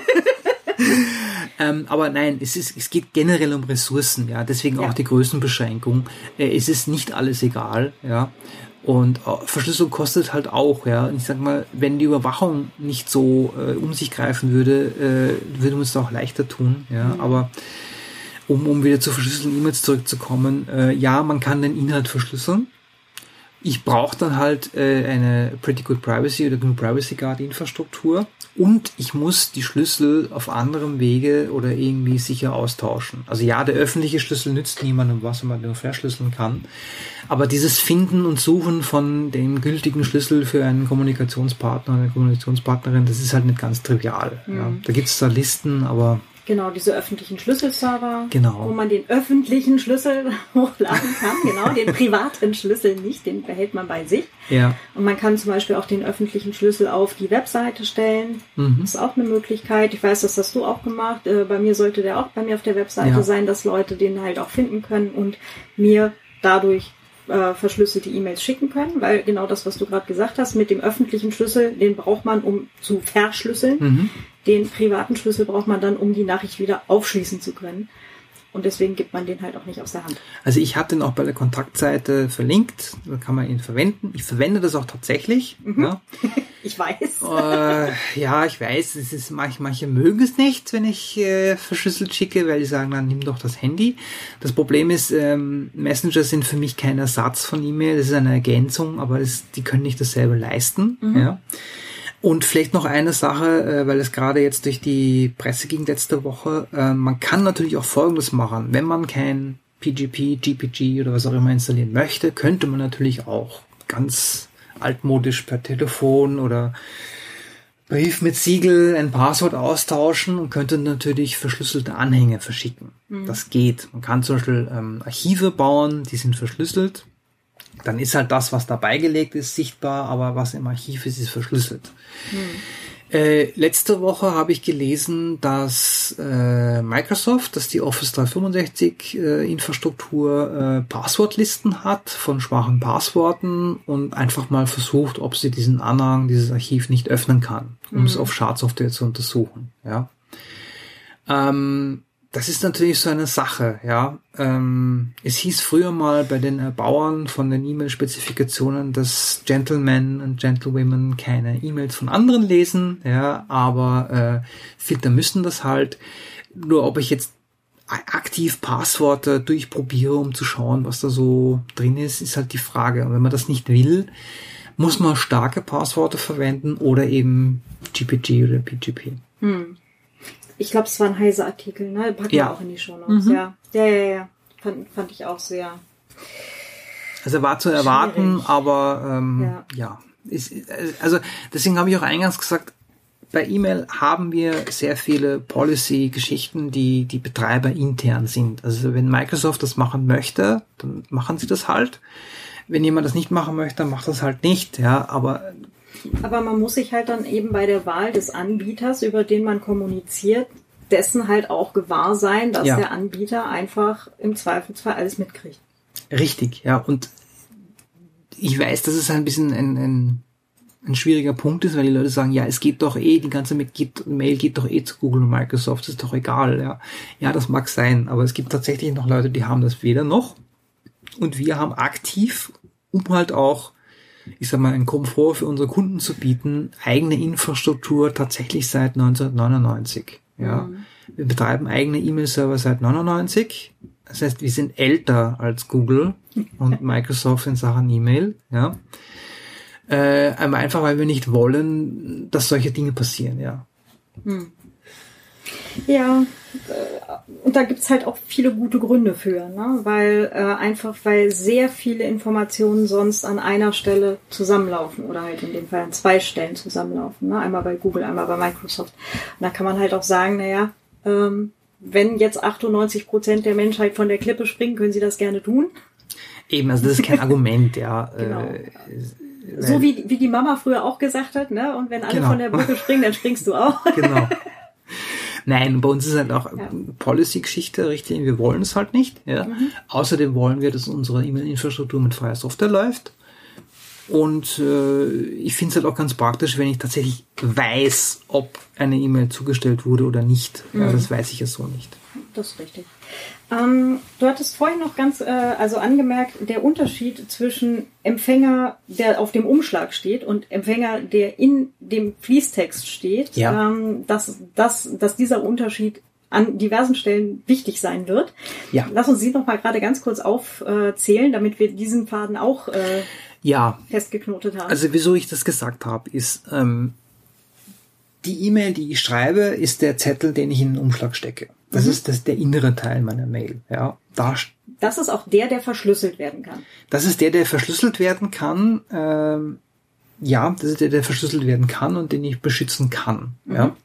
ähm, aber nein, es ist, es geht generell um Ressourcen, ja, deswegen ja. auch die Größenbeschränkung. Äh, es ist nicht alles egal, ja. Und äh, Verschlüsselung kostet halt auch, ja. Und ich sag mal, wenn die Überwachung nicht so äh, um sich greifen würde, äh, würde man es auch leichter tun, ja. Mhm. Aber um, um wieder zu verschlüsselten E-Mails zurückzukommen, äh, ja, man kann den Inhalt verschlüsseln. Ich brauche dann halt äh, eine Pretty Good Privacy oder G N U Privacy Guard Infrastruktur und ich muss die Schlüssel auf anderem Wege oder irgendwie sicher austauschen. Also ja, der öffentliche Schlüssel nützt niemandem was, wenn man nur verschlüsseln kann. Aber dieses Finden und Suchen von dem gültigen Schlüssel für einen Kommunikationspartner, eine Kommunikationspartnerin, das ist halt nicht ganz trivial. Mhm. Ja. Da gibt es da Listen, aber Genau, diese öffentlichen Schlüsselserver, genau. wo man den öffentlichen Schlüssel hochladen kann, genau, den privaten Schlüssel nicht, den behält man bei sich. Ja. Und man kann zum Beispiel auch den öffentlichen Schlüssel auf die Webseite stellen. Mhm. Das ist auch eine Möglichkeit. Ich weiß, das hast du auch gemacht. Äh, bei mir sollte der auch bei mir auf der Webseite ja. sein, dass Leute den halt auch finden können und mir dadurch äh, verschlüsselte E-Mails schicken können, weil genau das, was du gerade gesagt hast, mit dem öffentlichen Schlüssel, den braucht man, um zu verschlüsseln. Mhm. Den privaten Schlüssel braucht man dann, um die Nachricht wieder aufschließen zu können. Und deswegen gibt man den halt auch nicht aus der Hand. Also ich habe den auch bei der Kontaktseite verlinkt. Da kann man ihn verwenden. Ich verwende das auch tatsächlich. Mhm. Ja. Ich weiß. Äh, ja, ich weiß. Es ist, manche, manche mögen es nicht, wenn ich äh, verschlüsselt schicke, weil die sagen, dann nimm doch das Handy. Das Problem ist, ähm, Messenger sind für mich kein Ersatz von E-Mail. Das ist eine Ergänzung, aber das, die können nicht dasselbe leisten. Mhm. Ja. Und vielleicht noch eine Sache, weil es gerade jetzt durch die Presse ging letzte Woche. Man kann natürlich auch Folgendes machen. Wenn man kein P G P, G P G oder was auch immer installieren möchte, könnte man natürlich auch ganz altmodisch per Telefon oder Brief mit Siegel ein Passwort austauschen und könnte natürlich verschlüsselte Anhänge verschicken. Mhm. Das geht. Man kann zum Beispiel ähm, Archive bauen, die sind verschlüsselt. Dann ist halt das, was da beigelegt ist, sichtbar, aber was im Archiv ist, ist verschlüsselt. Hm. Äh, letzte Woche habe ich gelesen, dass äh, Microsoft, dass die Office dreihundertfünfundsechzig äh, Infrastruktur äh, Passwortlisten hat von schwachen Passworten und einfach mal versucht, ob sie diesen Anhang, dieses Archiv nicht öffnen kann, um hm. es auf Schadsoftware zu untersuchen. Ja. Ähm, das ist natürlich so eine Sache, ja. Ähm, es hieß früher mal bei den Erbauern von den E-Mail-Spezifikationen, dass Gentlemen und Gentlewomen keine E-Mails von anderen lesen, ja, aber äh, Filter müssen das halt. Nur ob ich jetzt aktiv Passwörter durchprobiere, um zu schauen, was da so drin ist, ist halt die Frage. Und wenn man das nicht will, muss man starke Passwörter verwenden oder eben G P G oder P G P. Hm. Ich glaube, es war ein heißer Artikel, ne? Packen ja. wir auch in die Shownotes. Mhm. Ja, ja, ja, ja. Fand, fand ich auch sehr. Also war zu erwarten, schwierig. aber ähm, ja. ja. Ist, also deswegen habe ich auch eingangs gesagt, bei E-Mail haben wir sehr viele Policy-Geschichten, die die Betreiber intern sind. Also wenn Microsoft das machen möchte, dann machen sie das halt. Wenn jemand das nicht machen möchte, dann macht das halt nicht. Ja, aber aber man muss sich halt dann eben bei der Wahl des Anbieters, über den man kommuniziert, dessen halt auch gewahr sein, dass ja. der Anbieter einfach im Zweifelsfall alles mitkriegt. Richtig, ja. Und ich weiß, dass es ein bisschen ein, ein, ein schwieriger Punkt ist, weil die Leute sagen, ja, es geht doch eh, die ganze Mail geht doch eh zu Google und Microsoft, ist doch egal. Ja, ja, das mag sein, aber es gibt tatsächlich noch Leute, die haben das weder noch. Und wir haben aktiv, um halt auch, ich sag mal, einen Komfort für unsere Kunden zu bieten, eigene Infrastruktur tatsächlich seit neunzehnhundertneunundneunzig. Ja, mhm. Wir betreiben eigene E-Mail-Server seit neunundneunzig. Das heißt, wir sind älter als Google und Microsoft in Sachen E-Mail. Ja, äh, einfach weil wir nicht wollen, dass solche Dinge passieren. Ja. Mhm. Ja, und da gibt's halt auch viele gute Gründe für, ne? Weil äh, einfach, weil sehr viele Informationen sonst an einer Stelle zusammenlaufen oder halt in dem Fall an zwei Stellen zusammenlaufen, ne? Einmal bei Google, einmal bei Microsoft. Und da kann man halt auch sagen, naja, ähm, wenn jetzt achtundneunzig Prozent der Menschheit von der Klippe springen, können sie das gerne tun. Eben, also das ist kein Argument, ja. Genau. Äh, so wie wie die Mama früher auch gesagt hat, ne? Und wenn alle genau. von der Brücke springen, dann springst du auch. Genau. Nein, bei uns ist halt auch ja. Policy-Geschichte, richtig, wir wollen es halt nicht. Ja. Mhm. Außerdem wollen wir, dass unsere E-Mail-Infrastruktur mit freier Software läuft. Und äh, ich finde es halt auch ganz praktisch, wenn ich tatsächlich weiß, ob eine E-Mail zugestellt wurde oder nicht. Mhm. Ja, das weiß ich ja so nicht. Das ist richtig. Ähm, du hattest vorhin noch ganz äh, also angemerkt, der Unterschied zwischen Empfänger, der auf dem Umschlag steht, und Empfänger, der in dem Fließtext steht, ja. ähm, dass, dass, dass dieser Unterschied an diversen Stellen wichtig sein wird. Ja. Lass uns sie noch mal gerade ganz kurz aufzählen, damit wir diesen Faden auch äh, ja. festgeknotet haben. Also wieso ich das gesagt habe, ist, ähm, die E-Mail, die ich schreibe, ist der Zettel, den ich in den Umschlag stecke. Das mhm. ist das, der innere Teil meiner Mail. Ja, da, das ist auch der, der verschlüsselt werden kann. Das ist der, der verschlüsselt werden kann. Ähm, ja, das ist der, der verschlüsselt werden kann und den ich beschützen kann. Mhm. Ja.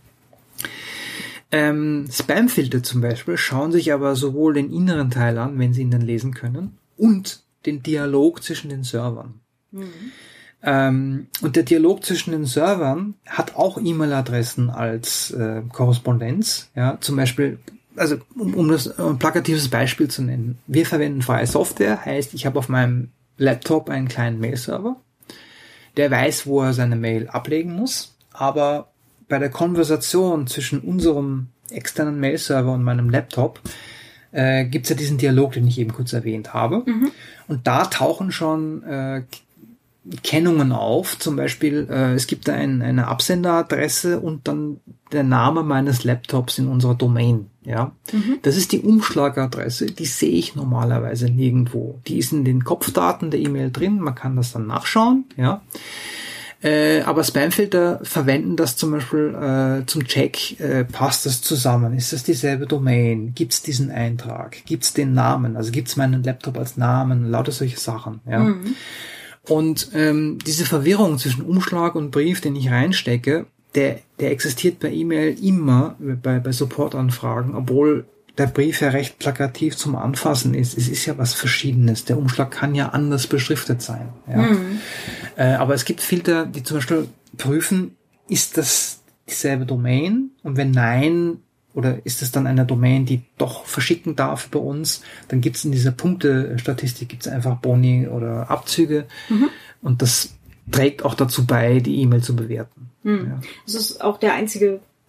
Ähm, Spamfilter zum Beispiel schauen sich aber sowohl den inneren Teil an, wenn sie ihn dann lesen können, und den Dialog zwischen den Servern. Mhm. Ähm, und der Dialog zwischen den Servern hat auch E-Mail-Adressen als äh, Korrespondenz. Ja, zum Beispiel, also um, um das um ein plakatives Beispiel zu nennen. Wir verwenden freie Software, heißt, ich habe auf meinem Laptop einen kleinen Mail-Server, der weiß, wo er seine Mail ablegen muss, aber bei der Konversation zwischen unserem externen Mail-Server und meinem Laptop äh, gibt es ja diesen Dialog, den ich eben kurz erwähnt habe. Mhm. Und da tauchen schon äh, Kennungen auf, zum Beispiel, äh, es gibt da ein, eine Absenderadresse und dann der Name meines Laptops in unserer Domain, ja. Mhm. Das ist die Umschlagadresse, die sehe ich normalerweise nirgendwo. Die ist in den Kopfdaten der E-Mail drin, man kann das dann nachschauen, ja. Äh, aber Spamfilter verwenden das zum Beispiel äh, zum Check, äh, passt das zusammen, ist das dieselbe Domain, gibt's diesen Eintrag, gibt's den Namen, also gibt's meinen Laptop als Namen, lauter solche Sachen, ja. Mhm. Und ähm, diese Verwirrung zwischen Umschlag und Brief, den ich reinstecke, der der existiert bei E-Mail immer, bei bei Supportanfragen, obwohl der Brief ja recht plakativ zum Anfassen ist. Es ist ja was Verschiedenes. Der Umschlag kann ja anders beschriftet sein. Ja. Mhm. Äh, aber es gibt Filter, die zum Beispiel prüfen, ist das dieselbe Domain? Und wenn nein, oder ist es dann eine Domain, die doch verschicken darf bei uns? Dann gibt es in dieser Punktestatistik gibt's einfach Boni oder Abzüge. Mhm. Und das trägt auch dazu bei, die E-Mail zu bewerten. Mhm. Ja. Das ist auch der einzige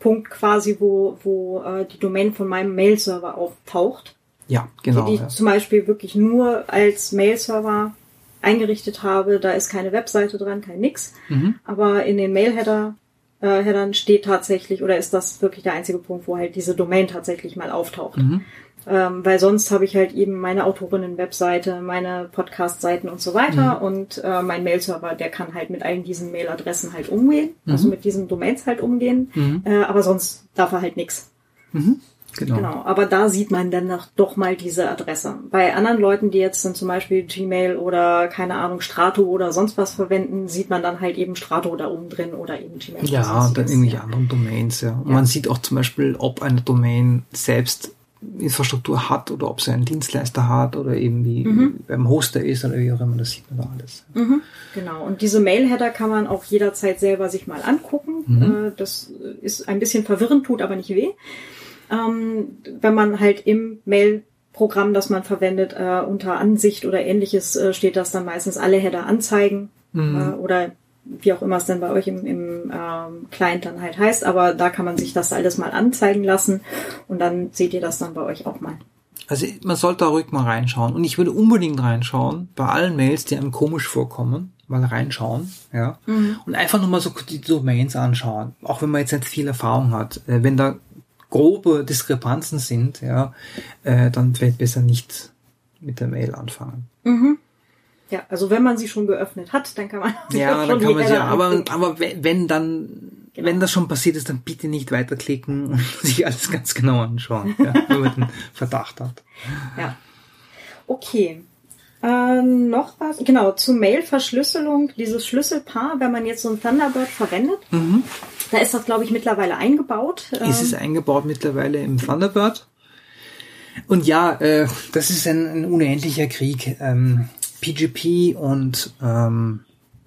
Punkt quasi, wo, wo äh, die Domain von meinem Mail-Server auftaucht. Ja, genau. Die, die ja. ich zum Beispiel wirklich nur als Mail-Server eingerichtet habe. Da ist keine Webseite dran, kein nix. Mhm. Aber in den Mail-Header äh, Headern steht tatsächlich, oder ist das wirklich der einzige Punkt, wo halt diese Domain tatsächlich mal auftaucht. Mhm. Ähm, weil sonst habe ich halt eben meine Autorinnen-Webseite, meine Podcast-Seiten und so weiter. Mhm. Und äh, mein Mail-Server, der kann halt mit allen diesen Mail-Adressen halt umgehen. Mhm. Also mit diesen Domains halt umgehen. Mhm. Äh, aber sonst darf er halt nix. Mhm. Genau. Genau, aber da sieht man dann noch, doch mal diese Adresse. Bei anderen Leuten, die jetzt dann zum Beispiel Gmail oder, keine Ahnung, Strato oder sonst was verwenden, sieht man dann halt eben Strato da oben drin oder eben Gmail. Ja, dann irgendwelche ja. anderen Domains, ja. Und ja. man sieht auch zum Beispiel, ob eine Domain selbst Infrastruktur hat oder ob sie einen Dienstleister hat oder eben wie mhm. beim Hoster ist oder wie auch immer, das sieht man da alles. Mhm. Genau, und diese Mail-Header kann man auch jederzeit selber sich mal angucken. Mhm. Das ist ein bisschen verwirrend, tut aber nicht weh. Ähm, wenn man halt im Mail-Programm, das man verwendet, äh, unter Ansicht oder ähnliches, äh, steht das dann meistens alle Header anzeigen mhm. äh, oder wie auch immer es dann bei euch im, im ähm, Client dann halt heißt, aber da kann man sich das alles mal anzeigen lassen und dann seht ihr das dann bei euch auch mal. Also man sollte da ruhig mal reinschauen und ich würde unbedingt reinschauen, bei allen Mails, die einem komisch vorkommen, mal reinschauen, ja, mhm. und einfach nur mal so die Domains anschauen, auch wenn man jetzt nicht viel Erfahrung hat, äh, wenn da grobe Diskrepanzen sind, ja, äh, dann vielleicht besser nicht mit der Mail anfangen. Mhm. Ja, also wenn man sie schon geöffnet hat, dann kann man ja, dann kann man sie, aber aber wenn dann genau. wenn das schon passiert ist, dann bitte nicht weiterklicken und sich alles ganz genau anschauen, ja, wenn man den Verdacht hat. Ja. Okay. Äh, noch was? Genau, zur Mail-Verschlüsselung, dieses Schlüsselpaar, wenn man jetzt so ein Thunderbird verwendet, mhm. da ist das, glaube ich, mittlerweile eingebaut. Ist es eingebaut mittlerweile im Thunderbird? Und ja, äh, das ist ein, ein unendlicher Krieg. Ähm, P G P und ähm,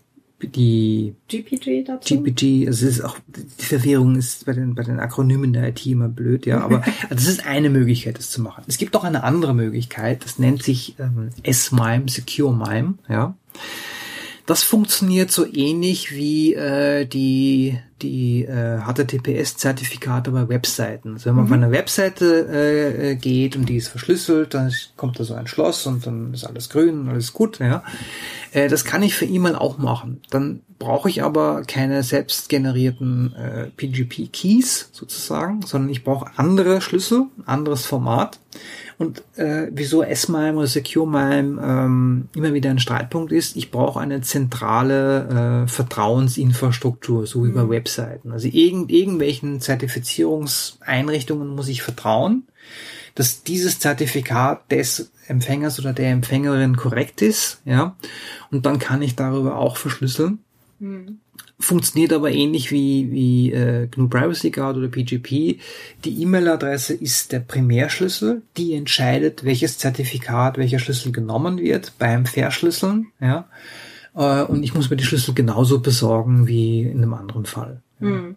die G P G dazu? G P G, also es ist auch, die Verwirrung ist bei den bei den Akronymen der I T immer blöd, ja, aber das ist eine Möglichkeit, das zu machen. Es gibt auch eine andere Möglichkeit, das nennt sich ähm, S M I M E, Secure M I M E, ja. Das funktioniert so ähnlich wie äh, die die äh, H T T P S-Zertifikate bei Webseiten. Also wenn man mhm. auf eine Webseite äh, geht und die ist verschlüsselt, dann kommt da so ein Schloss und dann ist alles grün und alles gut. Ja, äh, das kann ich für E-Mail auch machen. Dann brauche ich aber keine selbst generierten äh, P G P-Keys sozusagen, sondern ich brauche andere Schlüssel, ein anderes Format. Und äh, wieso S M I M E oder Secure M I M E ähm, immer wieder ein Streitpunkt ist, ich brauche eine zentrale äh, Vertrauensinfrastruktur, so wie mhm. bei Webseiten. Also irgend, irgendwelchen Zertifizierungseinrichtungen muss ich vertrauen, dass dieses Zertifikat des Empfängers oder der Empfängerin korrekt ist, ja. Und dann kann ich darüber auch verschlüsseln. Mhm. Funktioniert aber ähnlich wie wie äh, G N U Privacy Guard oder P G P. Die E-Mail-Adresse ist der Primärschlüssel, die entscheidet, welches Zertifikat, welcher Schlüssel genommen wird beim Verschlüsseln, ja. Äh, und ich muss mir die Schlüssel genauso besorgen wie in einem anderen Fall. Ja. Hm.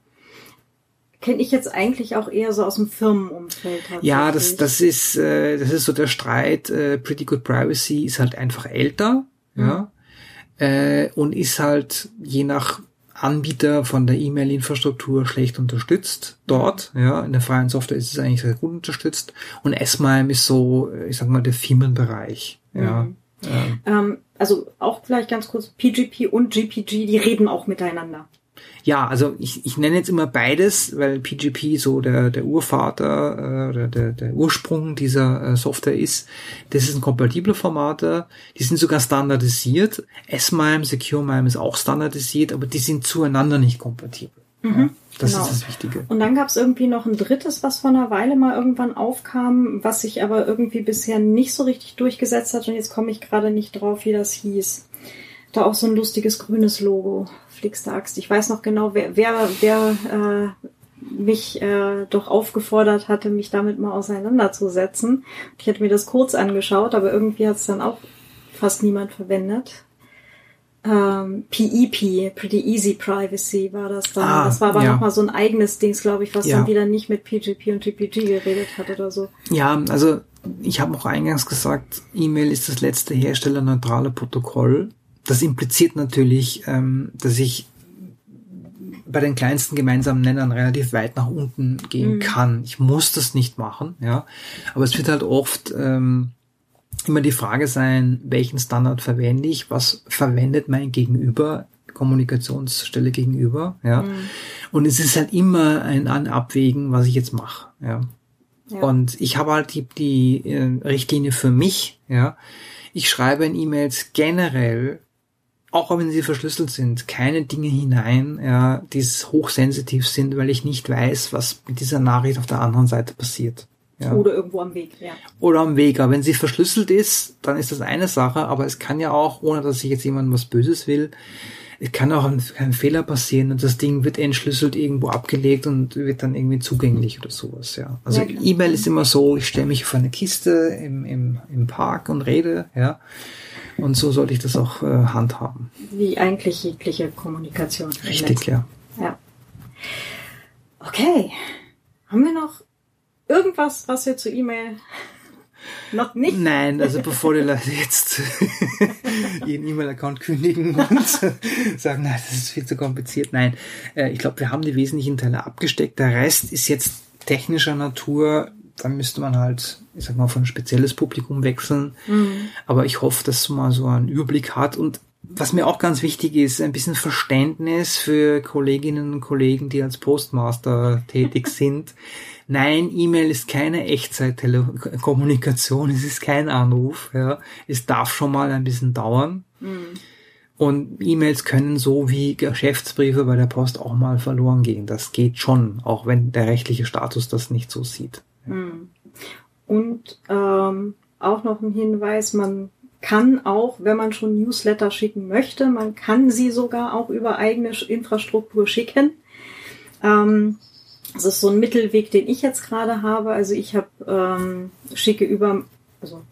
Kenne ich jetzt eigentlich auch eher so aus dem Firmenumfeld. Ja, das das ist äh, das ist so der Streit. Äh, Pretty Good Privacy ist halt einfach älter, hm. ja. Äh, und ist halt je nach Anbieter von der E-Mail-Infrastruktur schlecht unterstützt dort. Ja, in der freien Software ist es eigentlich sehr gut unterstützt. Und S M I M E ist so, ich sag mal, der Firmenbereich. Ja. Mhm. Ähm. Ähm, also auch vielleicht ganz kurz, P G P und G P G, die reden auch miteinander. Ja, also ich, ich nenne jetzt immer beides, weil P G P so der der Urvater äh, oder der der Ursprung dieser äh, Software ist. Das sind kompatible Formate, die sind sogar standardisiert. S M I M E, Secure M I M E ist auch standardisiert, aber die sind zueinander nicht kompatibel. Mhm, ja, das genau. ist das Wichtige. Und dann gab es irgendwie noch ein drittes, was vor einer Weile mal irgendwann aufkam, was sich aber irgendwie bisher nicht so richtig durchgesetzt hat und jetzt komme ich gerade nicht drauf, wie das hieß. Da auch so ein lustiges grünes Logo. Flickste Axt. Ich weiß noch genau, wer, wer, wer äh, mich äh, doch aufgefordert hatte, mich damit mal auseinanderzusetzen. Ich hatte mir das kurz angeschaut, aber irgendwie hat es dann auch fast niemand verwendet. Ähm, P E P, Pretty Easy Privacy war das dann. Ah, das war aber ja. nochmal so ein eigenes Dings, glaube ich, was ja. dann wieder nicht mit P G P und G P G geredet hat oder so. Ja, also ich habe auch eingangs gesagt, E-Mail ist das letzte herstellerneutrale Protokoll. Das impliziert natürlich, ähm, dass ich bei den kleinsten gemeinsamen Nennern relativ weit nach unten gehen mhm. kann. Ich muss das nicht machen, ja. Aber es wird halt oft ähm, immer die Frage sein, welchen Standard verwende ich, was verwendet mein Gegenüber, Kommunikationsstelle gegenüber, ja. Mhm. Und es ist halt immer ein An- Abwägen, was ich jetzt mache, ja. ja. Und ich habe halt die, die äh, Richtlinie für mich, ja. Ich schreibe in E-Mails generell, auch wenn sie verschlüsselt sind, keine Dinge hinein, ja, die hochsensitiv sind, weil ich nicht weiß, was mit dieser Nachricht auf der anderen Seite passiert. Ja. Oder irgendwo am Weg, ja. Oder am Weg. Aber wenn sie verschlüsselt ist, dann ist das eine Sache, aber es kann ja auch, ohne dass ich jetzt jemandem was Böses will, es kann auch ein, ein Fehler passieren und das Ding wird entschlüsselt irgendwo abgelegt und wird dann irgendwie zugänglich oder sowas, ja. Also ja, E-Mail ist immer so, ich stelle mich auf eine Kiste im, im, im Park und rede, ja. Und so sollte ich das auch äh, handhaben. Wie eigentlich jegliche Kommunikation. Richtig, ja. Ja. Okay. Haben wir noch irgendwas, was wir zur E-Mail noch nicht? Nein, also bevor die Leute jetzt ihren E-Mail-Account kündigen und sagen, nein, das ist viel zu kompliziert. Nein, äh, ich glaube, wir haben die wesentlichen Teile abgesteckt. Der Rest ist jetzt technischer Natur. Da müsste man halt, ich sag mal, von ein spezielles Publikum wechseln. Mhm. Aber ich hoffe, dass man mal so einen Überblick hat. Und was mir auch ganz wichtig ist, ein bisschen Verständnis für Kolleginnen und Kollegen, die als Postmaster tätig sind. Nein, E-Mail ist keine Echtzeit-Kommunikation, es ist kein Anruf. Ja. Es darf schon mal ein bisschen dauern. Mhm. Und E-Mails können so wie Geschäftsbriefe bei der Post auch mal verloren gehen. Das geht schon, auch wenn der rechtliche Status das nicht so sieht. Und ähm, auch noch ein Hinweis, man kann auch, wenn man schon Newsletter schicken möchte, man kann sie sogar auch über eigene Infrastruktur schicken. Ähm, das ist so ein Mittelweg, den ich jetzt gerade habe. Also ich habe ähm, schicke über, also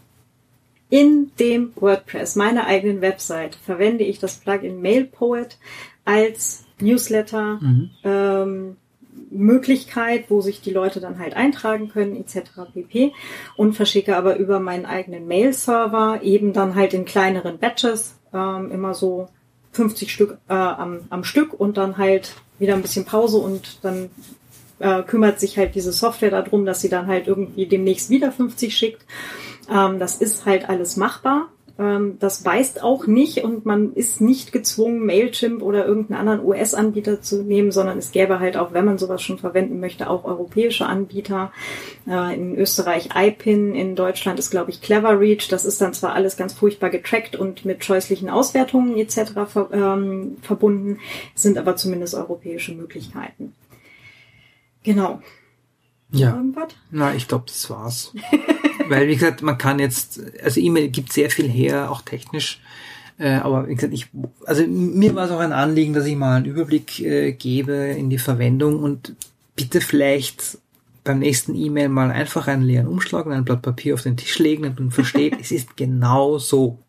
in dem WordPress, meiner eigenen Website, verwende ich das Plugin MailPoet als Newsletter mhm. ähm, Möglichkeit, wo sich die Leute dann halt eintragen können, et cetera pp. Und verschicke aber über meinen eigenen Mail-Server eben dann halt in kleineren Batches, ähm, immer so fünfzig Stück äh, am, am Stück und dann halt wieder ein bisschen Pause und dann äh, kümmert sich halt diese Software darum, dass sie dann halt irgendwie demnächst wieder fünfzig schickt. Ähm, das ist halt alles machbar. Das beißt auch nicht und man ist nicht gezwungen, Mailchimp oder irgendeinen anderen U S-Anbieter zu nehmen, sondern es gäbe halt auch, wenn man sowas schon verwenden möchte, auch europäische Anbieter. In Österreich I P I N, in Deutschland ist, glaube ich, Cleverreach. Das ist dann zwar alles ganz furchtbar getrackt und mit scheußlichen Auswertungen et cetera ver, ähm, verbunden, sind aber zumindest europäische Möglichkeiten. Genau. Ja, irgendwas? Na, ich glaube, das war's. Weil, wie gesagt, man kann jetzt, also E-Mail gibt sehr viel her, auch technisch, äh, aber wie gesagt, ich, also mir war es auch ein Anliegen, dass ich mal einen Überblick äh, gebe in die Verwendung und bitte vielleicht beim nächsten E-Mail mal einfach einen leeren Umschlag und ein Blatt Papier auf den Tisch legen, damit man versteht, es ist genau so.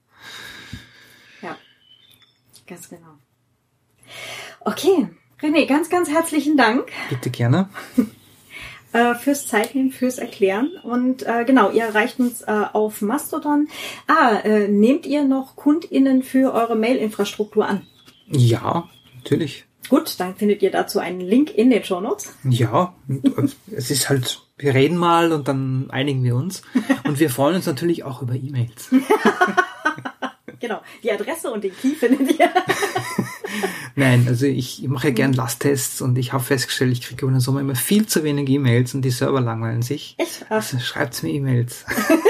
Ja, ganz genau. Okay, René, ganz, ganz herzlichen Dank. Bitte gerne. Fürs Zeitnehmen, fürs Erklären. Und äh, genau, ihr erreicht uns äh, auf Mastodon. Ah, äh, nehmt ihr noch KundInnen für eure Mail-Infrastruktur an? Ja, natürlich. Gut, dann findet ihr dazu einen Link in den Shownotes. Ja, es ist halt, wir reden mal und dann einigen wir uns. Und wir freuen uns natürlich auch über E-Mails. Genau, die Adresse und den Key findet ihr. Nein, also ich, ich mache ja gern Lasttests und ich habe festgestellt, ich kriege über den Sommer immer viel zu wenig E-Mails und die Server langweilen sich. Echt? Also schreibt's mir E-Mails.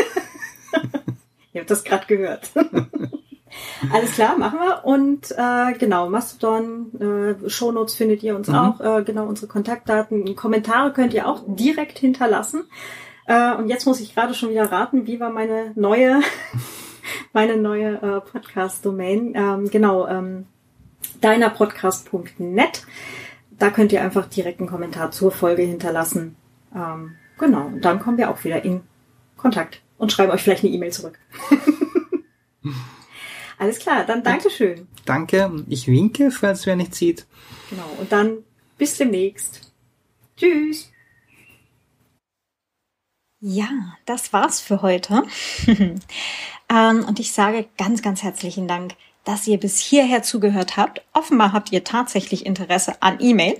Ihr habt das gerade gehört. Alles klar, machen wir. Und äh, genau, Mastodon, äh, Shownotes findet ihr uns mhm. auch. Äh, genau, unsere Kontaktdaten. Kommentare könnt ihr auch direkt hinterlassen. Äh, und jetzt muss ich gerade schon wieder raten, wie war meine neue, meine neue äh, Podcast-Domain. Ähm, genau, ähm, deinerpodcast punkt net. Da könnt ihr einfach direkt einen Kommentar zur Folge hinterlassen. Ähm, genau, und dann kommen wir auch wieder in Kontakt und schreiben euch vielleicht eine E-Mail zurück. Alles klar, dann Dankeschön. Danke, ich winke, falls wer nicht sieht. Genau, und dann bis demnächst. Tschüss. Ja, das war's für heute. ähm, und ich sage ganz, ganz herzlichen Dank, dass ihr bis hierher zugehört habt. Offenbar habt ihr tatsächlich Interesse an E-Mail.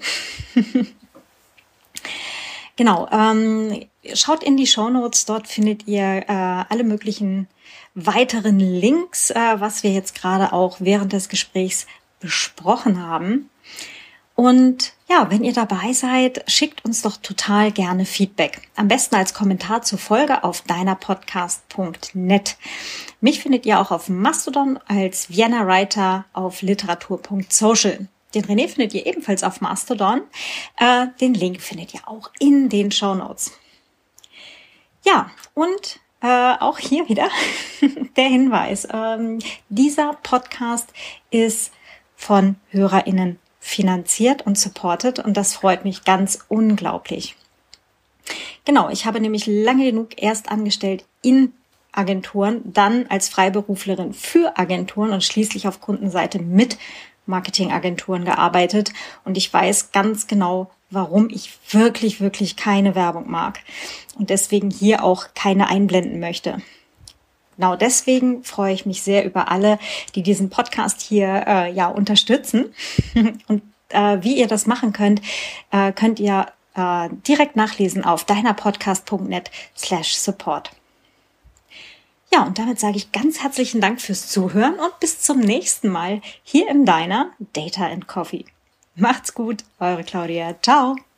Genau, ähm, schaut in die Shownotes, dort findet ihr äh, alle möglichen weiteren Links, äh, was wir jetzt gerade auch während des Gesprächs besprochen haben. Und ja, wenn ihr dabei seid, schickt uns doch total gerne Feedback. Am besten als Kommentar zur Folge auf deinerpodcast punkt net. Mich findet ihr auch auf Mastodon als Vienna Writer auf literatur punkt social. Den René findet ihr ebenfalls auf Mastodon. Äh, den Link findet ihr auch in den Shownotes. Ja, und äh, auch hier wieder der Hinweis. Ähm, dieser Podcast ist von HörerInnen finanziert und supported und das freut mich ganz unglaublich. Genau, ich habe nämlich lange genug erst angestellt in Agenturen, dann als Freiberuflerin für Agenturen und schließlich auf Kundenseite mit Marketingagenturen gearbeitet und ich weiß ganz genau, warum ich wirklich, wirklich keine Werbung mag und deswegen hier auch keine einblenden möchte. Genau deswegen freue ich mich sehr über alle, die diesen Podcast hier äh, ja unterstützen. Und äh, wie ihr das machen könnt, äh, könnt ihr äh, direkt nachlesen auf deinerpodcast punkt net slash support. Ja, und damit sage ich ganz herzlichen Dank fürs Zuhören und bis zum nächsten Mal hier im Deiner Data and Coffee. Macht's gut, eure Claudia. Ciao.